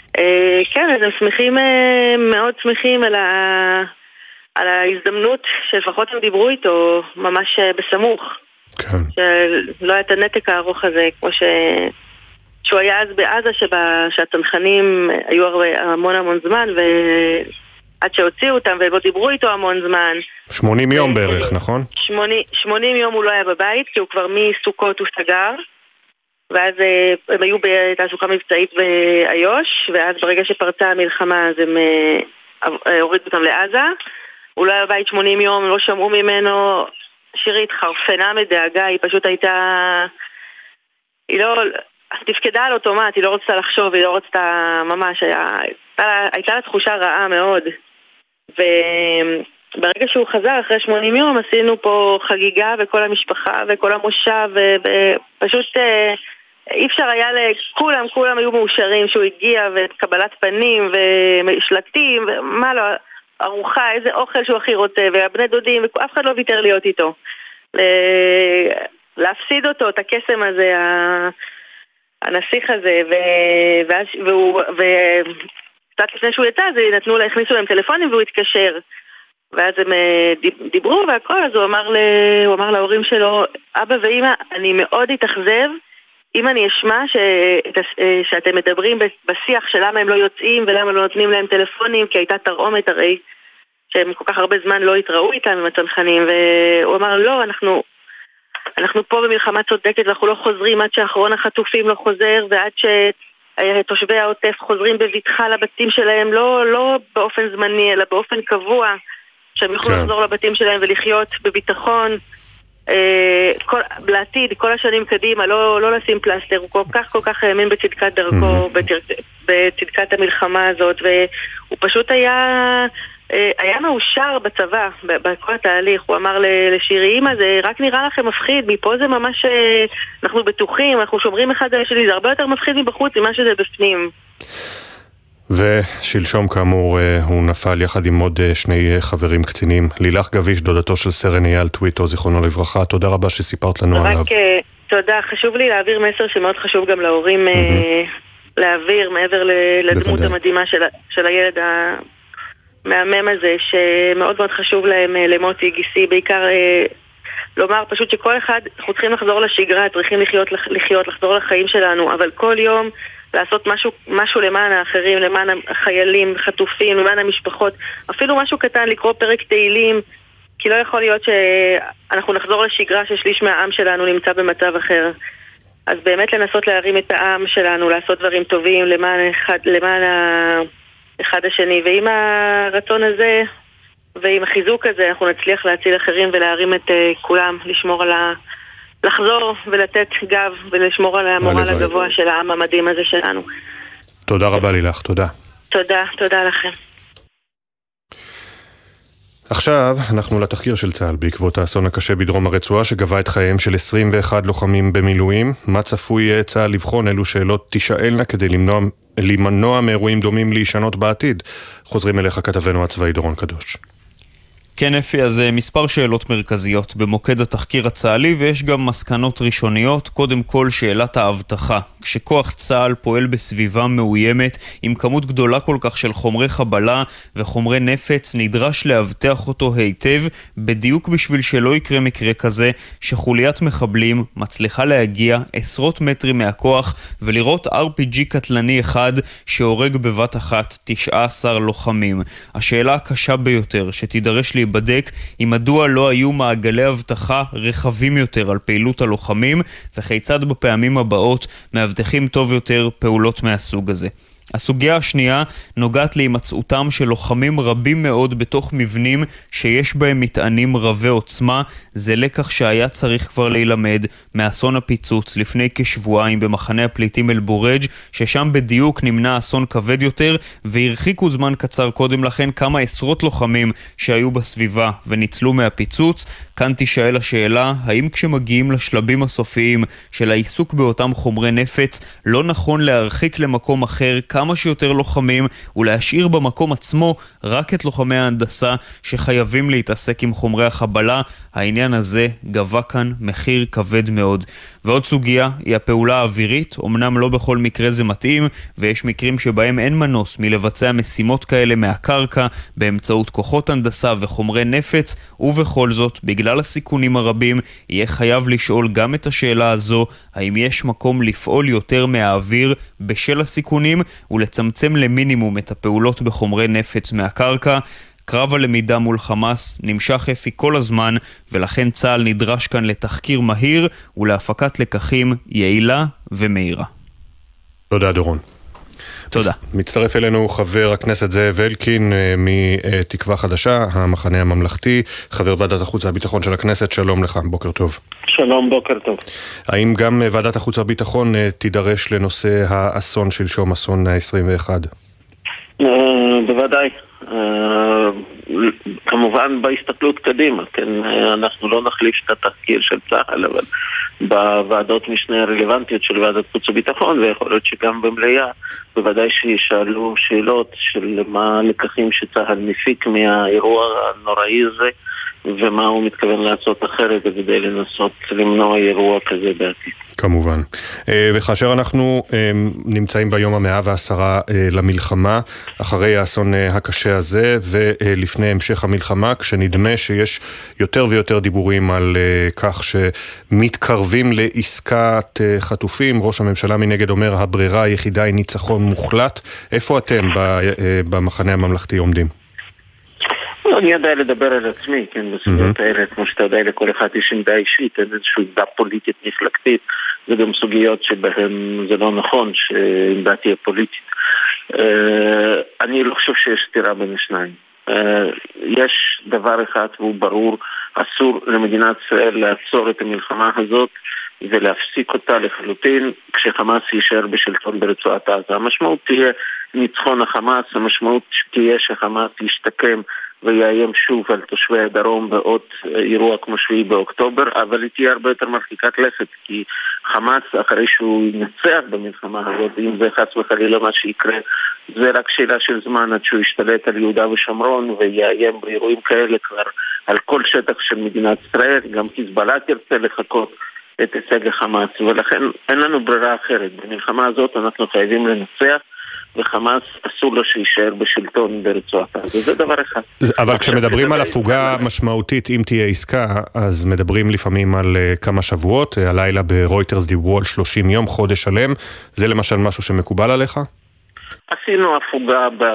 כן, אז הם שמחים, מאוד שמחים על, ה, על ההזדמנות, שלפחות הם דיברו איתו ממש בסמוך. כן. שלא היה את הנתק הארוך הזה, כמו ש... שהוא היה אז בעזה שבה, שהצנחנים היו הרבה, המון המון זמן, ועד שהוציאו אותם ולא דיברו איתו המון זמן. שמונים יום בערך, נכון? שמונים יום הוא לא היה בבית, כי הוא כבר מסוכות הוא סגר, ואז הם היו בתעסוקה מבצעית באיו"ש, ואז ברגע שפרצה המלחמה אז הם הורידו אותם לעזה. הוא לא היה בבית שמונים יום, לא שמעו ממנו. שירי התחרפנה מדאגה, היא פשוט הייתה... היא לא... תפקדה על אוטומט, היא לא רצתה לחשוב, היא לא רצתה ממש, היה, הייתה, הייתה לה תחושה רעה מאוד. וברגע שהוא חזר, אחרי שמונים יום, עשינו פה חגיגה וכל המשפחה וכל המושב, ופשוט אי אפשר היה לכולם, כולם היו מאושרים שהוא הגיע, וקבלת פנים ושלטים, ומה לא, ארוחה, איזה אוכל שהוא הכי רוצה, והבני דודים, ואף אחד לא ויתר להיות איתו. להפסיד אותו, את הקסם הזה, הנסיך הזה, ואז, והוא, וקצת לפני שהוא יצא, אז נתנו לה, הכניסו להם טלפונים והוא התקשר. ואז הם דיברו והכל, אז הוא אמר, הוא אמר להורים שלו, אבא ואמא, אני מאוד התאכזב, אם אני אשמע ש, שאתם מדברים בשיח של למה הם לא יוצאים ולמה לא נותנים להם טלפונים, כי הייתה תרעומת הרי, שהם כל כך הרבה זמן לא התראו איתם עם הצנחנים, והוא אמר, לא, אנחנו... אנחנו פה במלחמה צודקת, ואנחנו לא חוזרים עד שאחרון החטופים לא חוזר, ועד שתושבי העוטף חוזרים בביטחה לבתים שלהם, לא, לא באופן זמני, אלא באופן קבוע, שהם יוכלו כן. לחזור לבתים שלהם ולחיות בביטחון, אה, כל, לעתיד, כל השנים קדימה, לא, לא לשים פלסטר, הוא כל כך כל כך האמין בצדקת דרכו, mm-hmm. בצד, בצדקת המלחמה הזאת, והוא פשוט היה... היה מאושר בצבא, בכל התהליך. הוא אמר לשירי, אמא, זה רק נראה לכם מפחיד, מפה זה ממש, אנחנו בטוחים, אנחנו שומרים אחד על השני, זה הרבה יותר מפחיד מבחוץ ממה שזה בפנים. ושלשום כאמור הוא נפל יחד עם עוד שני חברים קצינים. לילך גביש, דודתו של סרן אייל טוויטו, זיכרונו לברכה, תודה רבה שסיפרת לנו עליו. רק תודה, חשוב לי להעביר מסר שמאוד חשוב גם להורים להעביר מעבר לדמות המדהימה של הילד המהמם הזה, שמאוד מאוד חשוב להם למוטי גיסי, בעיקר לומר פשוט שכל אחד, אנחנו צריכים לחזור לשגרה, צריכים לחיות, לחיות, לחזור לחיים שלנו, אבל כל יום לעשות משהו, משהו למען האחרים, למען החיילים, חטופים, למען המשפחות, אפילו משהו קטן, לקרוא פרק תהילים, כי לא יכול להיות שאנחנו נחזור לשגרה ששליש מהעם שלנו נמצא במצב אחר. אז באמת לנסות להרים את העם שלנו, לעשות דברים טובים למען אחד, למען אחד השני, ועם הרצון הזה ועם החיזוק הזה אנחנו נצליח להציל אחרים ולהרים את uh, כולם, לשמור על ה... לחזור ולתת גב ולשמור על המורל הגבוה של העם המדהים הזה שלנו. תודה רבה לילך, תודה. תודה, תודה לכם. עכשיו אנחנו לתחקיר של צה"ל בעקבות האסון הקשה בדרום הרצועה שגבה את חייהם של עשרים ואחד לוחמים במילואים. מה צפוי צה"ל לבחון? אלו שאלות תשאלנה כדי למנוע, למנוע מאירועים דומים להישנות בעתיד. חוזרים אליך כתבנו הצבאי דורון קדוש. כן אפי, אז מספר שאלות מרכזיות במוקד התחקיר הצה"לי ויש גם מסקנות ראשוניות. קודם כל שאלת האבטחה. כשכוח צה"ל פועל בסביבה מאוימת עם כמות גדולה כל כך של חומרי חבלה וחומרי נפץ, נדרש להבטח אותו היטב בדיוק בשביל שלא יקרה מקרה כזה שחוליית מחבלים מצליחה להגיע עשרות מטרים מהכוח ולראות אר פי ג'י קטלני אחד שהורג בבת אחת תשעה עשר לוחמים. השאלה הקשה ביותר שתידרש להיבדק היא מדוע לא היו מעגלי הבטחה רחבים יותר על פעילות הלוחמים וכיצד בפעמים הבאות מאבטחים טוב יותר פעולות מהסוג הזה. הסוגיה השנייה נוגעת להימצאותם של לוחמים רבים מאוד בתוך מבנים שיש בהם מטענים רבי עוצמה. זה לקח שהיה צריך כבר להילמד מאסון הפיצוץ לפני כשבועיים במחנה הפליטים אל בורג', ששם בדיוק נמנע אסון כבד יותר והרחיקו זמן קצר קודם לכן כמה עשרות לוחמים שהיו בסביבה וניצלו מהפיצוץ. כאן תשאל השאלה, האם כשמגיעים לשלבים הסופיים של העיסוק באותם חומרי נפץ לא נכון להרחיק למקום אחר כמה שיותר לוחמים ולהשאיר במקום עצמו רק את לוחמי ההנדסה שחייבים להתעסק עם חומרי החבלה? העניין הזה גבה כאן מחיר כבד מאוד. ועוד סוגיה היא הפעולה האווירית. אמנם לא בכל מקרה זה מתאים ויש מקרים שבהם אין מנוס מלבצע משימות כאלה מהקרקע באמצעות כוחות הנדסה וחומרי נפץ, ובכל זאת בגלל הסיכונים הרבים יהיה חייב לשאול גם את השאלה הזו, האם יש מקום לפעול יותר מהאוויר בשל הסיכונים ולצמצם למינימום את הפעולות בחומרי נפץ מהקרקע. קרב הלמידה מול חמאס נמשך אפי כל הזמן, ולכן צה"ל נדרש כאן לתחקיר מהיר ולהפקת לקחים יעילה ומהירה. תודה דורון. תודה. מצטרף אלינו חבר הכנסת זאב אלקין מתקווה חדשה, המחנה הממלכתי, חבר ועדת החוץ והביטחון של הכנסת. שלום לך, בוקר טוב. שלום, בוקר טוב. האם גם ועדת החוץ והביטחון תידרש לנושא האסון שלשום, אסון ה-עשרים ואחת? בוודאי. כמובן בהסתכלות קדימה, כן, אנחנו לא נחליף את התחקיר של צה"ל, אבל בוועדות משנה הרלוונטיות של ועדת חוץ וביטחון, ויכול להיות שגם במליאה, בוודאי שישאלו שאלות של מה הלקחים שצה"ל מפיק מהאירוע הנוראי הזה, ומה הוא מתכוון לעשות אחרת כדי לנסות למנוע אירוע כזה בעתיד. כמובן. וכאשר אנחנו נמצאים ביום המאה והעשרה למלחמה, אחרי האסון הקשה הזה ולפני המשך המלחמה, כשנדמה שיש יותר ויותר דיבורים על כך שמתקרבים לעסקת חטופים, ראש הממשלה מנגד אומר הברירה היחידה היא ניצחון מוחלט. איפה אתם במחנה הממלכתי עומדים? אני יודע לדבר על עצמי, כן, בסוגיות האלה, כמו שאתה יודע, לכל אחד יש עמדה אישית, אין איזושהי עמדה פוליטית מפלגתית, זה גם סוגיות שבהן זה לא נכון שעמדה תהיה פוליטית. אני לא חושב שיש סתירה בין השניים. יש דבר אחד והוא ברור, אסור למדינת ישראל לעצור את המלחמה הזאת ולהפסיק אותה לחלוטין כשחמאס יישאר בשלטון ברצועת עזה. המשמעות תהיה ניצחון החמאס, המשמעות תהיה שחמאס ישתקם ויאיים שוב על תושבי הדרום בעוד אירוע כמו שביעי באוקטובר, אבל היא תהיה הרבה יותר מרחיקת לכת, כי חמאס, אחרי שהוא ינצח במלחמה הזאת, אם זה חס וחלילה מה שיקרה, זה רק שאלה של זמן עד שהוא ישתלט על יהודה ושומרון ויאיים באירועים כאלה כבר על כל שטח של מדינת ישראל. גם חיזבאללה תרצה לחכות את הישג החמאס, ולכן אין לנו ברירה אחרת. במלחמה הזאת אנחנו חייבים לנצח, וחמאס אסור לו שישאר בשלטון ברצועת עזה. זה דבר אחד. אבל כשמדברים על הפוגה משמעותית, אם תהיה עסקה, אז מדברים לפעמים על כמה שבועות. הלילה ברויטרס דיברו על שלושים יום, חודש שלם. זה למשל משהו שמקובל עליך? עשינו הפוגה ב...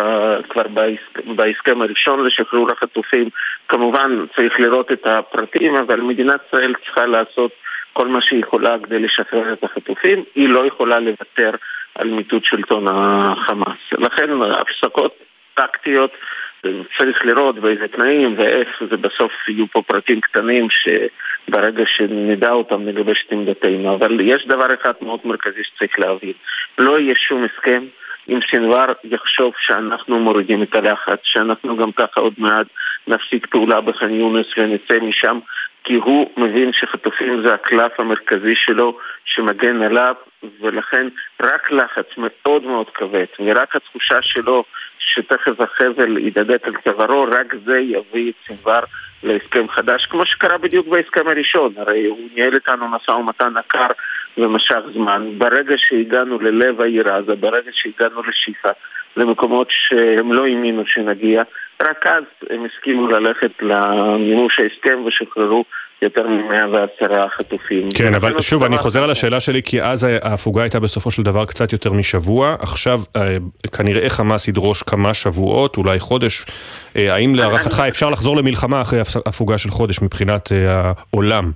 כבר בעסק... בהסכם הראשון לשחרור החטופים. כמובן צריך לראות את הפרטים, אבל מדינת ישראל צריכה לעשות כל מה שהיא יכולה כדי לשחרר את החטופים. היא לא יכולה לוותר על מיטוט שלטון החמאס. לכן הפסקות טקטיות צריך לראות באיזה תנאים ואיך, זה בסוף יהיו פה פרטים קטנים שברגע שנדע אותם נגבש את עמדתנו. אבל יש דבר אחד מאוד מרכזי שצריך להבין. לא יהיה שום הסכם אם סנוואר יחשוב שאנחנו מורידים את הלחץ, שאנחנו גם ככה עוד מעט נפסיק פעולה בח'אן יונס ונצא משם, כי הוא מבין שחטופים זה הקלף המרכזי שלו שמגן עליו, ולכן רק לחץ מאוד מאוד כבד ורק התחושה שלו שתכף החבל ידדד על צווארו, רק זה יביא את סנוואר להסכם חדש, כמו שקרה בדיוק בהסכם הראשון. הרי הוא ניהל איתנו משא ומתן עקר ומשך זמן. ברגע שהגענו ללב העיר עזה, ברגע שהגענו לשיפה, למקומות שהם לא האמינו שנגיע, רק אז הם הסכימו ללכת למימוש ההסכם ושחררו יותר מ-מאה ועשרה חטופים. כן, אבל שוב, אני חוזר על השאלה שלי, כי אז ההפוגה הייתה בסופו של דבר קצת יותר משבוע. עכשיו, כנראה חמאס ידרוש כמה שבועות, אולי חודש. האם להערכתך אפשר לחזור למלחמה אחרי הפוגה של חודש מבחינת העולם?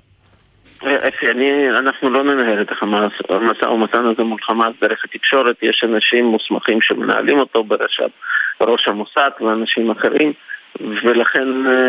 אפי, אני, אנחנו לא ננהל את החמאס, המשא ומתן הזה מול חמאס דרך התקשורת. יש אנשים מוסמכים שמנהלים אותו בראשת ראש המוסד ואנשים אחרים, ולכן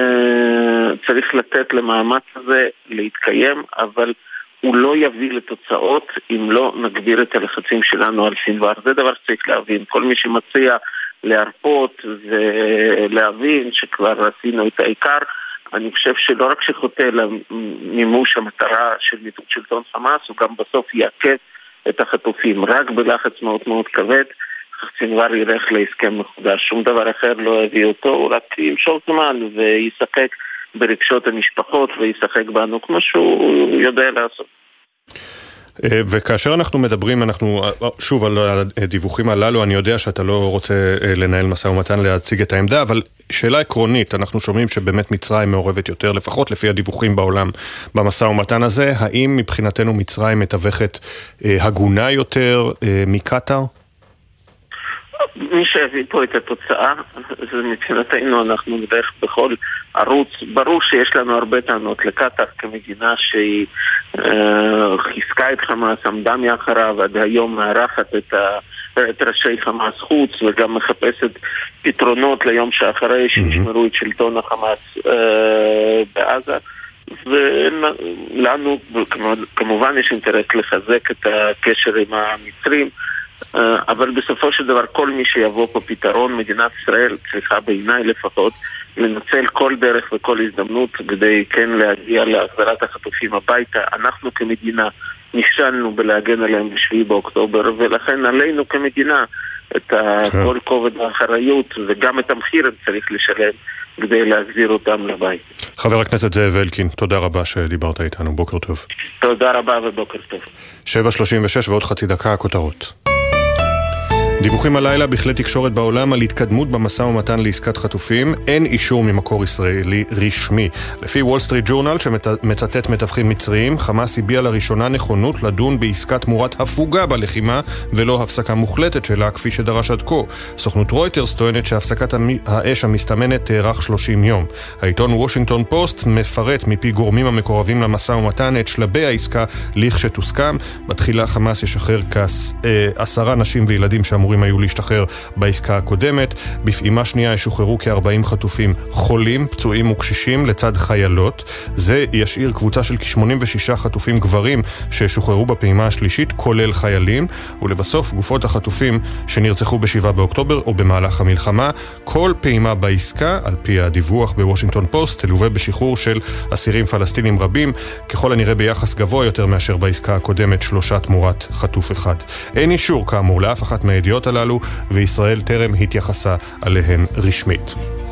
צריך לתת למאמץ הזה להתקיים, אבל הוא לא יביא לתוצאות אם לא נגביר את הלחצים שלנו על סנוואר. זה דבר שצריך להבין. כל מי שמציע להרפות ולהבין שכבר עשינו את העיקר, אני חושב שלא רק שחוטא למימוש המטרה של מיטוט שלטון חמאס, הוא גם בסוף יעכב את החטופים. רק בלחץ מאוד מאוד כבד סנוואר ילך להסכם מחודש. שום דבר אחר לא הביא אותו, הוא רק ימשוך זמן וישחק ברגשות המשפחות וישחק בנו כמו שהוא יודע לעשות. וכאשר אנחנו מדברים, אנחנו שוב על הדיווחים הללו, אני יודע שאתה לא רוצה לנהל משא ומתן להציג את העמדה, אבל שאלה עקרונית, אנחנו שומעים שבאמת מצרים מעורבת יותר, לפחות לפי הדיווחים בעולם במשא ומתן הזה. האם מבחינתנו מצרים מתווכת הגונה יותר מקטר? מי שהביא פה את התוצאה, זה מבחינתנו אנחנו נלך בכל ערוץ. ברור שיש לנו הרבה טענות לקטר כמדינה שהיא אה, חיזקה את חמאס, עמדה מאחריו, עד היום מערכת את, ה, את ראשי חמאס חוץ וגם מחפשת פתרונות ליום שאחרי שישמרו את שלטון החמאס אה, בעזה. ולנו כמובן יש אינטרס לחזק את הקשר עם המצרים, אבל בסופו של דבר כל מי שיבוא פה פתרון, מדינת ישראל צריכה בעיניי לפחות לנצל כל דרך וכל הזדמנות כדי כן להגיע להחזרת החטופים הביתה. אנחנו כמדינה נכשלנו בלהגן עליהם בשביעי באוקטובר, ולכן עלינו כמדינה את כל כובד האחריות וגם את המחיר צריך לשלם כדי להחזיר אותם לבית. חבר הכנסת זאב אלקין, תודה רבה שדיברת איתנו, בוקר טוב. תודה רבה ובוקר טוב. שבע שלושים ושש ועוד חצי דקה הכותרות. דיווחים הלילה בכלי תקשורת בעולם על התקדמות במשא ומתן לעסקת חטופים. אין אישור ממקור ישראלי רשמי. לפי וול סטריט ג'ורנל שמצטט מתווכים מצריים, חמאס הביע לראשונה נכונות לדון בעסקת תמורת הפוגה בלחימה ולא הפסקה מוחלטת שלה כפי שדרש עד כה. סוכנות רויטרס טוענת שהפסקת האש המסתמנת תארך שלושים יום. העיתון וושינגטון פוסט מפרט מפי גורמים המקורבים למשא ומתן את שלבי העסקה לכשתוסכם. בתחילה חמאס ישחרר כעשרה נשים וילדים שאמורים שאמורים היו להשתחרר בעסקה הקודמת. בפעימה שנייה ישוחררו כ-ארבעים חטופים חולים, פצועים וקשישים לצד חיילות. זה ישאיר קבוצה של כ-שמונים ושישה חטופים גברים שישוחררו בפעימה השלישית, כולל חיילים, ולבסוף גופות החטופים שנרצחו בשבעה באוקטובר או במהלך המלחמה. כל פעימה בעסקה, על פי הדיווח בוושינגטון פוסט, תלווה בשחרור של אסירים פלסטינים רבים, ככל הנראה ביחס גבוה יותר מאשר בעסקה הקודמת, שלושה תמורת חטוף אחד. אין אישור כאמור לאף אחת מהידיעות הללו, וישראל טרם התייחסה עליהן רשמית.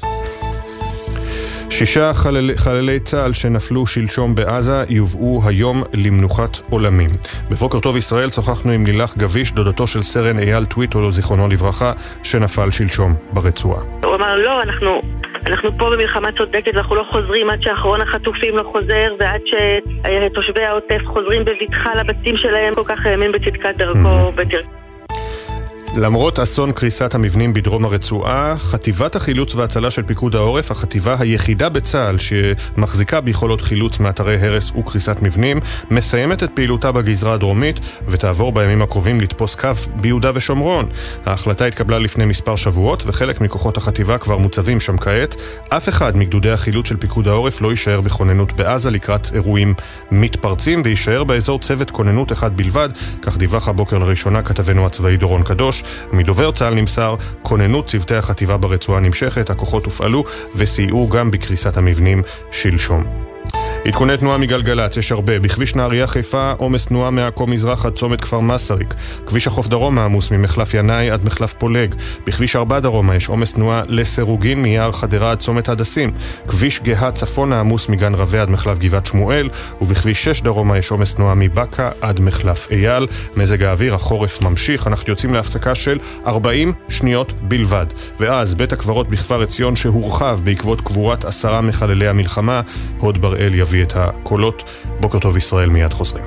שישה חללי, חללי צה"ל שנפלו שלשום בעזה יובאו היום למנוחת עולמים. בבוקר טוב ישראל שוחחנו עם לילך גביש, דודתו של סרן אייל טוויטו, זיכרונו לברכה, שנפל שלשום ברצועה. הוא אמר, לא, אנחנו, אנחנו פה במלחמה צודקת, אנחנו לא חוזרים עד שאחרון החטופים לא חוזר, ועד שתושבי העוטף חוזרים בבטחה לבתים שלהם. כל כך האמין בצדקת דרכו בתרגום. למרות אסון קריסת המבנים בדרום הרצועה, חטיבת החילוץ וההצלה של פיקוד העורף, החטיבה היחידה בצה"ל שמחזיקה ביכולות חילוץ מאתרי הרס וקריסת מבנים, מסיימת את פעילותה בגזרה הדרומית ותעבור בימים הקרובים לתפוס קו ביהודה ושומרון. ההחלטה התקבלה לפני מספר שבועות וחלק מכוחות החטיבה כבר מוצבים שם כעת. אף אחד מגדודי החילוץ של פיקוד העורף לא יישאר בכוננות בעזה לקראת אירועים מתפרצים, ויישאר באזור צוות כוננות אחד בלבד, כך דיווח הבוקר לראשונה כתבנו הצבאי דורון קדוש. מדובר צה"ל נמסר, כוננות צוותי החטיבה ברצועה נמשכת, הכוחות הופעלו וסייעו גם בקריסת המבנים שלשום. עדכוני תנועה מגלגלץ, יש הרבה. בכביש נהריה חיפה, עומס תנועה מעכו מזרח עד צומת כפר מסריק. כביש החוף דרומה עמוס ממחלף ינאי עד מחלף פולג. בכביש ארבע דרומה יש עומס תנועה לסירוגין מיער חדרה עד צומת הדסים. כביש גאה צפונה עמוס מגן רווה עד מחלף גבעת שמואל, ובכביש שש דרומה יש עומס תנועה מבקה עד מחלף אייל. מזג האוויר, החורף ממשיך, אנחנו יוצאים להפסקה של ארבעים שניות בלבד. ואז בית הקברות בכפר עציון שהורחב בעקבות קבורת עשרה מחללי המלחמה, הוד בראל יביא את הקולות. בוקר טוב ישראל, מיד חוזרים.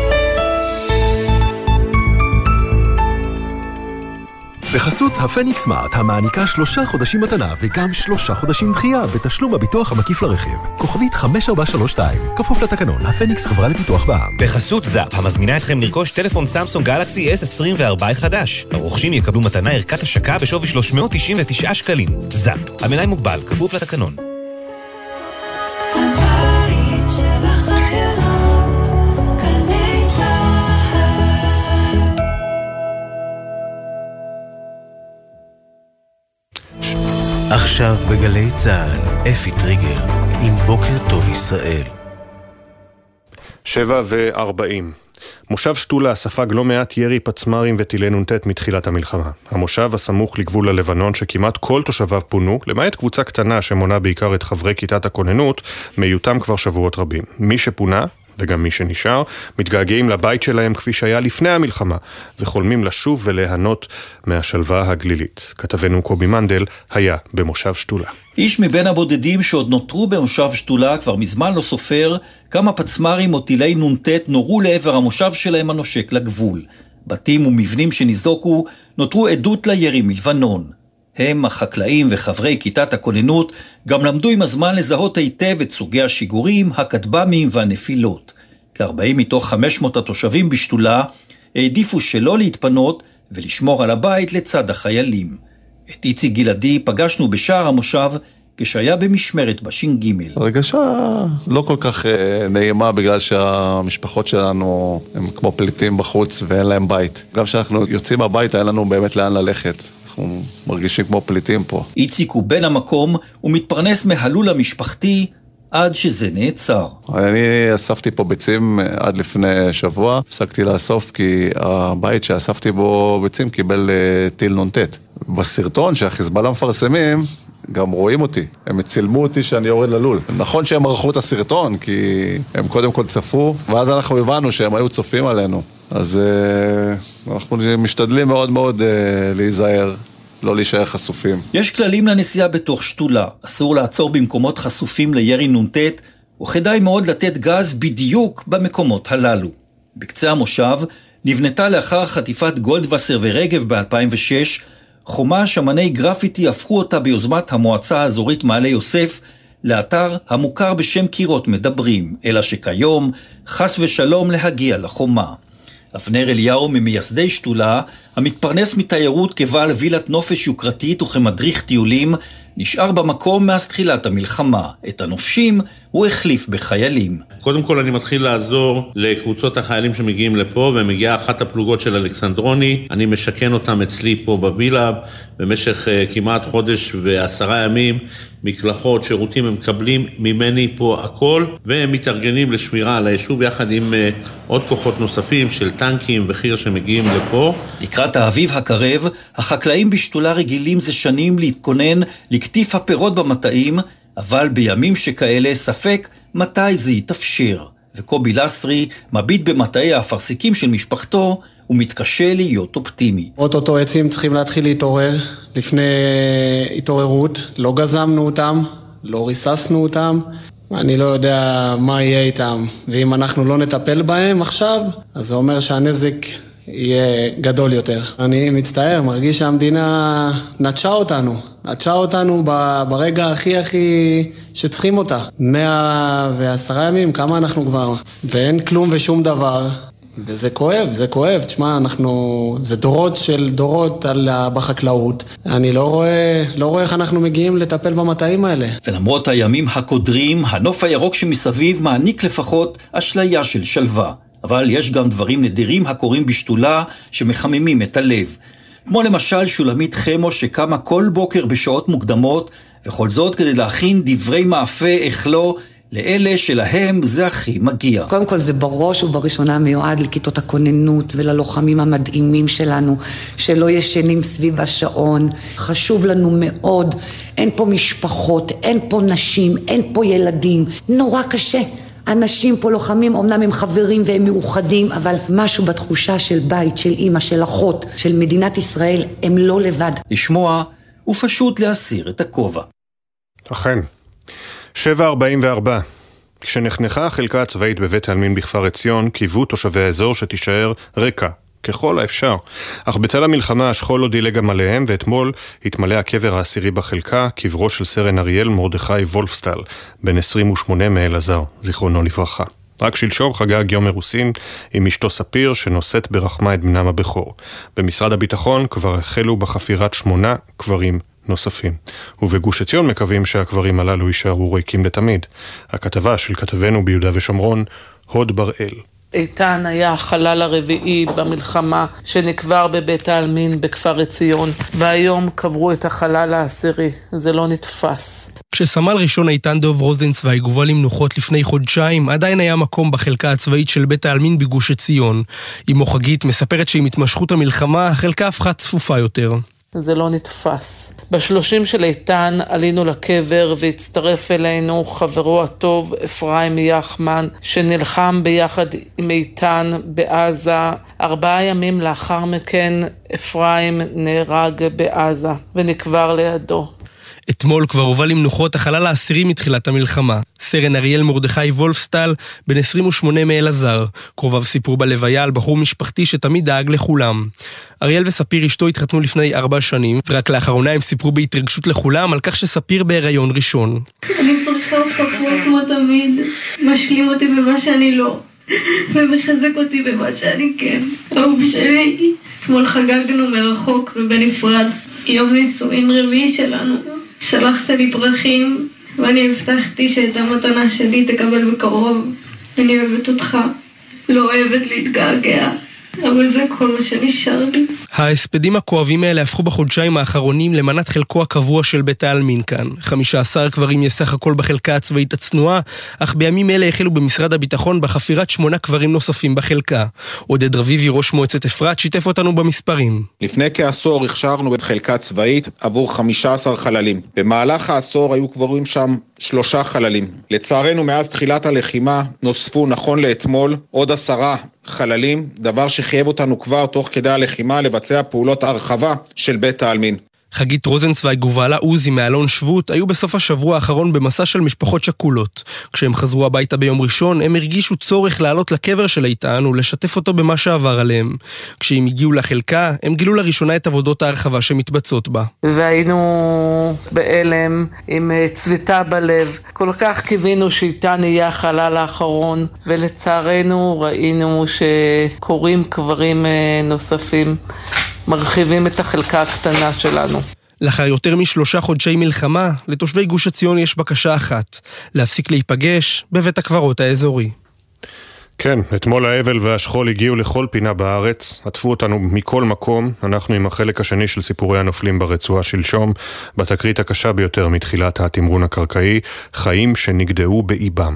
בחסות הפניקס סמארט, המעניקה שלושה חודשים מתנה וגם שלושה חודשים דחייה בתשלום הביטוח המקיף לרכיב. כוכבית חמש ארבע שלוש שתיים, כפוף לתקנון, הפניקס חברה לפיתוח בע"מ. בחסות זאפ, המזמינה אתכם לרכוש טלפון סמסונג גלקסי אס עשרים וארבע חדש. הרוכשים יקבלו מתנה ערכת השקה בשווי שלוש מאות תשעים ותשעה שקלים. זאפ, המלאי מוגבל, כפוף לתקנון. עכשיו בגלי צה"ל, אפי טריגר, עם בוקר טוב ישראל. שבע וארבעים. מושב שטולה ספג לא מעט ירי פצמרים וטילי נונטט מתחילת המלחמה. המושב הסמוך לגבול הלבנון שכמעט כל תושביו פונו, למעט קבוצה קטנה שמונה בעיקר את חברי כיתת הכוננות, מיותם כבר שבועות רבים. מי שפונה וגם מי שנשאר, מתגעגעים לבית שלהם כפי שהיה לפני המלחמה, וחולמים לשוב וליהנות מהשלווה הגלילית. כתבנו קובי מנדל היה במושב שטולה. איש מבין הבודדים שעוד נותרו במושב שטולה כבר מזמן לא סופר כמה פצמרים או טילי נונטט נורו לעבר המושב שלהם הנושק לגבול. בתים ומבנים שניזוקו נותרו עדות לירי מלבנון. הם, החקלאים וחברי כיתת הכוננות, גם למדו עם הזמן לזהות היטב את סוגי השיגורים, הכטב"מים והנפילות. כ-ארבעים מתוך חמש מאות התושבים בשטולה העדיפו שלא להתפנות ולשמור על הבית לצד החיילים. את איציק גלעדי פגשנו בשער המושב כשהיה במשמרת בש"ג. הרגשה לא כל כך נעימה בגלל שהמשפחות שלנו הם כמו פליטים בחוץ ואין להם בית. גם כשאנחנו יוצאים הביתה אין לנו באמת לאן ללכת. אנחנו מרגישים כמו פליטים פה. איציק הוא בן המקום, הוא מתפרנס מהלול המשפחתי עד שזה נעצר. אני אספתי פה ביצים עד לפני שבוע, הפסקתי לאסוף כי הבית שאספתי בו ביצים קיבל טיל נונטט. בסרטון שהחיזבאללה מפרסמים, גם רואים אותי, הם הצילמו אותי שאני יורד ללול. נכון שהם ערכו את הסרטון, כי הם קודם כל צפו, ואז אנחנו הבנו שהם היו צופים עלינו. אז uh, אנחנו משתדלים מאוד מאוד uh, להיזהר, לא להישאר חשופים. יש כללים לנסיעה בתוך שטולה. אסור לעצור במקומות חשופים לירי נונטט, וכדאי מאוד לתת גז בדיוק במקומות הללו. בקצה המושב נבנתה לאחר חטיפת גולדווסר ורגב ב-אלפיים ושש, חומה שמני גרפיטי הפכו אותה ביוזמת המועצה האזורית מעלה יוסף לאתר המוכר בשם קירות מדברים, אלא שכיום חס ושלום להגיע לחומה. אבנר אליהו ממייסדי שתולה, המתפרנס מתיירות כבעל וילת נופש יוקרתית וכמדריך טיולים, נשאר במקום מאז תחילת המלחמה. את הנופשים הוא החליף בחיילים. קודם כל אני מתחיל לעזור לקבוצות החיילים שמגיעים לפה, ומגיעה אחת הפלוגות של אלכסנדרוני, אני משכן אותם אצלי פה בבילאב, במשך uh, כמעט חודש ועשרה ימים, מקלחות, שירותים הם מקבלים ממני פה הכל, והם מתארגנים לשמירה על היישוב יחד עם uh, עוד כוחות נוספים של טנקים וחיר שמגיעים לפה. לקראת האביב הקרב, החקלאים בשתולה רגילים זה שנים להתכונן לקטיף הפירות במטעים, אבל בימים שכאלה ספק מתי זה יתאפשר. וקובי לסרי מביט במטעי האפרסיקים של משפחתו ומתקשה להיות אופטימי. אוטוטו עצים צריכים להתחיל להתעורר לפני התעוררות, לא גזמנו אותם, לא ריססנו אותם, אני לא יודע מה יהיה איתם, ואם אנחנו לא נטפל בהם עכשיו, אז זה אומר שהנזק יהיה גדול יותר. אני מצטער, מרגיש שהמדינה נטשה אותנו, נטשה אותנו ברגע הכי הכי שצריכים אותה. מאה ועשרה ימים, כמה אנחנו כבר, ואין כלום ושום דבר, וזה כואב, זה כואב. תשמע, אנחנו, זה דורות של דורות על, בחקלאות. אני לא רואה, לא רואה איך אנחנו מגיעים לטפל במטעים האלה. ולמרות הימים הקודרים, הנוף הירוק שמסביב מעניק לפחות אשליה של שלווה. אבל יש גם דברים נדירים הקורים בשתולה שמחממים את הלב. כמו למשל שולמית חמו שקמה כל בוקר בשעות מוקדמות, וכל זאת כדי להכין דברי מאפה איך לא, לאלה שלהם זה הכי מגיע. קודם כל זה בראש ובראשונה מיועד לכיתות הכוננות וללוחמים המדהימים שלנו, שלא ישנים סביב השעון. חשוב לנו מאוד, אין פה משפחות, אין פה נשים, אין פה ילדים, נורא קשה. אנשים פה לוחמים, אמנם הם חברים והם מאוחדים, אבל משהו בתחושה של בית, של אמא, של אחות, של מדינת ישראל, הם לא לבד. לשמוע ופשוט להסיר את הכובע. אכן. שבע ארבעים וארבע. כשנחנכה החלקה הצבאית בבית העלמין בכפר עציון, קיוו תושבי האזור שתישאר ריקה, ככל האפשר. אך בצל המלחמה השכול לא דילג גם עליהם, ואתמול התמלא הקבר העשירי בחלקה, קברו של סרן אריאל מרדכי וולפסטל, בן עשרים ושמונה מאלעזר, זיכרונו לברכה. רק שלשום חגג יום אירוסין עם אשתו ספיר שנושאת ברחמה את בנם הבכור. במשרד הביטחון כבר החלו בחפירת שמונה קברים נוספים. ובגוש עציון מקווים שהקברים הללו יישארו ריקים לתמיד. הכתבה של כתבנו ביהודה ושומרון, הוד בראל. איתן היה החלל הרביעי במלחמה שנקבר בבית העלמין בכפר עציון, והיום קברו את החלל העשירי. זה לא נתפס. כשסמל ראשון איתן דוב רוזנצוויג הובא למנוחות לפני חודשיים, עדיין היה מקום בחלקה הצבאית של בית העלמין בגוש עציון. אמו חגית מספרת שעם התמשכות המלחמה, החלקה הפכה צפופה יותר. זה לא נתפס. בשלושים של איתן עלינו לקבר והצטרף אלינו חברו הטוב אפרים יחמן, שנלחם ביחד עם איתן בעזה. ארבעה ימים לאחר מכן אפרים נהרג בעזה ונקבר לידו. אתמול כבר הובא למנוחות החלל העשירי מתחילת המלחמה. סרן אריאל מרדכי וולפסטל, בן עשרים ושמונה מאלעזר. קרוביו סיפרו בלוויה על בחור משפחתי שתמיד דאג לכולם. אריאל וספיר אשתו התחתנו לפני ארבע שנים, ורק לאחרונה הם סיפרו בהתרגשות לכולם על כך שספיר בהיריון ראשון. אני צריכה אותך כמו תמיד, משלים אותי במה שאני לא, ומחזק אותי במה שאני כן. אהוב שלי, אתמול חגגנו מרחוק ובנפרד, יום נישואין רביעי שלנו. שלחת לי פרחים, ואני הבטחתי שאת המתנה שלי תקבל בקרוב. אני אוהבת אותך, לא אוהבת להתגעגע, אבל זה כל מה שנשאר לי. ההספדים הכואבים האלה הפכו בחודשיים האחרונים למנת חלקו הקבוע של בית העלמין כאן. חמישה עשר קברים יש סך הכל בחלקה הצבאית הצנועה, אך בימים אלה החלו במשרד הביטחון בחפירת שמונה קברים נוספים בחלקה. עודד רביבי, ראש מועצת אפרת, שיתף אותנו במספרים. לפני כעשור הכשרנו את חלקה צבאית עבור חמישה עשר חללים. במהלך העשור היו קבורים שם שלושה חללים. לצערנו מאז תחילת הלחימה נוספו נכון לאתמול עוד עשרה חללים, דבר שחייב אותנו כבר תוך כדי הלחימה לבצע פעולות הרחבה של בית העלמין. חגית רוזנצוויג ובעלה עוזי מאלון שבות היו בסוף השבוע האחרון במסע של משפחות שכולות. כשהם חזרו הביתה ביום ראשון, הם הרגישו צורך לעלות לקבר של איתן ולשתף אותו במה שעבר עליהם. כשהם הגיעו לחלקה, הם גילו לראשונה את עבודות ההרחבה שמתבצעות בה. והיינו באלם עם צביטה בלב. כל כך קיווינו שאיתן יהיה החלל האחרון, ולצערנו ראינו שקורים קברים נוספים. מרחיבים את החלקה הקטנה שלנו. לאחר יותר משלושה חודשי מלחמה, לתושבי גוש עציון יש בקשה אחת, להפסיק להיפגש בבית הקברות האזורי. כן, אתמול האבל והשכול הגיעו לכל פינה בארץ, עטפו אותנו מכל מקום, אנחנו עם החלק השני של סיפורי הנופלים ברצועה שלשום, בתקרית הקשה ביותר מתחילת התמרון הקרקעי, חיים שנגדעו באיבם.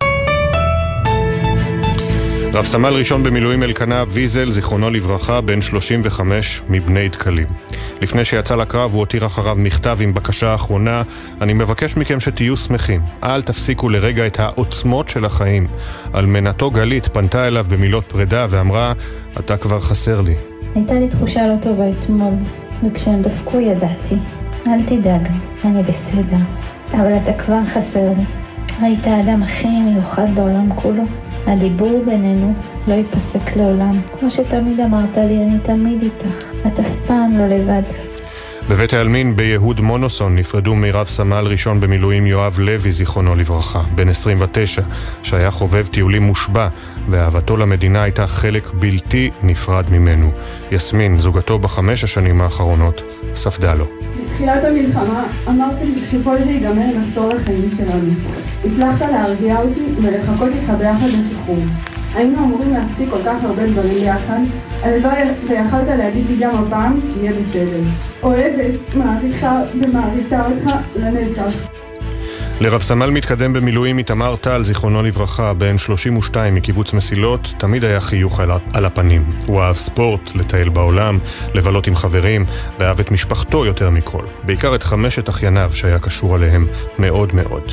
רב סמל ראשון במילואים אלקנה ויזל, זיכרונו לברכה, בן שלושים וחמש מבני דקלים. לפני שיצא לקרב הוא הותיר אחריו מכתב עם בקשה האחרונה, אני מבקש מכם שתהיו שמחים, אל תפסיקו לרגע את העוצמות של החיים. אלמנתו גלית פנתה אליו במילות פרידה ואמרה, אתה כבר חסר לי. הייתה לי תחושה לא טובה אתמול, וכשהם דפקו ידעתי, אל תדאג, אני בסדר, אבל אתה כבר חסר לי. היית האדם הכי מיוחד בעולם כולו. הדיבור בינינו לא ייפסק לעולם. כמו שתמיד אמרת לי, אני תמיד איתך. את אף פעם לא לבד. בבית העלמין ביהוד מונוסון נפרדו מרב סמל ראשון במילואים יואב לוי, זיכרונו לברכה, בן עשרים ותשע, שהיה חובב טיולים מושבע, ואהבתו למדינה הייתה חלק בלתי נפרד ממנו. יסמין, זוגתו בחמש השנים האחרונות, ספדה לו. בתחילת המלחמה אמרתי שכל זה ייגמר נחזור לחיים שלנו. הצלחת להרגיע אותי ולחכות איתך ביחד לשחרור. היינו אמורים להספיק כל כך הרבה דברים ביחד, הלוואי ויכלת להגיד לי גם הפעם שיהיה בסדר. אוהבת, מעריכה ומעריצה אותך לנצח. לרב סמל מתקדם במילואים איתמר טל, זיכרונו לברכה, בן שלושים ושתיים מקיבוץ מסילות, תמיד היה חיוך על, על הפנים. הוא אהב ספורט, לטייל בעולם, לבלות עם חברים, ואהב את משפחתו יותר מכל. בעיקר את חמשת אחייניו שהיה קשור עליהם מאוד מאוד.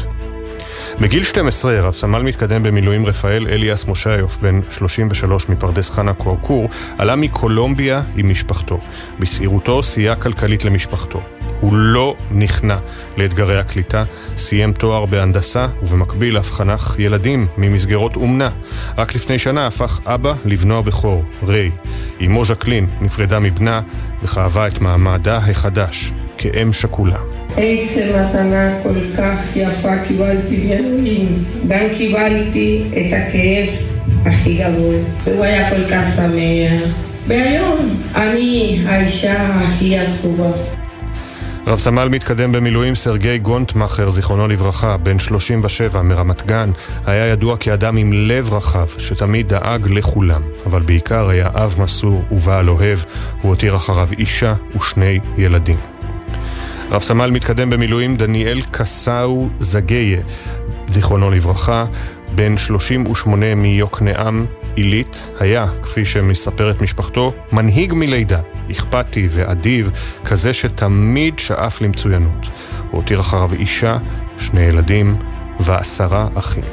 בגיל שתים עשרה רב סמל מתקדם במילואים רפאל אליאס מושיוף, בן שלושים ושלוש מפרדס חנה קורקור, עלה מקולומביה עם משפחתו. בצעירותו סייע כלכלית למשפחתו. הוא לא נכנע לאתגרי הקליטה, סיים תואר בהנדסה ובמקביל אף חנך ילדים ממסגרות אומנה. רק לפני שנה הפך אבא לבנו הבכור, ריי. אמו ז'קלין נפרדה מבנה וחווה את מעמדה החדש כאם שכולה. איזה מתנה כל כך יפה קיבלתי מאלוהים. גם קיבלתי את הכאב הכי גדול. והוא היה כל כך שמח. והיום אני האישה הכי עצובה. רב סמל מתקדם במילואים סרגי גונטמאחר, זיכרונו לברכה, בן שלושים ושבע מרמת גן, היה ידוע כאדם עם לב רחב שתמיד דאג לכולם, אבל בעיקר היה אב מסור ובעל אוהב. הוא הותיר אחריו אישה ושני ילדים. רב סמל מתקדם במילואים דניאל קסאו זגיה, זיכרונו לברכה, בן שלושים ושמונה מיוקנעם עילית, היה, כפי שמספרת משפחתו, מנהיג מלידה, אכפתי ואדיב, כזה שתמיד שאף למצוינות. הוא הותיר אחריו אישה, שני ילדים ועשרה אחים.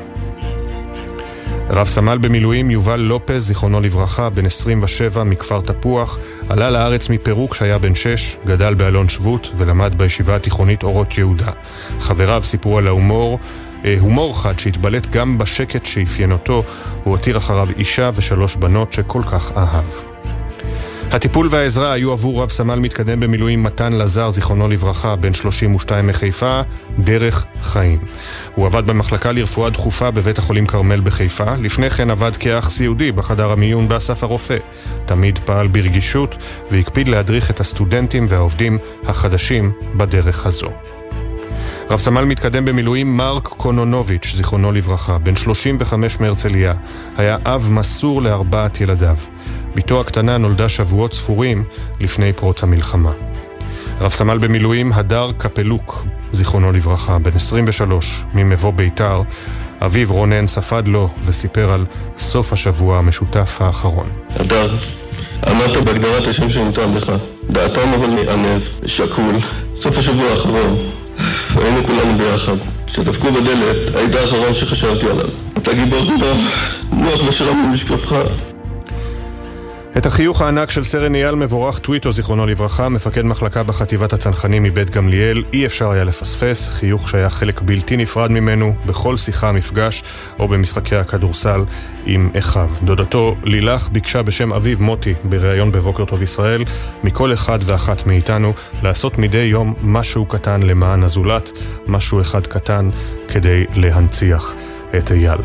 רב סמל במילואים יובל לופז, זיכרונו לברכה, בן עשרים ושבע מכפר תפוח, עלה לארץ מפרו כשהיה בן שש, גדל באלון שבות ולמד בישיבה התיכונית אורות יהודה. חבריו סיפרו על ההומור, הומור חד שהתבלט גם בשקט שאפיין אותו. הוא הותיר אחריו אישה ושלוש בנות שכל כך אהב. הטיפול והעזרה היו עבור רב סמל מתקדם במילואים מתן לזר, זיכרונו לברכה, בן שלושים ושתיים מחיפה, דרך חיים. הוא עבד במחלקה לרפואה דחופה בבית החולים קרמל בחיפה, לפני כן עבד כאח סיעודי בחדר המיון באסף הרופא. תמיד פעל ברגישות והקפיד להדריך את הסטודנטים והעובדים החדשים בדרך הזו. רב סמל מתקדם במילואים מרק קונונוביץ', זיכרונו לברכה, בן שלושים וחמש מהרצליה, היה אב מסור לארבעת ילדיו. ביתו הקטנה נולדה שבועות ספורים לפני פרוץ המלחמה. רב סמל במילואים הדר קפלוק, זיכרונו לברכה, בן עשרים ושלוש ממבוא ביתר, אביו רונן ספד לו וסיפר על סוף השבוע המשותף האחרון. הדר, אמרת בהגדרת השם שנותן לך, דעתם אבל נענב, שקול, סוף השבוע האחרון. היינו כולנו ביחד. כשדפקו בדלת, היית האחרון שחשבתי עליו. אתה גיבור גדול, נוח ושלום במשקפך. את החיוך הענק של סרן אייל מבורך טוויטו, זיכרונו לברכה, מפקד מחלקה בחטיבת הצנחנים מבית גמליאל, אי אפשר היה לפספס, חיוך שהיה חלק בלתי נפרד ממנו בכל שיחה, מפגש או במשחקי הכדורסל עם אחיו. דודתו לילך ביקשה בשם אביו מוטי בריאיון בבוקר טוב ישראל מכל אחד ואחת מאיתנו לעשות מדי יום משהו קטן למען הזולת, משהו אחד קטן כדי להנציח את אייל.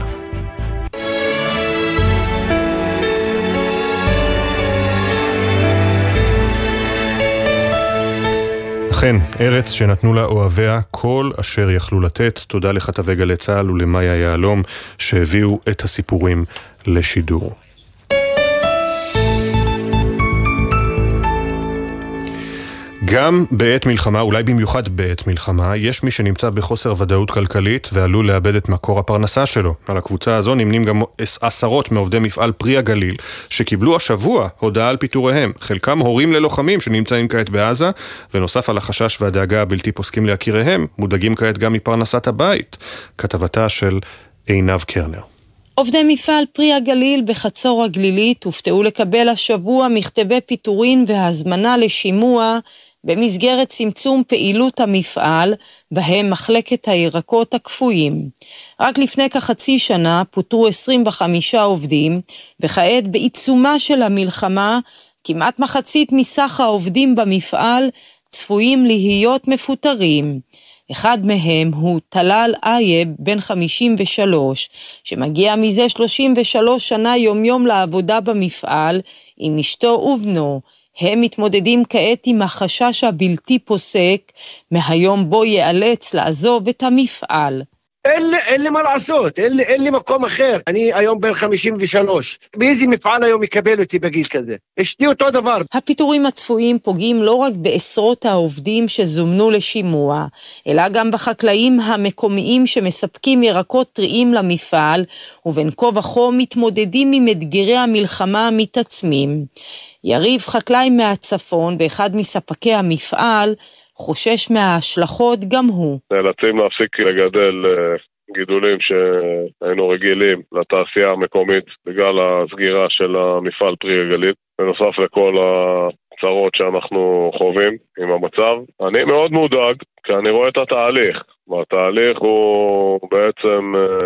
אכן, ארץ שנתנו לה אוהביה כל אשר יכלו לתת. תודה לכתבי גלי צה"ל ולמאיה יעלום שהביאו את הסיפורים לשידור. גם בעת מלחמה, אולי במיוחד בעת מלחמה, יש מי שנמצא בחוסר ודאות כלכלית ועלול לאבד את מקור הפרנסה שלו. על הקבוצה הזו נמנים גם עשרות מעובדי מפעל פרי הגליל, שקיבלו השבוע הודעה על פיטוריהם. חלקם הורים ללוחמים שנמצאים כעת בעזה, ונוסף על החשש והדאגה הבלתי פוסקים להכיריהם, מודאגים כעת גם מפרנסת הבית. כתבתה של עינב קרנר. עובדי מפעל פרי הגליל בחצור הגלילית הופתעו לקבל השבוע מכתבי פיטורין והזמנה לשימוע במסגרת צמצום פעילות המפעל, בהם מחלקת הירקות הקפואים. רק לפני כחצי שנה פוטרו עשרים וחמישה עובדים, וכעת בעיצומה של המלחמה, כמעט מחצית מסך העובדים במפעל צפויים להיות מפוטרים. אחד מהם הוא טלל אייב, בן חמישים ושלוש, שמגיע מזה שלושים ושלוש שנה יום יום לעבודה במפעל עם אשתו ובנו. הם מתמודדים כעת עם החשש הבלתי פוסק מהיום בו ייאלץ לעזוב את המפעל. אין לי, אין לי מה לעשות, אין לי, אין לי מקום אחר. אני היום בן חמישים ושלוש. באיזה מפעל היום יקבל אותי בגיל כזה? אשתי אותו דבר. הפיטורים הצפויים פוגעים לא רק בעשרות העובדים שזומנו לשימוע, אלא גם בחקלאים המקומיים שמספקים ירקות טריים למפעל, ובין כה וכה מתמודדים עם אתגרי המלחמה המתעצמים. יריב, חקלאי מהצפון ואחד מספקי המפעל, חושש מההשלכות גם הוא. נאלצים להפסיק לגדל גידולים שהיינו רגילים לתעשייה המקומית בגלל הסגירה של המפעל פרי הגליל, בנוסף לכל הצרות שאנחנו חווים עם המצב. אני מאוד מודאג כי אני רואה את התהליך. והתהליך הוא בעצם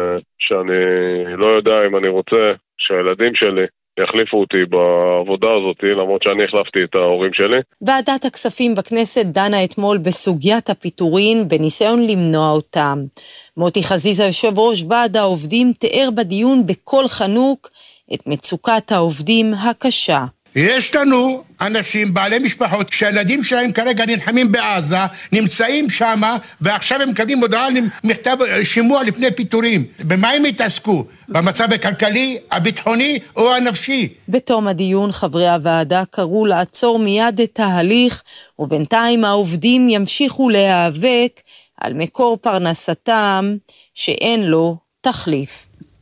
שאני לא יודע אם אני רוצה שהילדים שלי יחליפו אותי בעבודה הזאת, למרות שאני החלפתי את ההורים שלי. ועדת הכספים בכנסת דנה אתמול בסוגיית הפיטורין, בניסיון למנוע אותם. מוטי חזיזה, יושב ראש ועד העובדים, תיאר בדיון בכל חנוק את מצוקת העובדים הקשה. יש לנו אנשים, בעלי משפחות, שהילדים שלהם כרגע נלחמים בעזה, נמצאים שם, ועכשיו הם מקבלים הודעה למכתב שימוע לפני פיטורים. במה הם התעסקו? במצב הכלכלי, הביטחוני או הנפשי? בתום הדיון, חברי הוועדה קראו לעצור מיד את ההליך, ובינתיים העובדים ימשיכו להיאבק על מקור פרנסתם שאין לו תחליף.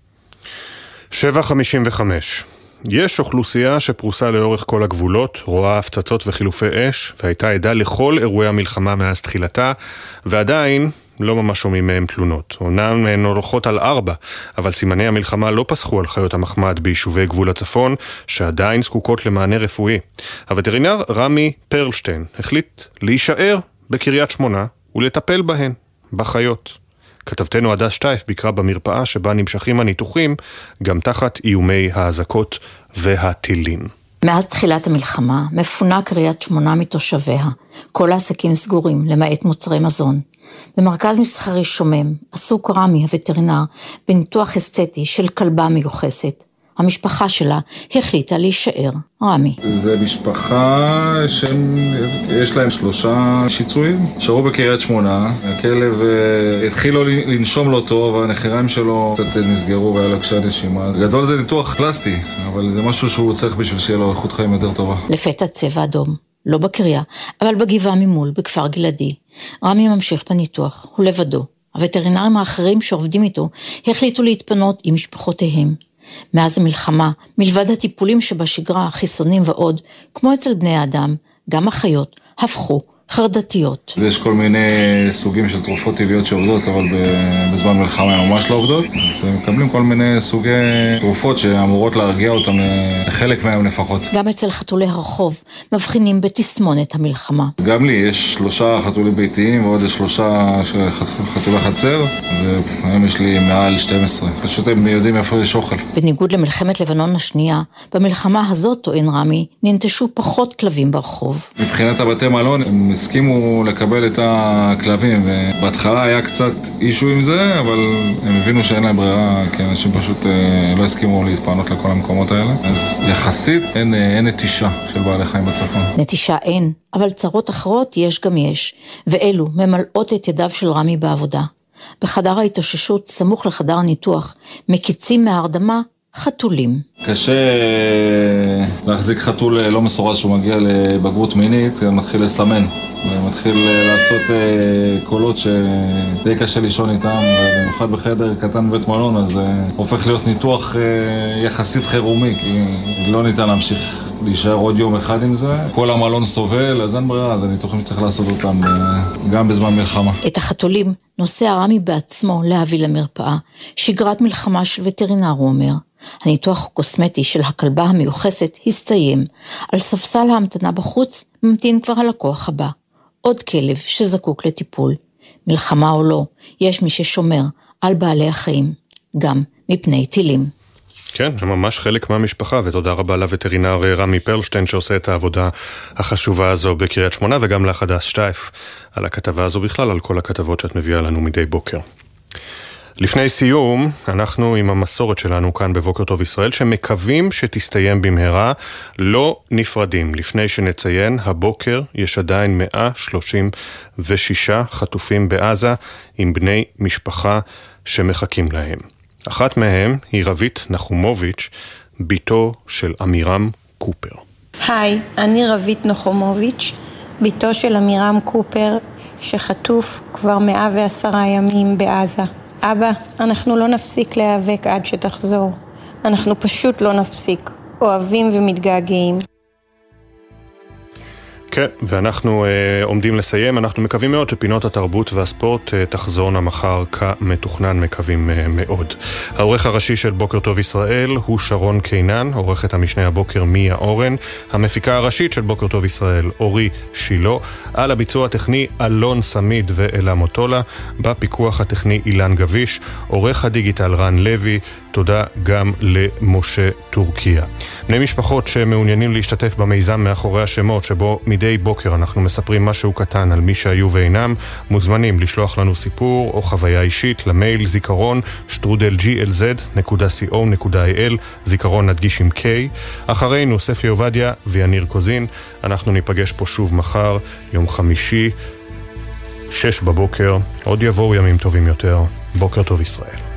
שבע חמישים וחמש. יש אוכלוסייה שפרוסה לאורך כל הגבולות, רואה הפצצות וחילופי אש, והייתה עדה לכל אירועי המלחמה מאז תחילתה, ועדיין לא ממש שומעים מהם תלונות. אומנם הן הולכות על ארבע, אבל סימני המלחמה לא פסחו על חיות המחמד ביישובי גבול הצפון, שעדיין זקוקות למענה רפואי. הווטרינר רמי פרלשטיין החליט להישאר בקריית שמונה ולטפל בהן, בחיות. כתבתנו עדה שטייף ביקרה במרפאה שבה נמשכים הניתוחים, גם תחת איומי האזעקות והטילים. מאז תחילת המלחמה מפונה קריית שמונה מתושביה. כל העסקים סגורים, למעט מוצרי מזון. במרכז מסחרי שומם, עסוק רמי הווטרינר בניתוח אסתטי של כלבה מיוחסת. המשפחה שלה החליטה להישאר. רמי. זה משפחה שיש להם שלושה שיצועים, שרו בקריית שמונה, הכלב התחיל לו לנשום לא טוב, הנחיריים שלו קצת נסגרו והיה לו קשיי נשימה. גדול זה ניתוח פלסטי, אבל זה משהו שהוא צריך בשביל שיהיה לו איכות חיים יותר טובה. לפתע צבע אדום, לא בקריה, אבל בגבעה ממול, בכפר גלעדי. רמי ממשיך בניתוח, הוא לבדו. הווטרינרים האחרים שעובדים איתו החליטו להתפנות עם משפחותיהם. מאז המלחמה, מלבד הטיפולים שבשגרה, חיסונים ועוד, כמו אצל בני האדם, גם החיות הפכו חרדתיות. יש כל מיני סוגים של תרופות טבעיות שעובדות, אבל בזמן מלחמה הן ממש לא עובדות. אז הם מקבלים כל מיני סוגי תרופות שאמורות להרגיע אותם, לחלק מהם לפחות. גם אצל חתולי הרחוב מבחינים בתסמונת המלחמה. גם לי יש שלושה חתולים ביתיים ועוד שלושה חתולי חצר, והיום יש לי מעל שתים עשרה. פשוט הם יודעים איפה יש אוכל. בניגוד למלחמת לבנון השנייה, במלחמה הזאת, טוען רמי, ננטשו פחות כלבים ברחוב. מבחינת הבתי מלון, הם הסכימו לקבל את הכלבים, ובהתחלה היה קצת אישו עם זה, אבל הם הבינו שאין להם ברירה, כי אנשים פשוט לא הסכימו להתפנות לכל המקומות האלה. אז יחסית אין, אין נטישה של בעלי חיים בצפון. נטישה אין, אבל צרות אחרות יש גם יש, ואלו ממלאות את ידיו של רמי בעבודה. בחדר ההתאוששות, סמוך לחדר הניתוח, מקיצים מההרדמה חתולים. קשה להחזיק חתול לא מסורס שהוא מגיע לבגרות מינית, מתחיל לסמן. ומתחיל לעשות קולות שדי קשה לישון איתם, ובמיוחד בחדר קטן בית מלון, אז הופך להיות ניתוח יחסית חירומי, כי לא ניתן להמשיך להישאר עוד יום אחד עם זה. כל המלון סובל, אז אין ברירה, אז הניתוחים צריך לעשות אותם גם בזמן מלחמה. את החתולים נוסע רמי בעצמו להביא למרפאה, שגרת מלחמה של וטרינר, הוא אומר. הניתוח הקוסמטי של הכלבה המיוחסת הסתיים. על ספסל ההמתנה בחוץ ממתין כבר הלקוח הבא. עוד כלב שזקוק לטיפול. מלחמה או לא, יש מי ששומר על בעלי החיים, גם מפני טילים. כן, זה ממש חלק מהמשפחה, ותודה רבה לווטרינר רמי פרלשטיין שעושה את העבודה החשובה הזו בקריית שמונה, וגם לחדש שטייף על הכתבה הזו בכלל, על כל הכתבות שאת מביאה לנו מדי בוקר. לפני סיום, אנחנו עם המסורת שלנו כאן בבוקר טוב ישראל, שמקווים שתסתיים במהרה, לא נפרדים. לפני שנציין, הבוקר יש עדיין מאה שלושים ושישה חטופים בעזה, עם בני משפחה שמחכים להם. אחת מהם היא רבית נחומוביץ', ביתו של אמירם קופר. היי, אני רבית נחומוביץ', ביתו של אמירם קופר, שחטוף כבר מאה ועשרה ימים בעזה. אבא, אנחנו לא נפסיק להיאבק עד שתחזור. אנחנו פשוט לא נפסיק. אוהבים ומתגעגעים. כן, ואנחנו אה, עומדים לסיים. אנחנו מקווים מאוד שפינות התרבות והספורט אה, תחזורנה מחר כמתוכנן, מקווים אה, מאוד. העורך הראשי של בוקר טוב ישראל הוא שרון קינן, עורכת המשנה הבוקר מיה אורן, המפיקה הראשית של בוקר טוב ישראל אורי שילו, על הביצוע הטכני אלון סמיד ואלה מוטולה, בפיקוח הטכני אילן גביש, עורך הדיגיטל רן לוי, תודה גם למשה טורקיה. בני משפחות שמעוניינים להשתתף במיזם מאחורי השמות, שבו מדי בוקר אנחנו מספרים משהו קטן על מי שהיו ואינם, מוזמנים לשלוח לנו סיפור או חוויה אישית למייל זיכרון שטרודל ג'י אל זד נקודה סי או נקודה איי אל, זיכרון נדגיש עם K. אחרינו ספי עובדיה ויניר קוזין. אנחנו ניפגש פה שוב מחר, יום חמישי, שש בבוקר. עוד יבואו ימים טובים יותר. בוקר טוב ישראל.